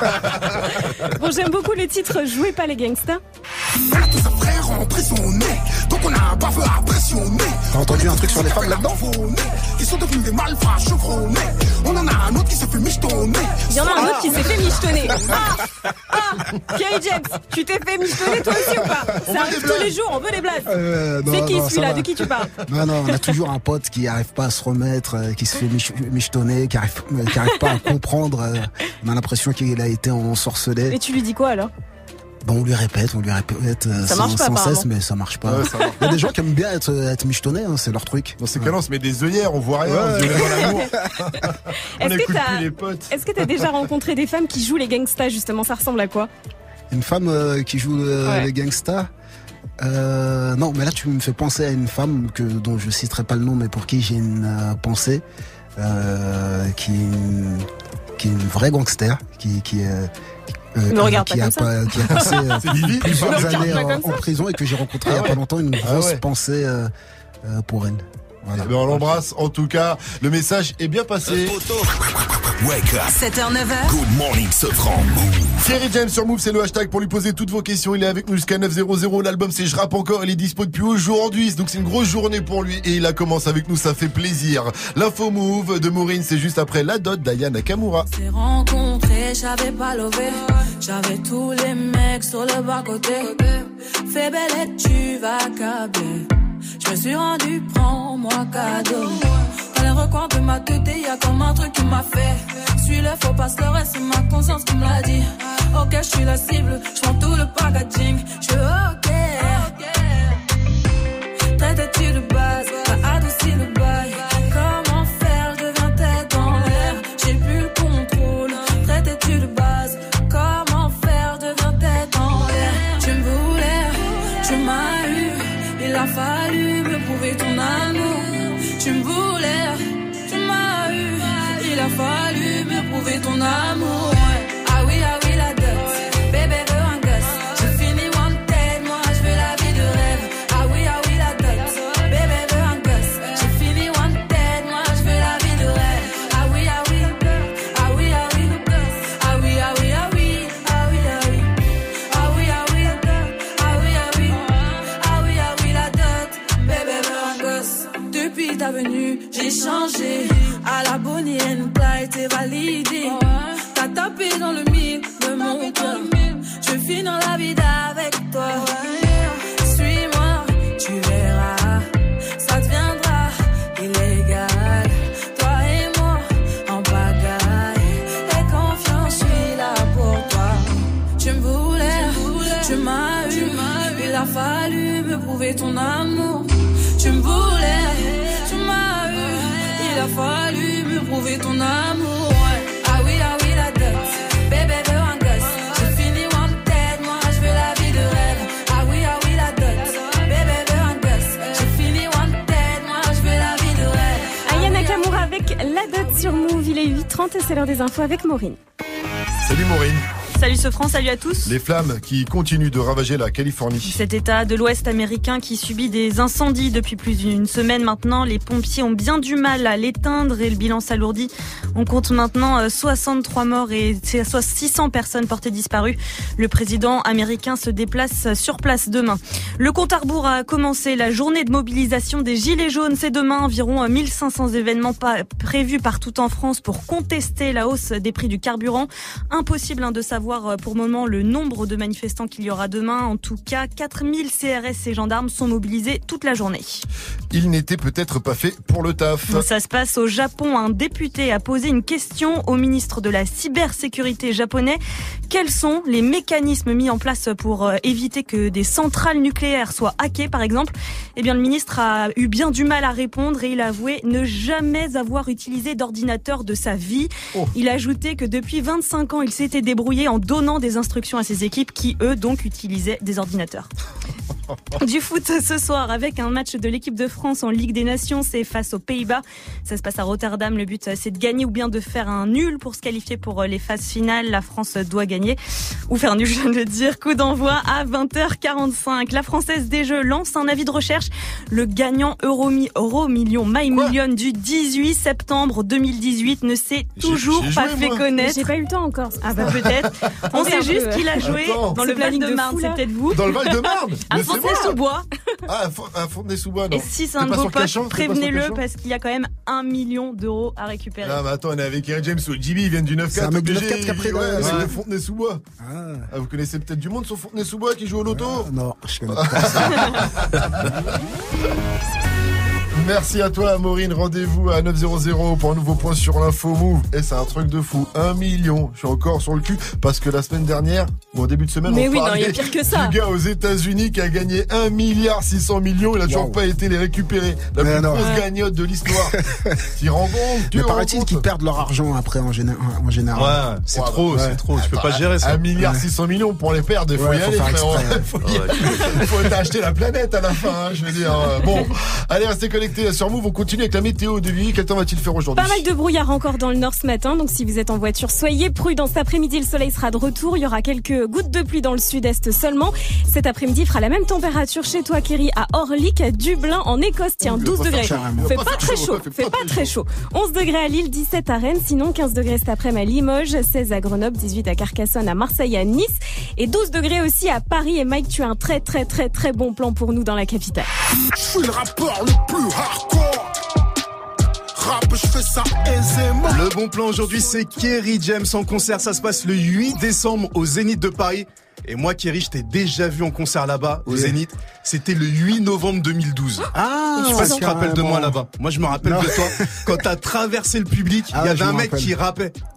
N: Bon, j'aime beaucoup le titre Jouez pas les gangsters.
Q: On a tous un frère emprisonné, donc on a un baveux à pressionner.
L: T'as entendu un truc sur les femmes là-dedans?
Q: Ils sont devenus des malfrats chevronnés. On en a un autre qui se fait michetonner.
N: Il y en a un autre qui s'est fait michetonner. Ah, ah, Kerry James, tu t'es fait michetonner toi aussi ou pas? Ça arrive tous les jours, on veut des blagues.
L: Euh, non,
N: c'est qui
L: non,
N: celui-là? De qui tu parles?
L: Non, non, on a toujours un pote qui arrive pas à se remettre, euh, qui se fait mich- michetonner, qui arrive, euh, qui arrive pas à comprendre. Euh, on a l'impression qu'il a été ensorcelé.
N: Et tu lui dis quoi alors?
L: Bon, on lui répète, on lui répète euh,
N: ça
L: sans,
N: marche pas,
L: sans
N: apparemment.
L: cesse, mais ça marche pas.
C: Ouais, ça marche.
L: Il y a des gens qui aiment bien être, être michetonnés, hein, c'est leur truc.
C: Dans ces cas-là, on se met des œillères, on voit rien,
L: Ouais.
C: on se met dans l'amour. On
N: Est-ce que
C: n'écoute
N: t'as-
C: plus les potes.
N: Est-ce que t'as déjà rencontré des femmes qui jouent les gangsters justement? Ça ressemble à quoi?
L: Une femme euh, qui joue euh,
N: Ouais.
L: les gangsters. Euh, non, mais là tu me fais penser à une femme que dont je citerai pas le nom, mais pour qui j'ai une euh, pensée, euh, qui est une, qui est une vraie gangster, qui qui est
N: Ne me regarde
L: qui
N: pas
L: a
N: comme ça.
L: qui a passé euh,
C: C'est Vivi.
L: plusieurs
N: Ne me regarde
L: années
N: pas
L: en,
N: comme ça.
L: en prison et que j'ai rencontré
C: Ah
L: il y a
C: ouais.
L: pas longtemps, une
C: Ah
L: grosse
C: ouais.
L: pensée euh, euh, pour elle. Voilà.
C: Eh ben, on l'embrasse. En tout cas, le message est bien passé.
A: Wake up.
F: sept heures neuf heures.
A: Good morning, Sofran.
C: Kerry James sur Move, c'est le hashtag pour lui poser toutes vos questions. Il est avec nous jusqu'à neuf heures. L'album c'est Je rappe encore. Il est dispo depuis aujourd'hui. Donc c'est une grosse journée pour lui. Et il a commencé avec nous. Ça fait plaisir. L'info Move de Maureen, c'est juste après la dot d'Aya Nakamura.
E: On s'est rencontrés, j'avais pas levé. J'avais tous les mecs sur le bas-côté. Fais belle et tu vas câbler. Je me suis rendu, prends-moi cadeau. Dans les recoins de ma tête, y'a comme un truc qui m'a fait. Suis le faux pasteur et c'est ma conscience qui me l'a dit. Ok, je suis la cible, je prends tout le packaging. Je ok. Traite-tu de base, t'as adouci le bail. Comment faire, je deviens tête dans l'air. J'ai plus le contrôle. Traite-tu de fallu me prouver ton amour. Tu me voulais, tu m'as eu. Il a fallu me prouver ton amour. Ah oui, ah oui, la dot. Bébé veut un gosse. J'ai fini wanted, moi je veux la vie de rêve. Ah oui, ah oui, la dot. Bébé veut un gosse. J'ai fini wanted, moi je veux la vie de rêve. Ah oui, ah oui, ah oui, ah oui, ah oui, ah oui, ah oui, ah oui, ah oui, ah oui, ah oui, ah oui, ah oui, ah oui, ah oui, la dot. Bébé veut un gosse. Depuis ta venue, j'ai changé. À la Bonnie and Clyde, t'es validé. T'as tapé dans le mille de mon cœur. Je vais finir la vie avec toi. Suis-moi, tu verras. Ça deviendra illégal. Toi et moi, en pagaille. Et confiance, je suis là pour toi. Tu me voulais, tu m'as eu. Il a fallu me prouver ton amour. Tu me voulais, tu m'as eu. Il a fallu me prouver ton amour. Ah oui, ah oui, la dot. Bébé veut un gosse. J'ai fini wanted, moi je veux la vie de rêve. Ah oui, ah oui, la dot. Bébé veut un gosse. J'ai fini wanted, moi je veux la vie de rêve.
N: Aya Nakamura avec la dot sur Move. Il est huit heures trente et c'est l'heure des infos avec Maureen.
C: Salut Maureen.
D: Salut Sofran, salut à tous.
C: Les flammes qui continuent de ravager la Californie.
D: Cet état de l'ouest américain qui subit des incendies depuis plus d'une semaine maintenant. Les pompiers ont bien du mal à l'éteindre et le bilan s'alourdit. On compte maintenant soixante-trois morts et six cents personnes portées disparues. Le président américain se déplace sur place demain. Le compte à rebours a commencé. La journée de mobilisation des Gilets jaunes, c'est demain. Environ mille cinq cents événements prévus partout en France pour contester la hausse des prix du carburant. Impossible hein, de savoir pour le moment le nombre de manifestants qu'il y aura demain. En tout cas, quatre mille C R S et gendarmes sont mobilisés toute la journée.
C: Il n'était peut-être pas fait pour le taf.
D: Ça se passe au Japon. Un député a posé une question au ministre de la cybersécurité japonais. Quels sont les mécanismes mis en place pour éviter que des centrales nucléaires soient hackées, par exemple? Eh bien, le ministre a eu bien du mal à répondre et il a avoué ne jamais avoir utilisé d'ordinateur de sa vie. Oh. Il a ajouté que depuis vingt-cinq ans, il s'était débrouillé en donnant des instructions à ses équipes qui, eux, donc, utilisaient des ordinateurs. Du foot ce soir avec un match de l'équipe de France en Ligue des Nations, c'est face aux Pays-Bas. Ça se passe à Rotterdam. Le but, c'est de gagner ou bien de faire un nul pour se qualifier pour les phases finales. La France doit gagner ou faire nul, je viens de le dire. Coup d'envoi à vingt heures quarante-cinq. La Française des Jeux lance un avis de recherche. Le gagnant Euro, Euro Million My Million du dix-huit septembre deux mille dix-huit ne s'est toujours
N: j'ai, j'ai
D: pas
N: joué,
D: fait
N: moi.
D: connaître.
N: J'ai pas eu le temps encore.
D: Ah bah peut-être. On sait juste qu'il a joué Attends. dans le Val-de-Marne, c'est peut-être vous.
C: Dans le Val-de-Marne.
D: À Fontenay-sous-Bois.
C: Ah, à Fontenay-sous-Bois, non.
D: Et si c'est un de vos potes, prévenez-le parce qu'il y a quand même un million d'euros à récupérer.
C: Ah, mais attends, on est avec Eric James ou J B, ils viennent du neuf quatre.
L: C'est un mec du neuf quatre qui a pris
C: ouais,
L: le...
C: c'est de Fontenay-sous-Bois. Ah. Ah, vous connaissez peut-être du monde sur Fontenay-sous-Bois qui joue au loto?
L: Ah, non, je connais pas ça.
C: Merci à toi, Maureen. Rendez-vous à neuf heures pour un nouveau point sur l'info Move. Et c'est un truc de fou. Un million. Je suis encore sur le cul parce que la semaine dernière, ou au début de semaine,
N: mais
C: on
N: oui,
C: parlait
N: non, y a pire que ça.
C: du gars aux États-Unis qui a gagné un milliard six cents millions. Il a toujours wow. pas été les récupérer. La mais plus non. grosse ouais. gagnotte de l'histoire. T'y rends compte?
L: Mais paraît-il qu'ils perdent leur argent après en, géné- en général.
U: Ouais, c'est ouais, trop, ouais. c'est trop. Tu peux pas gérer ça.
C: Un milliard six cents millions pour les perdre. Il faut ouais, y faut aller, frère. Faut, y... faut t'acheter la planète à la fin, hein, je veux dire. Bon, allez, restez connectés sur Move. On continue avec la météo de Vivi. Quel temps va-t-il faire aujourd'hui?
N: Pas mal de brouillard encore dans le nord ce matin, donc si vous êtes en voiture, soyez prudents. Cet après-midi, le soleil sera de retour. Il y aura quelques gouttes de pluie dans le sud-est seulement. Cet après-midi, il fera la même température chez toi, Kerry, à Orlick, Dublin, en Écosse. Tiens, douze degrés. Fait pas très chaud. Fait pas très chaud. onze degrés à Lille, dix-sept à Rennes. Sinon, quinze degrés cet après-midi à Limoges, seize à Grenoble, dix-huit à Carcassonne, à Marseille, à Nice et douze degrés aussi à Paris. Et Mike, tu as un très très très très bon plan pour nous dans la capitale.
Q: Je suis le rappeur le plus hardcore. Rap, je fais ça aisément.
U: Le bon plan aujourd'hui, c'est Kerry James en concert. Ça se passe le huit décembre au Zénith de Paris. Et moi, Kerry, je t'ai déjà vu en concert là-bas, au yeah. Zénith. C'était le huit novembre deux mille douze.
L: Ah,
U: je sais pas si tu te rappelles de moi là-bas. Moi, je me rappelle non. de toi. Quand t'as traversé le public, il ah, y avait un mec rappelle. qui rappait.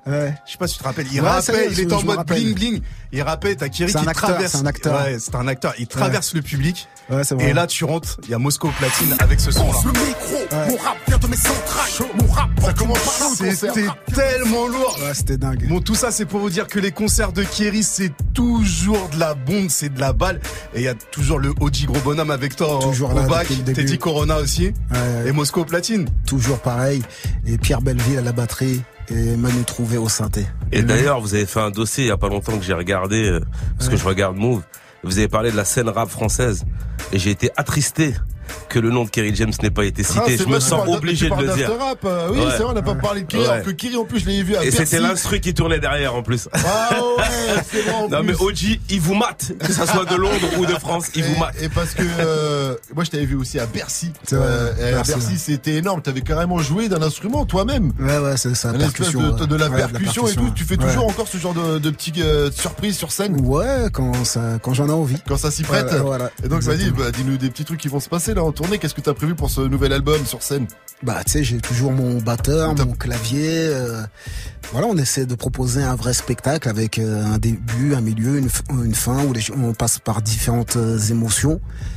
L: Ouais.
U: Je sais pas si tu te rappelles. Il
L: Ouais,
U: rappait,
L: ça y est,
U: il
L: je-
U: était en
L: je me
U: mode
L: rappelle.
U: bling bling. Il rappait, t'as Kiri
L: C'est
U: qui
L: un acteur,
U: traverse.
L: c'est un acteur.
U: Ouais, c'est un acteur. Il traverse le public.
L: Ouais, c'est vrai.
U: Et là, tu rentres, il y a Moscow Platine avec ce son-là.
Q: Le micro, mon rap vient de mes entrailles. Mon rap,
C: Ça commence par là, le
U: C'était
C: concert.
U: tellement lourd.
L: Ouais, c'était dingue.
U: Bon, tout ça, c'est pour vous dire que les concerts de Kiri, c'est toujours de la bombe, c'est de la balle. Et il y a toujours le O G gros bonhomme avec toi
L: Toujours
U: au
L: là,
U: bac.
L: depuis le début.
U: Teddy Corona aussi.
L: Ouais.
U: Et Moscow Platine.
L: Toujours pareil. Et Pierre Belleville à la batterie et Manu Trouvé au synthé.
H: Et d'ailleurs, vous avez fait un dossier il y a pas longtemps que j'ai regardé, euh, parce
L: Ouais.
H: que je regarde Move. Vous avez parlé de la scène rap française. Et j'ai été attristé que le nom de Kerry James n'ait pas été cité.
C: Ah, c'est
H: je
C: vrai,
H: me
C: tu
H: sens
C: parles
H: obligé
C: tu
H: de le
C: parles
H: dire.
C: d'Afterrap, euh, oui,
H: Ouais.
C: c'est vrai, on n'a pas parlé de Kiri,
H: Ouais.
C: alors que Kiri, en plus, je l'ai vu à
H: Et
C: Bercy.
H: c'était l'instru qui tournait derrière en plus.
C: Ah ouais, c'est vrai en
H: Non
C: plus.
H: mais O G, il vous mate, que ça soit de Londres ou de France, il vous mate.
C: Et parce que euh, moi je t'avais vu aussi à Bercy.
L: C'est vrai,
C: Euh, et à
L: Bercy,
C: Bercy
L: ouais.
C: c'était énorme. T'avais carrément joué d'un instrument toi-même.
L: Ouais, ouais, c'est ça.
C: Un espèce
L: percussion,
C: de, de, de la
L: ouais,
C: percussion et tout. Tu fais
L: ouais.
C: toujours encore ce genre de, de petites euh, surprises sur scène.
L: Ouais, quand ça, quand j'en ai envie.
C: Quand ça s'y prête.
L: Ouais, voilà.
C: Et donc vas-y,
L: Exactement.
C: bah, dis-nous des petits trucs qui vont se passer là en tournée. Qu'est-ce que t'as prévu pour ce nouvel album sur scène?
L: Bah, tu sais, j'ai toujours mon batteur, mon clavier. euh, voilà, on essaie de proposer un vrai spectacle avec euh, un début, un milieu, une, f- une fin où les, gens- on passe par différentes euh, émotions.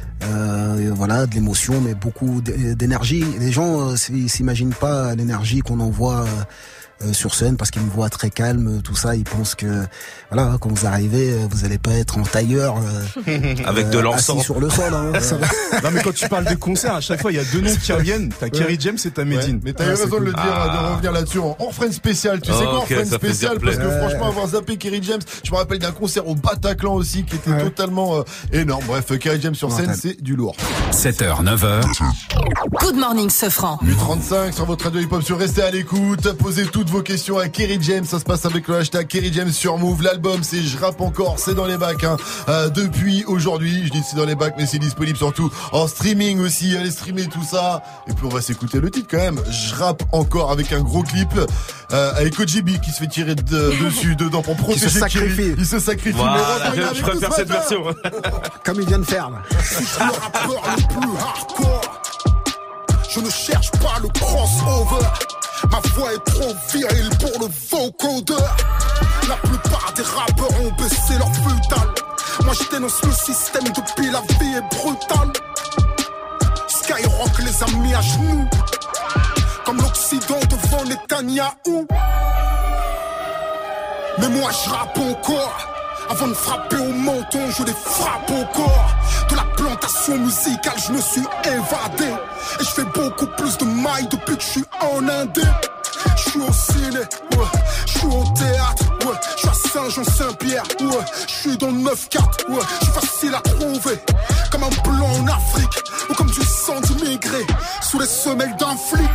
L: Euh, et voilà, de l'émotion, mais beaucoup d- d'énergie. Les gens euh, s- s'imaginent pas l'énergie qu'on envoie euh, euh, sur scène parce qu'ils me voient très calme, tout ça. Ils pensent que voilà, quand vous arrivez, euh, vous allez pas être en tailleur euh,
H: Avec de
L: euh,
H: l'encens.
L: assis sur le sol. Hein, ça va.
U: Non, mais quand tu parles de concerts, à chaque fois, il y a deux noms qui reviennent. T'as Kerry James et t'as Medine.
C: Ouais, mais t'as eu
U: Ah, c'est
C: raison de le
U: cool.
C: dire,
H: Ah.
C: de revenir là-dessus en refrain spécial. Tu sais
H: Ah,
C: quoi,
H: ok,
C: refrain
H: ça fait
C: spécial,
H: dire
C: parce que
H: play.
C: franchement, avoir zappé Kerry James, je me rappelle d'un concert au Bataclan aussi qui était
L: Ouais.
C: totalement euh, énorme. Bref, Kerry James sur scène,
L: Mortel.
C: c'est du lourd.
M: sept heures, neuf heures.
F: Good morning, Sofran.
C: huit trente-cinq sur votre radio hip-hop sur Restez à l'écoute. Posez toutes vos questions à Kerry James. Ça se passe avec le hashtag Kerry James sur Move. L'album, c'est Je rappe encore. C'est dans les bacs, hein. Euh, depuis aujourd'hui. Je dis c'est dans les bacs, mais c'est disponible surtout en streaming aussi. Allez streamer tout ça. Et puis on va s'écouter le titre quand même. Je rappe encore avec un gros clip, euh, avec O G B qui se fait tirer de, dessus, dedans pour protéger
L: se sacrifie.
C: Kerry. Il se sacrifie.
H: Voilà,
C: Mais revenez
H: je,
C: avec
H: je
C: nous
H: préfère
C: ce
H: cette
C: matin.
H: version.
L: Comme il vient de faire là.
Q: Je suis le rappeur le plus hardcore. Je ne cherche pas le crossover. Ma voix est trop virile pour le vocodeur. La plupart des rappeurs ont baissé leur futal. Moi je dénonce le système depuis la vie est brutale. Skyrock les a mis à genoux, comme l'Occident devant Netanyahou. Mais moi je rappe encore. Avant de frapper au menton, je les frappe au corps. De la plantation musicale, je me suis évadé. Et je fais beaucoup plus de mailles depuis que je suis en Indé. Je suis au ciné, ouais. Je suis au théâtre, ouais. Je suis à Saint-Jean-Saint-Pierre, ouais. Je suis dans le neuf quatre, ouais. Je suis facile à trouver. Comme un blanc en Afrique, ou comme du sang d'immigré sous les semelles d'un flic.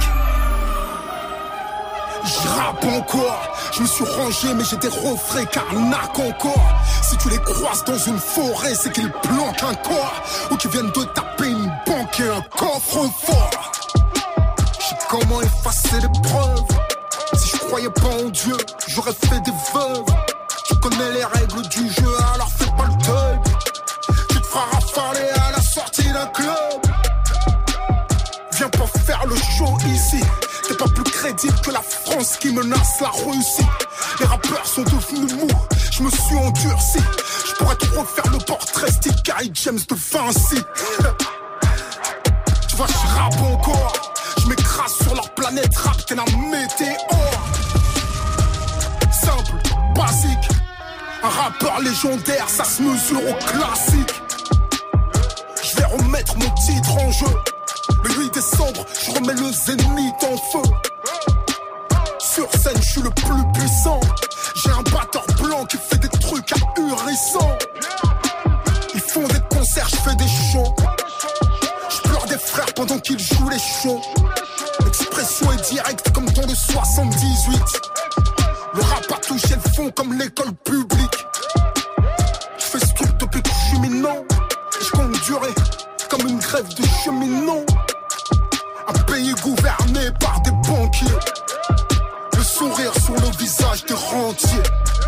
Q: Je rappe encore, je me suis rangé mais j'ai des refrains carnac encore. Si tu les croises dans une forêt, c'est qu'ils planquent un corps ou qu'ils viennent de taper une banque et un coffre-fort. J'ai comment effacer les preuves. Si je croyais pas en Dieu, j'aurais fait des veuves. Tu connais les règles du jeu, alors fais pas le thug. Tu te feras rafaler à la sortie d'un club. Viens pas faire le show ici. T'es pas plus crédible que la France qui menace la Russie. Les rappeurs sont devenus mous, je me suis endurci. Je pourrais te refaire le portrait style Kerry James de Vinci. Tu vois, je rappe encore. Je m'écrase sur leur planète rap, t'es la météore. Simple, basique. Un rappeur légendaire, ça se mesure au classique. Je vais remettre mon titre en jeu. Le huit décembre, je remets le zénith en feu. Sur scène, je suis le plus puissant. J'ai un batteur blanc qui fait des trucs ahurissants. Ils font des concerts, je fais des shows. Je pleure des frères pendant qu'ils jouent les shows. L'expression est directe comme dans le soixante-dix-huit. Le rap a touché le fond comme l'école publique. Je fais ce truc depuis que je suis minant. Et je compte durer comme une grève de cheminots. Un pays gouverné par des banquiers. Le sourire sur le visage des rentiers.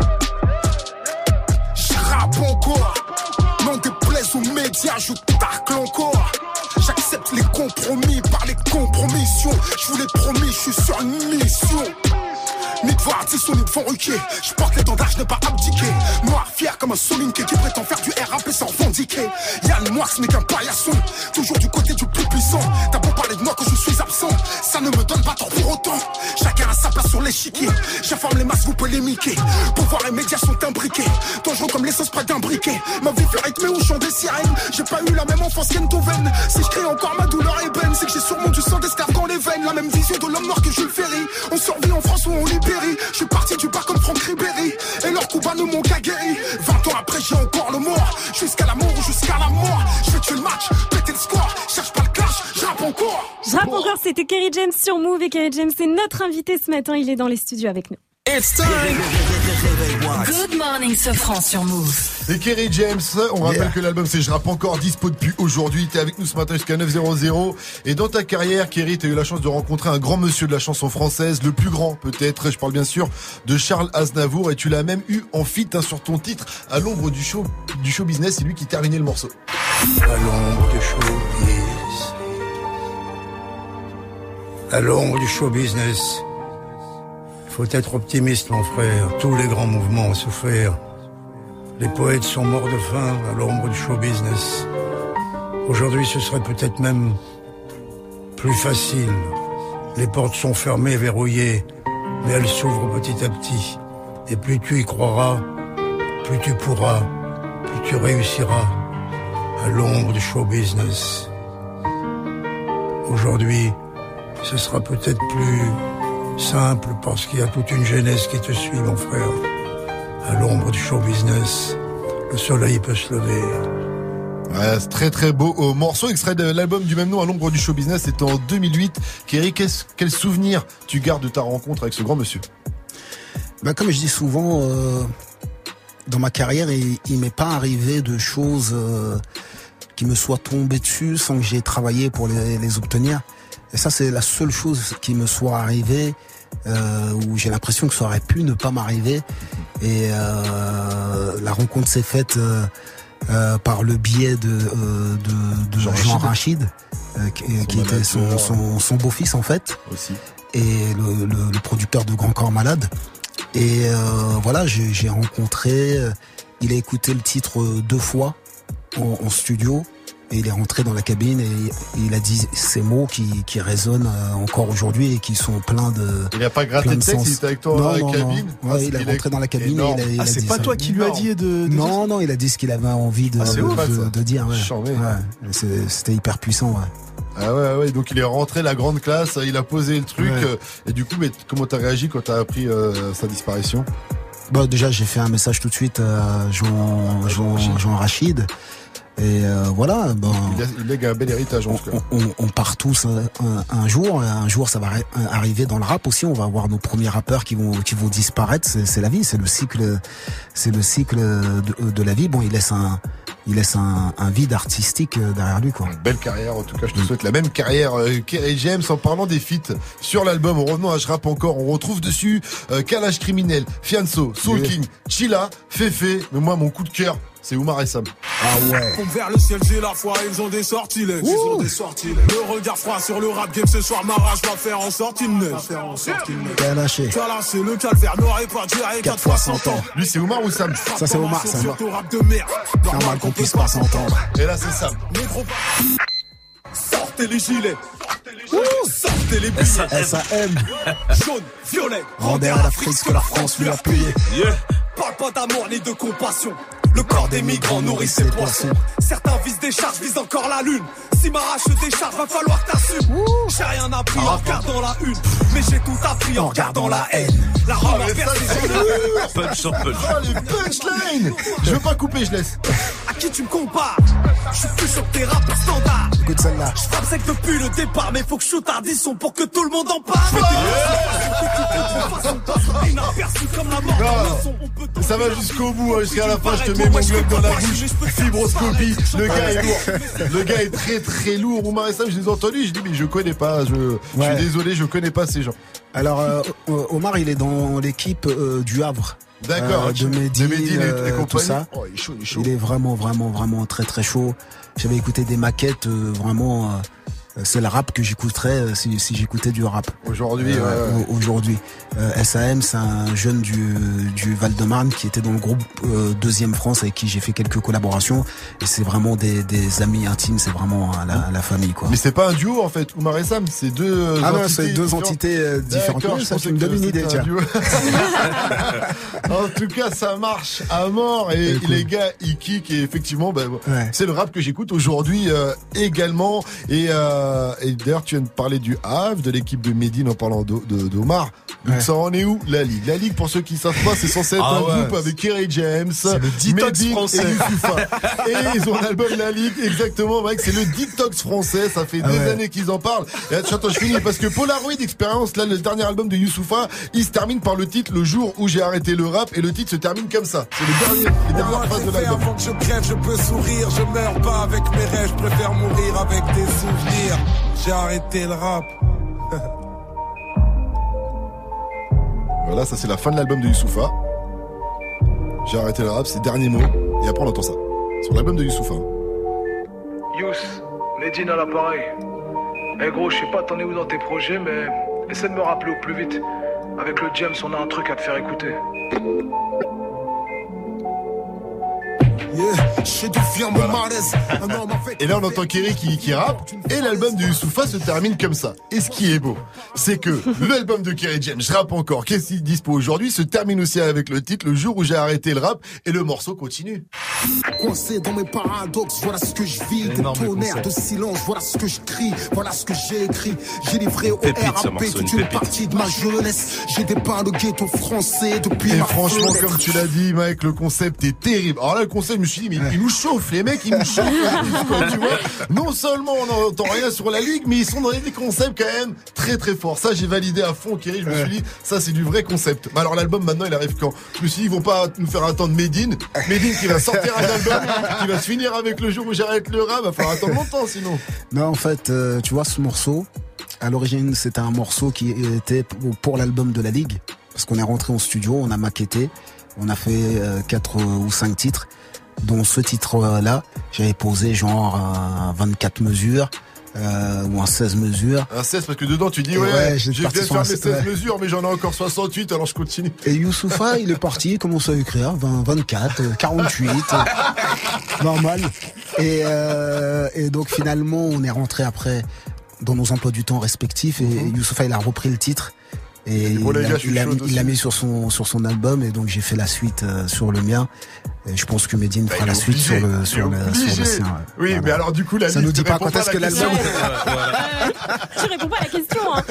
Q: Je rappe encore. N'en déplaise aux médias, je tacle encore. J'accepte les compromis par les compromissions. Je vous l'ai promis, je suis sur une mission. Ni devoir parti solide, font ruquier. Je porte l'étendard, je n'ai pas abdiqué. Noir, fier comme un solinké qui prétend faire du R A P sans revendiquer. Yann Moix n'est qu'un paillasson, toujours du côté du plus puissant. T'as beau parler de moi quand je suis absent, ça ne me donne pas tort pour autant. Chacun a sa place sur l'échiquier. J'informe les masses, vous polémiquer. Pouvoir et médias sont imbriqués. Dangereux comme l'essence près d'un briquet. Ma vie fait rythmer au chant des sirènes. J'ai pas eu la même enfance qu'Entoven. Si je crie encore ma douleur ébène, c'est que j'ai sûrement du sang d'esclave dans les veines. La même vision de l'homme noir que Jules Ferry. On survit en France ou on libérie. Je suis parti du bar comme Franck Ribéry. Et leurs coups bas ne m'ont qu'à guéri. vingt ans après j'ai encore le mort. Jusqu'à la mort ou jusqu'à la mort. Je vais tuer le match, péter le score. Cherche pas le clash, je rappe encore.
N: Je rappe encore, c'était Kerry James sur Move. Et Kerry James, c'est notre invité ce matin. Il est dans les studios avec nous.
A: It's time.
F: Good morning, Sofran sur Move.
C: Et Kerry James, on rappelle yeah. que l'album c'est Je rappe encore, dispo depuis aujourd'hui. T'es avec nous ce matin jusqu'à neuf heures. Et dans ta carrière, Kerry, t'as eu la chance de rencontrer un grand monsieur de la chanson française, le plus grand peut-être. Je parle bien sûr de Charles Aznavour. Et tu l'as même eu en feat hein, sur ton titre À l'ombre du show, du show business. C'est lui qui terminait le morceau.
I: À l'ombre du show business. À l'ombre du show business. Faut être optimiste, mon frère. Tous les grands mouvements ont souffert. Les poètes sont morts de faim à l'ombre du show business. Aujourd'hui, ce serait peut-être même plus facile. Les portes sont fermées, verrouillées, mais elles s'ouvrent petit à petit. Et plus tu y croiras, plus tu pourras, plus tu réussiras à l'ombre du show business. Aujourd'hui, ce sera peut-être plus simple parce qu'il y a toute une jeunesse qui te suit, mon frère. À l'ombre du show business, le soleil peut se lever.
C: Ouais, c'est très très beau. Au morceau extrait de l'album du même nom, À l'ombre du show business, c'était en deux mille huit. Kerry, quel souvenir tu gardes de ta rencontre avec ce grand monsieur?
L: Bah, comme je dis souvent, euh, dans ma carrière, il, il m'est pas arrivé de choses euh, qui me soient tombées dessus sans que j'ai travaillé pour les, les obtenir. Et ça, c'est la seule chose qui me soit arrivée, euh, où j'ai l'impression que ça aurait pu ne pas m'arriver. Et euh, la rencontre s'est faite euh, euh, par le biais de, euh, de, de Jean, Jean Rachid, euh, qui, qui était son, son, son beau-fils en fait,
C: aussi.
L: Et le, le, le producteur de Grand Corps Malade. Et euh, voilà, j'ai, j'ai rencontré, euh, il a écouté le titre deux fois en, en studio. Et il est rentré dans la cabine et il a dit ces mots qui, qui résonnent encore aujourd'hui et qui sont pleins de.
C: Il n'a pas gratté de texte, il était avec toi dans la
L: non,
C: cabine.
L: Non. Ouais, ah, il est rentré dans la cabine et il a, il
U: ah,
L: a
U: c'est
L: dit
U: pas
L: ça.
U: toi qui lui as dit de, de
L: Non, non, il a dit ce qu'il avait envie de,
C: ah,
L: de,
C: ouf,
L: de, de dire. Ouais.
C: Charmé,
L: ouais. C'est, c'était hyper puissant. Ouais.
C: Ah ouais, ouais, donc il est rentré la grande classe, il a posé le truc. Ouais. Et du coup, mais comment t'as réagi quand t'as appris euh, sa disparition?
L: Bah, déjà, j'ai fait un message tout de suite à Jean, Jean, Jean Rachid. Et euh, voilà, bon,
C: il lègue un bel héritage en tout cas.
L: On, on, on part tous un, un, un jour, un jour ça va arriver dans le rap aussi. On va avoir nos premiers rappeurs qui vont qui vont disparaître. C'est, c'est la vie, c'est le cycle, c'est le cycle de, de la vie. Bon, il laisse un, il laisse un, un vide artistique derrière lui, quoi.
C: Une belle carrière, en tout cas. Je te mmh. souhaite la même carrière, euh, Kerry James. En parlant des feats sur l'album, en revenant à Je rappe encore, on retrouve dessus euh, Kalash Criminel, Fianso, Soul yeah. King, Chilla, Fefe. Mais moi, mon coup de cœur, c'est Oumar et Sam.
L: Ah ouais.
T: Pompe vers le ciel, j'ai la foi, ils ont des sortilèges. Ouh. Ils ont des sortilèges. Le regard froid sur le rap game, ce soir, ma rage va faire en sortie de neige. faire en sortie de neige.
L: Kalaché.
T: Kalaché, le calvaire n'aurait pas duré quatre fois cent ans.
C: Lui, c'est Oumar ou Sam?
L: Ça, c'est Oumar, Sam.
T: Surtout rap de merde.
L: Normal qu'on puisse pas s'entendre.
C: Et là, c'est Sam.
T: Sortez les gilets. Ouh. Sortez les billets.
L: S A M.
T: Jaune, violet.
L: Rendez à l'Afrique ce que la France lui a payé.
T: Yeah. Parle pas d'amour ni de compassion. Le corps des migrants nourrit ses poissons. Certains visent des charges, visent encore la lune. Si m'arrache des charges, va falloir t'assumer. J'ai rien appris en regardant la une, mais j'ai tout appris en regardant la haine. La rame a percé.
H: Punch sur punch.
C: Oh, les punchlines. Je veux pas couper, je laisse.
T: À qui tu me compares? Je suis plus sur tes rappeurs standards.
L: Écoute celle-là.
T: Je frappe sec depuis le départ, mais faut que je shoot un son pour que tout le monde en parle. Inaperçu comme la mort.
C: Ça va jusqu'au bout, hein, jusqu'à la fin, je te mets mon globe dans la bouche. Fibroscopie. Le gars est lourd. Le gars est très très lourd. Oumar et Sam, je les ai entendus. Je dis, mais je connais pas. Je, ouais. je suis désolé, je connais pas ces gens.
L: Alors, euh, Omar, il est dans l'équipe euh, du Havre.
C: D'accord.
L: Euh, de Mehdi,
C: euh, et
L: tout ça.
C: Oh, il est chaud, il est chaud.
L: Il est vraiment, vraiment, vraiment très très chaud. J'avais écouté des maquettes, euh, vraiment. Euh, c'est le rap que j'écouterais si, si j'écoutais du rap.
C: Aujourd'hui,
L: euh,
C: ouais.
L: Aujourd'hui. Euh, S A M, c'est un jeune du, du Val-de-Marne qui était dans le groupe euh, Deuxième France avec qui j'ai fait quelques collaborations. Et c'est vraiment des, des amis intimes, c'est vraiment la, la famille, quoi.
C: Mais c'est pas un duo, en fait, Oumar et Sam, c'est deux
L: ah
C: entités
L: non, c'est deux
C: différentes.
L: entités euh, différentes.
C: D'accord,
L: Oui,
C: je
L: ça,
C: pensais
L: tu me
C: que
L: donnes une idée,
C: c'était un
L: tiens.
C: duo. En tout cas, ça marche à mort et
L: Écoute.
C: les gars, ils kick et effectivement, bah,
L: Ouais.
C: c'est le rap que j'écoute aujourd'hui euh, également. Et, euh, et d'ailleurs, tu viens de parler du Havre, de l'équipe de Médine en parlant d'O- de- d'Omar. Donc
U: Ouais.
C: ça en est où la Ligue? La Ligue, pour ceux qui savent pas, c'est censé être
U: Ah
C: un
U: ouais.
C: groupe avec Kerry James,
U: C'est le detox
C: Médine
U: français.
C: et Youssoupha. Et ils ont l'album La Ligue, exactement, mec, c'est le detox français. Ça fait
L: Ah
C: des
L: ouais.
C: années qu'ils en parlent. Et attends, attends, je finis parce que Polaroid Experience, là, le dernier album de Youssoupha, il se termine par le titre Le jour où j'ai arrêté le rap, et le titre se termine comme ça. C'est le dernier, les dernières phrases de l'album.
K: Avant que je crève, je peux sourire. Je meurs pas avec mes rêves, je préfère mourir avec des souvenirs. J'ai arrêté le rap.
C: Voilà, ça c'est la fin de l'album de Youssoupha. J'ai arrêté le rap, c'est le dernier mot. Et après on entend ça. Sur l'album de Youssoupha.
R: Yous, Medine à l'appareil. Eh gros, je sais pas t'en es où dans tes projets, mais essaie de me rappeler au plus vite. Avec le James, on a un truc à te faire écouter.
K: Yeah, j'ai dû fuir mon malaise. Un homme avec
C: Et là on entend Kerry qui, qui rappe. Et l'album de Youssoupha se termine comme ça. Et ce qui est beau, c'est que l'album de Kerry James, je rappe encore, qu'est-ce qu'il dispo aujourd'hui, se termine aussi avec le titre Le jour où j'ai arrêté le rap. Et le morceau continue.
Q: Coincé dans mes paradoxes, voilà ce que je vis. Des
U: Énorme
Q: tonnerres de
U: concept.
Q: silence, voilà ce que je crie. Voilà ce que j'ai écrit. J'ai livré au
H: Pépite, ce
Q: R A P
H: morceau,
Q: toute
H: une
Q: une
H: pépite.
Q: partie de ma jeunesse. J'ai dépeint le ghetto français depuis
C: Et
Q: ma
C: franchement,
Q: fenêtre.
C: comme tu l'as dit, mec, le concept est terrible. Alors là, le concept, je me suis dit, mais ils nous chauffent, les mecs, ils nous chauffent. quoi, tu vois. Non seulement on n'entend rien sur la ligue, mais ils sont dans des concepts quand même très très forts. Ça, j'ai validé à fond, Kerry. Je me suis dit, ça, c'est du vrai concept. Mais alors, l'album, maintenant, il arrive quand? Je me suis dit, ils vont pas nous faire attendre Medine. Medine qui va sortir un album, qui va se finir avec Le jour où j'arrête le rap. Va falloir attendre longtemps, sinon.
L: Non, en fait, euh, tu vois, ce morceau, à l'origine, c'était un morceau qui était pour- pour l'album de la Ligue. Parce qu'on est rentré en studio, on a maquetté, on a fait euh, quatre ou cinq titres. Dont ce titre-là, j'avais posé genre un vingt-quatre mesures euh, ou un seize mesures.
C: Un seize, parce que dedans, tu dis,
L: Et
C: ouais,
L: ouais,
C: j'ai
L: j'étais
C: bien
L: parti
C: de
L: sur
C: faire
L: un
C: mes
L: seize,
C: seize
L: ouais.
C: mesures, mais j'en ai encore soixante-huit, alors je continue.
L: Et Youssoupha, il est parti, il commence à écrire vingt, vingt-quatre, quarante-huit, euh, normal. Et, euh, et donc finalement, on est rentré après dans nos emplois du temps respectifs et
C: Mhm.
L: Youssoupha, il a repris le titre. Et
C: Bon,
L: il
C: les
L: l'a
C: gars, je suis
L: il l'a
C: chaud
L: mis,
C: dessus.
L: il l'a mis sur son sur son album et donc j'ai fait la suite euh, sur le mien. Et je pense que Medine
C: Bah,
L: fera
C: il est
L: la suite
C: obligé,
L: sur le
C: il est
L: sur le sur
C: obligé.
L: le sien. ouais.
C: Oui,
L: Voilà.
C: mais alors du coup, la
L: Ça
C: Ligue,
L: nous dit
C: tu
L: pas
C: réponds
L: quand est-ce
C: à
L: que
C: la
L: l'album.
C: question.
N: Tu réponds pas à la question, hein.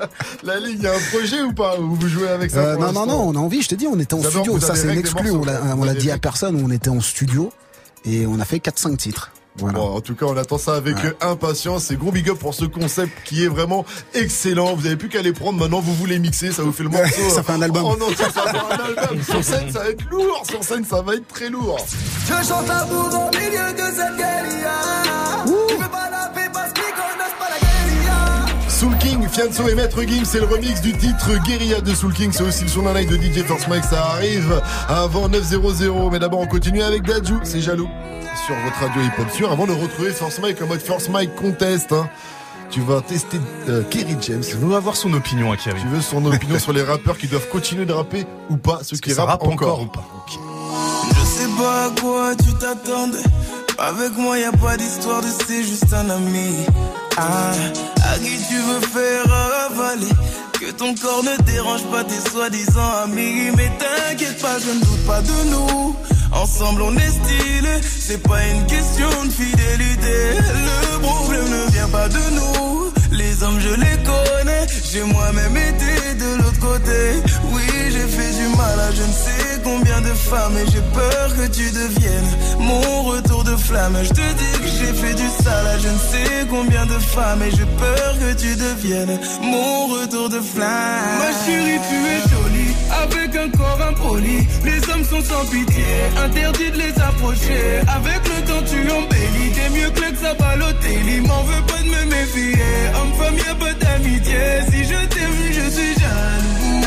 C: La Ligue, il y a un projet ou pas? Où vous jouez avec ça?
L: Euh,
C: pour
L: non, non,
C: l'instant
L: non, on a envie, je te dis, on était en
C: D'abord,
L: studio.
C: vous
L: Ça,
C: avez
L: c'est une
C: règle des
L: exclu.
C: morceaux,
L: On l'a,
C: quoi.
L: on
C: Vous
L: l'a
C: avez
L: dit à
C: règle.
L: personne. On était en studio et on a fait quatre cinq titres. Voilà.
C: Bon, en tout cas, on attend ça avec
L: Ouais.
C: euh, impatience. Et gros big up pour ce concept qui est vraiment excellent. Vous avez plus qu'à les prendre. Maintenant, vous voulez mixer. Ça vous fait le morceau.
L: Ouais, ça fait un album.
C: Oh non, ça va faire un album. Sur scène, ça va être lourd. Sur scène, ça va être très lourd.
K: Je chante l'amour au milieu de cette guérilla. Tu veux pas la paix parce qu'ils connaissent pas la guérilla.
C: Soul King, Fianso et Maître Gims, c'est le remix du titre Guérilla de Soul King. C'est aussi le son d'un live de D J First Mike. Ça arrive avant neuf zéro zéro. Mais d'abord, on continue avec Dadju. C'est jaloux. Sur votre radio hip-hop sûr. Avant de retrouver First Mike en mode First Mike contest, hein. Tu vas tester euh, Kerry James.
U: Je veux avoir son opinion à Kerry.
C: Tu veux son opinion sur les rappeurs qui doivent continuer de rapper ou pas, ceux qui
U: ça
C: rappent
U: rappe
C: encore,
U: encore
C: ou pas. Ok.
K: Je sais pas à quoi tu t'attendais. Avec moi y a pas d'histoire de c'est juste un ami. Ah, à qui tu veux faire avaler. Que ton corps ne dérange pas tes soi-disant amis. Mais t'inquiète pas, je ne doute pas de nous. Ensemble on est stylé. C'est pas une question de fidélité. Le problème ne vient pas de nous. Les hommes je les connais. J'ai moi-même été de l'autre côté. Oui, j'ai fait du mal à je ne sais combien de femmes. Et j'ai peur que tu deviennes mon retour de flamme. Je te dis que j'ai fait du sale à je ne sais combien de femmes. Et j'ai peur que tu deviennes mon retour de flamme. Ma chérie, tu es jolie, avec un corps impoli. Les hommes sont sans pitié, interdit de les approcher. Avec le temps tu embellis, t'es mieux que ça Balotelli. M'en veux pas de me méfier, homme-femme y'a pas d'amitié. Si je t'aime, je suis jaloux.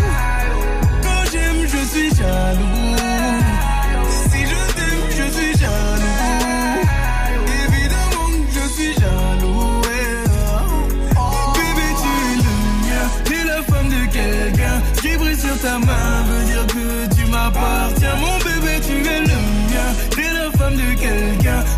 K: Quand j'aime, je suis jaloux. Si je t'aime, je suis jaloux. Évidemment que je suis jaloux. eh.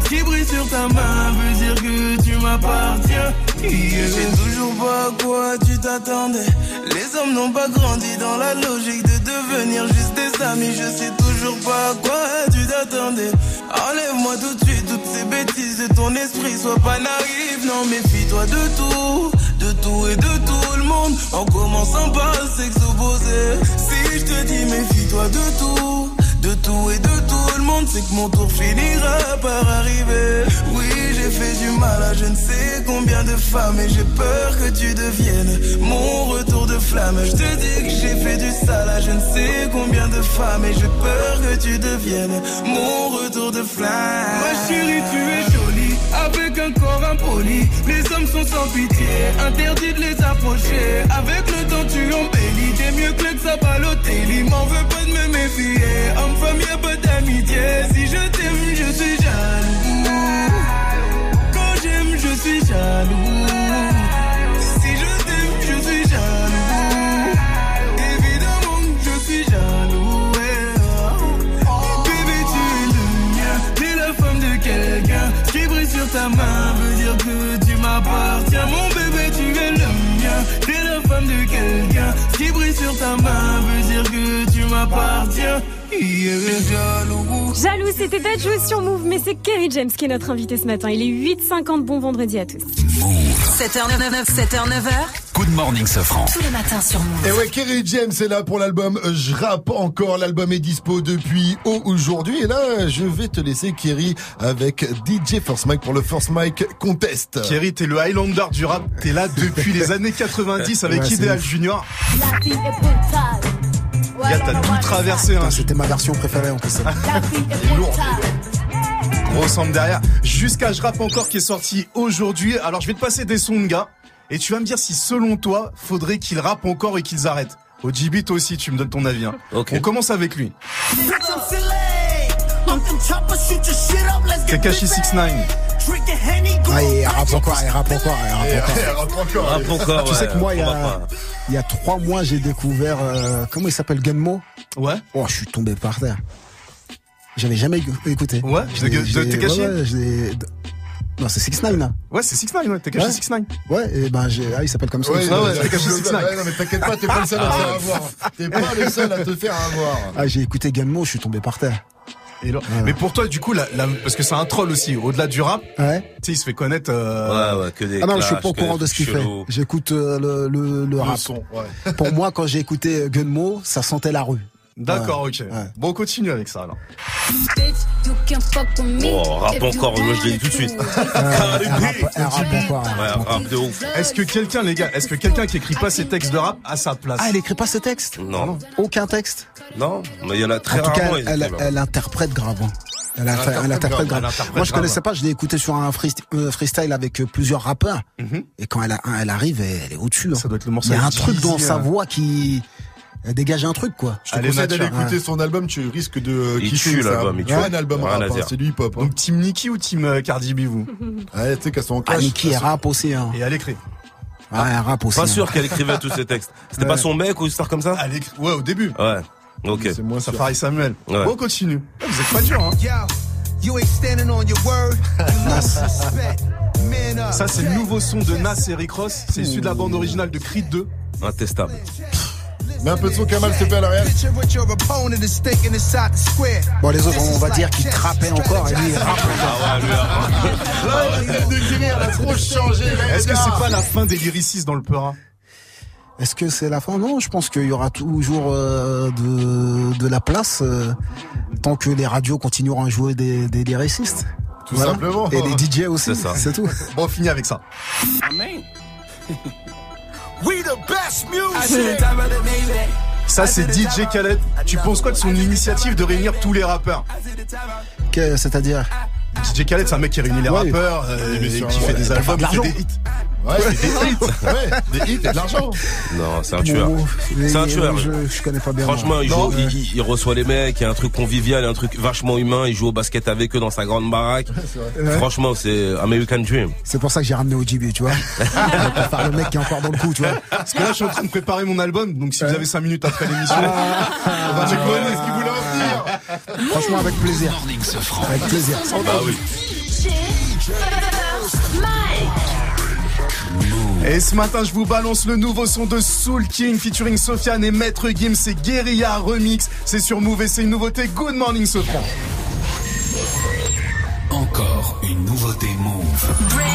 K: Ce qui brille sur ta main veut dire que tu m'appartiens. Je sais toujours pas à quoi tu t'attendais. Les hommes n'ont pas grandi dans la logique de devenir juste des amis. Je sais toujours pas à quoi tu t'attendais. Enlève-moi tout de suite toutes ces bêtises de ton esprit. Sois pas naïf, non méfie-toi de tout. De tout et de tout le monde. En commençant par le sexe opposé. Si je te dis méfie-toi de tout. De tout et de tout le monde, c'est que mon tour finira par arriver. Oui, j'ai fait du mal à je ne sais combien de femmes. Et j'ai peur que tu deviennes mon retour de flamme. Je te dis que j'ai fait du sale à je ne sais combien de femmes. Et j'ai peur que tu deviennes mon retour de flamme. Ma chérie, tu es jolie, avec un corps impoli. Les hommes sont sans pitié, interdit de les approcher. Avec le temps tu embellis, t'es mieux que le Sabalotelli. M'en veux pas de me méfier, homme-femme y'a pas d'amitié. Si je t'aime, je suis jaloux. Quand j'aime, je suis jaloux. Si je t'aime, je suis jaloux. Évidemment que je suis jaloux. Bébé, tu es le mien, t'es la femme de quelqu'un. Ce qui brille sur ta main veut dire que tu m'appartiens. Mon bébé, tu es le mien, t'es la femme de quelqu'un. Ce qui brille sur ta main veut dire que tu m'appartiens. Jaloux.
N: Jaloux, c'était d'être joué sur Move, mais c'est Kerry James qui est notre invité ce matin. Il est huit heures cinquante, bon vendredi à tous.
F: sept heures neuf, sept heures neuf heures.
M: Good morning, Sofran.
F: Tous les matins sur Move.
C: Et ouais, Kerry James est là pour l'album Je rappe encore. L'album est dispo depuis aujourd'hui. Et là, je vais te laisser, Kerry, avec D J First Mike pour le First Mike Contest.
U: Kerry, t'es le Highlander du rap. T'es là depuis les années quatre-vingt-dix avec
L: Ouais,
U: Ideal Junior. Gars, t'as tout traversé, hein.
L: C'était ma version préférée en plus.
U: Lourd. Gros sample derrière. Jusqu'à Je rappe encore qui est sorti aujourd'hui. Alors je vais te passer des sons de gars. Et tu vas me dire si selon toi, faudrait qu'ils rappent encore et qu'ils arrêtent. O G B, toi aussi, tu me donnes ton avis. Hein.
H: Okay.
U: On commence avec lui. Tekashi six neuf.
L: Ah, il rappe encore, il rappe encore, il rappe
U: Et
L: encore.
U: rappe encore.
H: Rappe encore,
L: Tu sais
H: ouais,
L: que moi, il y
H: on va
L: a,
H: pas.
L: il y a trois mois, j'ai découvert, euh, comment il s'appelle, Gunmo.
U: Ouais.
L: Oh, je suis tombé par terre. J'avais jamais écouté.
U: Ouais,
L: Je l'ai-
U: de- de
L: je l'ai-
U: Tekashi
L: ouais, ouais, je l'ai- de- Non, c'est six neuf là.
U: Ouais, c'est six neuf, ouais. Tekashi
L: Ouais.
U: six neuf.
L: Ouais, et ben, j'ai, ah, il s'appelle comme ça.
C: Ouais,
L: aussi.
U: Ah ouais,
C: ouais,
U: Tekashi
C: ouais,
U: six neuf.
C: ouais, non, mais t'inquiète pas, t'es pas le seul à te faire avoir. T'es pas le seul à te faire avoir.
L: Ah, j'ai écouté Gunmo, je suis tombé par terre.
U: Et là-
L: Voilà.
U: Mais pour toi, du coup, la, la- parce que c'est un troll aussi, au-delà du rap,
L: Ouais.
U: tu sais, il se fait connaître. Euh...
H: Ouais, ouais, que des
L: Ah non, je suis
H: clashs,
L: pas au
H: que
L: courant
H: des
L: de ce qu'il
H: trucs
L: fait.
H: chelous.
L: J'écoute euh, le, le, le rap.
C: Le son, ouais.
L: Pour moi, quand j'ai écouté Gunmo, ça sentait la rue.
U: D'accord,
L: Ouais.
U: ok.
L: Ouais.
U: Bon, on continue avec ça alors.
H: Oh, rappe encore, moi je l'ai dit tout de suite.
L: Elle rappe, elle rappe encore. elle
H: Ouais,
L: rappe encore.
H: rap de ouf.
U: Est-ce que quelqu'un, les gars, est-ce que quelqu'un qui écrit pas ses textes de rap a sa place?
L: Ah, elle écrit pas ce texte?
H: Non,
L: Aucun texte?
H: non, mais il y en a très
L: En tout cas,
H: rarement.
L: elle,
H: ils
L: elle,
H: écrivent.
L: elle interprète grave. hein. Elle, a-
U: Elle
L: elle
U: interprète
L: interprète
U: grave,
L: grave.
U: elle interprète
L: Moi, je
U: grave.
L: connaissais pas. Je l'ai écouté sur un freest- euh, freestyle avec euh, plusieurs rappeurs.
U: Mhm.
L: Et quand elle, a- elle arrive, elle, elle est au-dessus. hein.
U: Ça doit être le morceau
L: Il y a un
U: avec
L: truc dans
U: Jeezy,
L: sa
U: euh.
L: voix qui elle dégage un truc, quoi.
C: Je te
U: Allez,
C: conseille
U: nature,
C: d'aller écouter
L: ouais.
C: son album, tu risques de
H: Il
C: kiffer.
H: tue,
C: c'est
H: l'album,
C: un
H: il tue.
C: bon album
H: Rien à
C: rap, hein,
H: dire.
C: c'est du hip-hop. hein.
U: Donc, team Nicki ou team euh, Cardi B, vous?
C: Ouais, tu sais qu'elles sont en
L: Ah,
C: clash.
L: Nicki, elle rappe aussi. Hein.
U: Et elle écrit.
L: Ouais, elle rappe aussi.
H: Pas
L: hein.
H: sûr qu'elle écrivait tous ces textes. C'était pas
L: Ouais.
H: son mec ou une histoire comme ça?
U: Elle écrit. Ouais, au début.
H: Ouais. Ok.
C: C'est moins
U: Ça
C: sûr.
U: pareil Samuel.
H: Ouais.
U: Bon, on continue. Ah, vous êtes pas dur, hein. Ça, c'est le nouveau son de Nas et Rick Ross. C'est issu de la bande originale de Creed deux.
H: Intestable.
C: Mets un peu de son Kamal, s'il te plaît, à l'arrière.
L: Bon, les autres, on va dire qu'ils trappaient encore. Et lui, il rappe.
H: Ah ouais, lui, ah,
C: Là, il est décliné, elle a trop changé. là,
U: Est-ce que
C: les
U: c'est
C: gars.
U: pas la fin des lyricistes dans le Peura?
L: Est-ce que c'est la fin? Non, je pense qu'il y aura toujours euh, de, de la place euh, tant que les radios continueront à jouer des, des lyricistes.
C: Tout simplement.
L: Et les D J aussi,
H: C'est ça.
L: c'est tout.
U: Bon, on finit avec ça.
B: We the best music.
U: Ça, c'est D J Khaled. Tu penses quoi de son initiative de réunir tous les rappeurs?
L: Que- C'est-à-dire
U: D J Khaled, c'est un mec qui réunit les
L: Ouais.
U: rappeurs, euh,
C: Mais
U: et
C: sur-
U: qui fait
C: ouais,
U: des
C: pour
U: albums,
L: faire de
U: qui fait
L: l'argent.
U: des hits.
C: Ouais, des hits. Ouais, des hits et de l'argent.
H: Non, c'est un tueur.
L: Bon,
H: C'est un
L: mais,
H: tueur.
L: euh, Je, je connais pas bien.
H: Franchement, il,
U: Non,
H: joue, il, il- il reçoit les mecs, il y a un truc convivial, il y a un truc vachement humain, il joue au basket avec eux dans sa grande baraque.
L: Ouais.
H: Franchement, c'est American Dream.
L: C'est pour ça que j'ai ramené O G B, tu vois. Pour faire le mec qui est encore dans le coup, tu vois.
U: Parce que là, je suis en train de préparer mon album, donc si vous avez cinq minutes après l'émission, on va checker ce qu'il voulait en dire.
L: Franchement, avec plaisir.
M: Morning Sofran.
L: Avec plaisir.
H: Bah oui.
F: First Mike.
U: Et ce matin, je vous balance le nouveau son de Soul King featuring Sofiane et Maître Gims, c'est Guerilla Remix. C'est sur Move et c'est une nouveauté. Good morning, Sofran.
M: Encore une nouveauté Move.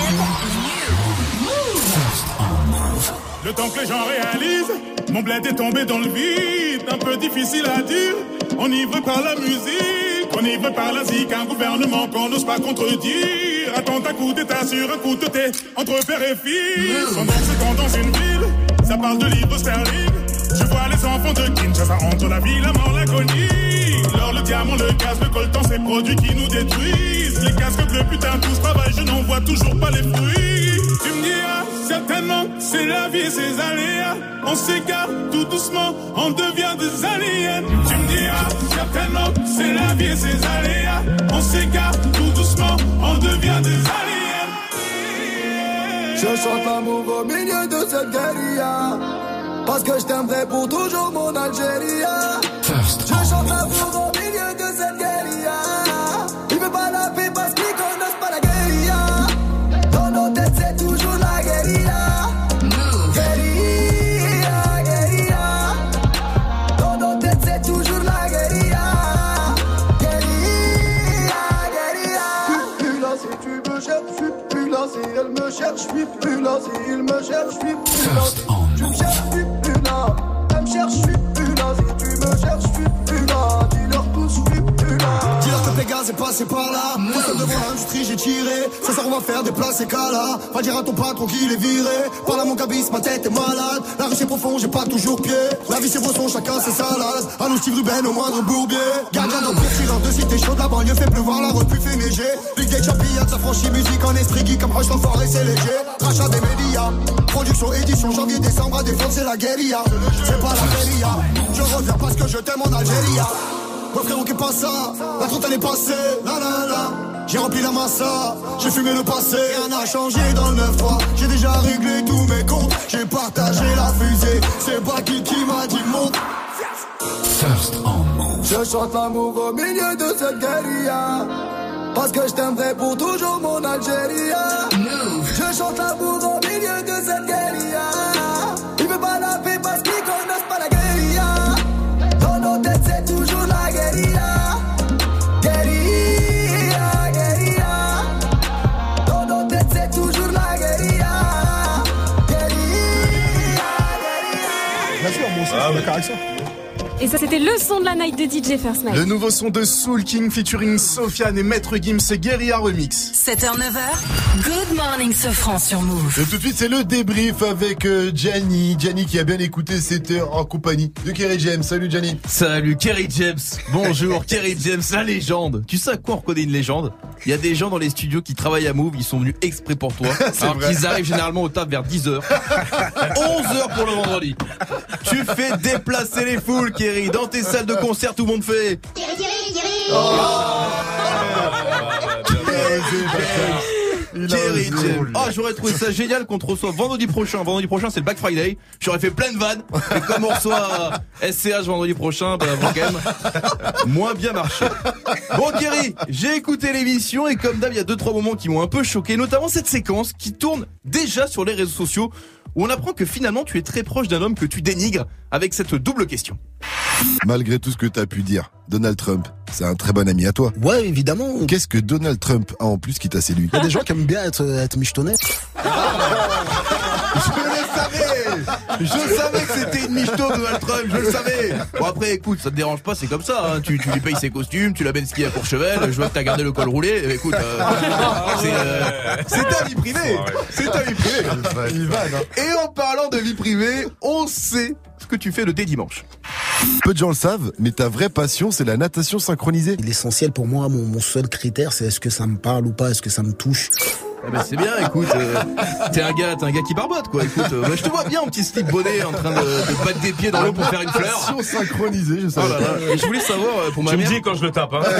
M: First on Move.
O: Le temps que les gens réalisent, mon bled est tombé dans le vide. Un peu difficile à dire, enivré par la musique, enivré par la zik, un gouvernement qu'on n'ose pas contredire. Attends un coup d'état sur un coup de thé, entre père et fils. Pendant ce temps dans une ville, ça parle de livres sterling. Je vois les enfants de Kinshasa entre la vie, la mort, l'agonie. L'or, le diamant, le gaz, le coltan, ces produits qui nous détruisent. Les casques bleus, putain, tout ce travail, je n'en vois toujours pas les fruits. Tu me diras, certainement, c'est la vie et ses aléas. On s'égare tout doucement, on devient des aliens. Tu me diras, certainement, c'est la vie et ses aléas. On s'égare tout doucement, on devient des aliens.
V: Je chante l'amour au milieu de cette guérilla, parce que je t'aimerai pour toujours mon Algérie.
M: First
V: je chante l'amour au milieu de cette guérilla. Il veut pas la paix parce qu'ils connaissent pas la guérilla. Dans nos têtes c'est toujours la guérilla. Guérilla, guérilla. Dans nos têtes c'est toujours la guérilla. Guérilla, guérilla. Plus là si tu me cherches, je suis plus là si elle me cherche, je suis plus là si il me cherche, je suis plus là. Tu me cherches, je suis plus là. Elle me cherche, je suis plus là. Si tu me cherches, je suis plus là. Dis-leur tous, je suis plus là. Dis-leur que Pégase est passé par là. Tout seul devant l'industrie, j'ai tiré. Ce soir, on va faire des places et cala. Va dire à ton patron qu'il est viré. Par là, mon cabis, ma tête est malade. La rue, c'est profond, j'ai pas toujours pied. La vie, c'est brosson, chacun ses salades. Allons, Steve Ruben, au moindre bourbier. Gardien d'un cours, tireur de cité chaude. La banlieue fait pleuvoir, la repu fait neiger. Big Day Champion, ça franchit musique en esprit geek. Comme Roche, l'enfoiré, c'est léger. Rachat des médias. Production, édition, janvier, décembre, à défendre, c'est la guérilla. C'est pas la guérilla. Je reviens parce que je t'aime en Algérie. Mon frérot qui passe ça, la trentaine est passée, la la la. J'ai rempli la massa, j'ai fumé le passé, rien n'a changé dans le neuf trois. J'ai déjà réglé tous mes comptes, j'ai partagé la fusée. C'est pas qui qui m'a dit monte.
M: First on Move.
V: Je chante l'amour au milieu de cette guérilla, parce que je t'aimerai pour toujours mon Algérie. Je chante l'amour au milieu de cette guérilla. Il veut pas la paix parce qu'ils connaissent pas la guérilla. Dans nos têtes c'est toujours la guérilla. Guérilla, guérilla. Dans nos têtes c'est toujours la guérilla. Guérilla, guérilla.
U: Bien sûr, bon, c'est
N: Ah,
U: d'accord avec ça.
N: Et ça, c'était le son de la night de D J First Mike.
U: Le nouveau son de Soul King featuring Sofiane et Maître Gims, c'est Guerilla Remix.
F: sept heures neuf heures, Good Morning Sofran sur Move.
C: Et tout de suite, c'est le débrief avec euh, Gianni. Gianni qui a bien écouté cette heure en compagnie de Kerry James. Salut Gianni.
W: Salut Kerry James. Bonjour Kerry James, la légende. Tu sais à quoi on reconnaît une légende? Il y a des gens dans les studios qui travaillent à Move, ils sont venus exprès pour toi. Alors vrai. Qu'ils arrivent généralement au taf vers dix heures. onze heures pour le vendredi. Tu fais déplacer les foules, Kerry. Dans tes salles de concert, tout le monde fait.
F: Kerry, Kerry, Kerry.
W: Kerry James. Ah, j'aurais trouvé ça génial qu'on te reçoive vendredi prochain. Vendredi prochain, c'est le Black Friday. J'aurais fait plein de vannes. Et comme on reçoit S C H vendredi prochain, bah, va quand même moins bien marché. Bon, Kerry, j'ai écouté l'émission et comme d'hab, il y a deux, trois moments qui m'ont un peu choqué, notamment cette séquence qui tourne déjà sur les réseaux sociaux où on apprend que finalement tu es très proche d'un homme que tu dénigres avec cette double question.
C: Malgré tout ce que t'as pu dire, Donald Trump, c'est un très bon ami à toi.
L: Ouais, évidemment.
C: Qu'est-ce que Donald Trump a en plus qui t'a séduit?
L: Il y a des gens qui aiment bien être, être michetonné.
W: Je le savais. Je savais que c'était une michto, Donald Trump, je le savais. Bon après, écoute, ça te dérange pas, c'est comme ça, hein. tu, tu lui payes ses costumes, tu l'amènes skier à Courchevel, je vois que t'as gardé le col roulé, écoute, euh, c'est, euh, c'est ta vie privée, c'est ta vie privée.
C: Il va, non.
W: Et en parlant de vie privée, on sait ce que tu fais le tes dimanches.
C: Peu de gens le savent, mais ta vraie passion, c'est la natation synchronisée.
L: L'essentiel pour moi, mon, mon seul critère, c'est est-ce que ça me parle ou pas, est-ce que ça me touche.
W: Eh ben c'est bien, écoute, euh, t'es un gars, t'es un gars qui barbote quoi. Écoute, euh, bah, je te vois bien en petit slip bonnet en train de, de battre des pieds dans l'eau pour faire une fleur.
C: Natation synchronisée, je sais.
W: Oh là là. Et je voulais savoir euh, pour ma
H: tu
W: mère.
H: me dis quand je le tape. Hein.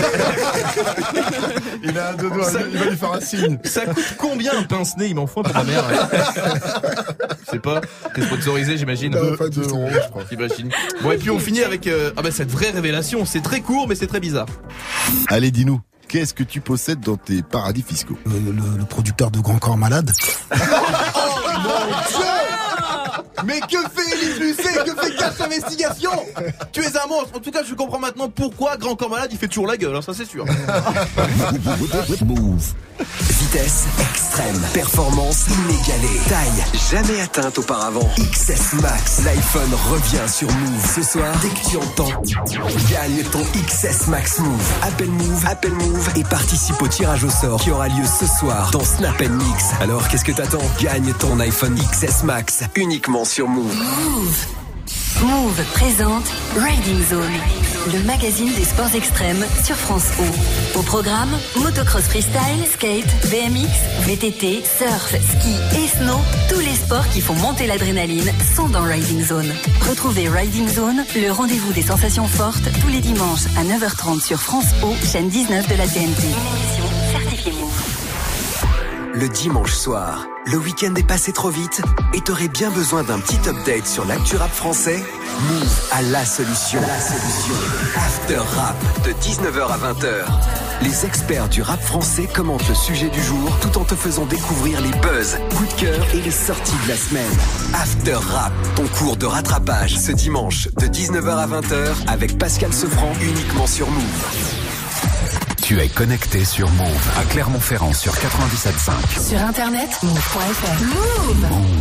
C: Il a un deux doigts, ça, il va lui faire un signe.
W: Ça coûte combien un pince-nez? Il m'en faut pour ma mère. Je sais pas. T'es sponsorisé, j'imagine.
C: Non, pas deux euros, je crois.
W: J'imagine. Bon et puis on finit avec euh, ah bah cette vraie révélation. C'est très court mais c'est très bizarre.
C: Allez, dis-nous. Qu'est-ce que tu possèdes dans tes paradis fiscaux?
L: Le, le, le producteur de Grand Corps Malade.
U: Oh mon Dieu! Mais que fait Élise Lucet? Que fait Cache Investigation? Tu es un monstre. En tout cas, je comprends maintenant pourquoi Grand Corps Malade il fait toujours la gueule. Alors ça c'est sûr.
A: Move. Vitesse extrême, performance inégalée, taille jamais atteinte auparavant. X S Max, l'iPhone revient sur Move. Ce soir, dès que tu entends, gagne ton X S Max Move. Appelle Move, appelle Move et participe au tirage au sort qui aura lieu ce soir dans Snap and Mix. Alors qu'est-ce que t'attends? Gagne ton iPhone X S Max uniquement sur Move.
G: Move. Move présente Riding Zone, le magazine des sports extrêmes sur France O. Au programme, motocross freestyle, skate, B M X, V T T, surf, ski et snow. Tous les sports qui font monter l'adrénaline sont dans Riding Zone. Retrouvez Riding Zone, le rendez-vous des sensations fortes, tous les dimanches à neuf heures trente sur France O, chaîne dix-neuf de la T N T. Une émission certifiée Move.
A: Le dimanche soir, le week-end est passé trop vite et t'aurais bien besoin d'un petit update sur l'actu rap français? Move a la solution. La solution. After Rap de dix-neuf heures à vingt heures. Les experts du rap français commentent le sujet du jour tout en te faisant découvrir les buzz, coups de cœur et les sorties de la semaine. After Rap, ton cours de rattrapage ce dimanche de dix-neuf heures à vingt heures avec Pascal Sefranc uniquement sur Move.
M: Tu es connecté sur Move à Clermont-Ferrand sur quatre-vingt-dix-sept virgule cinq.
F: Sur internet, move point f r. Move.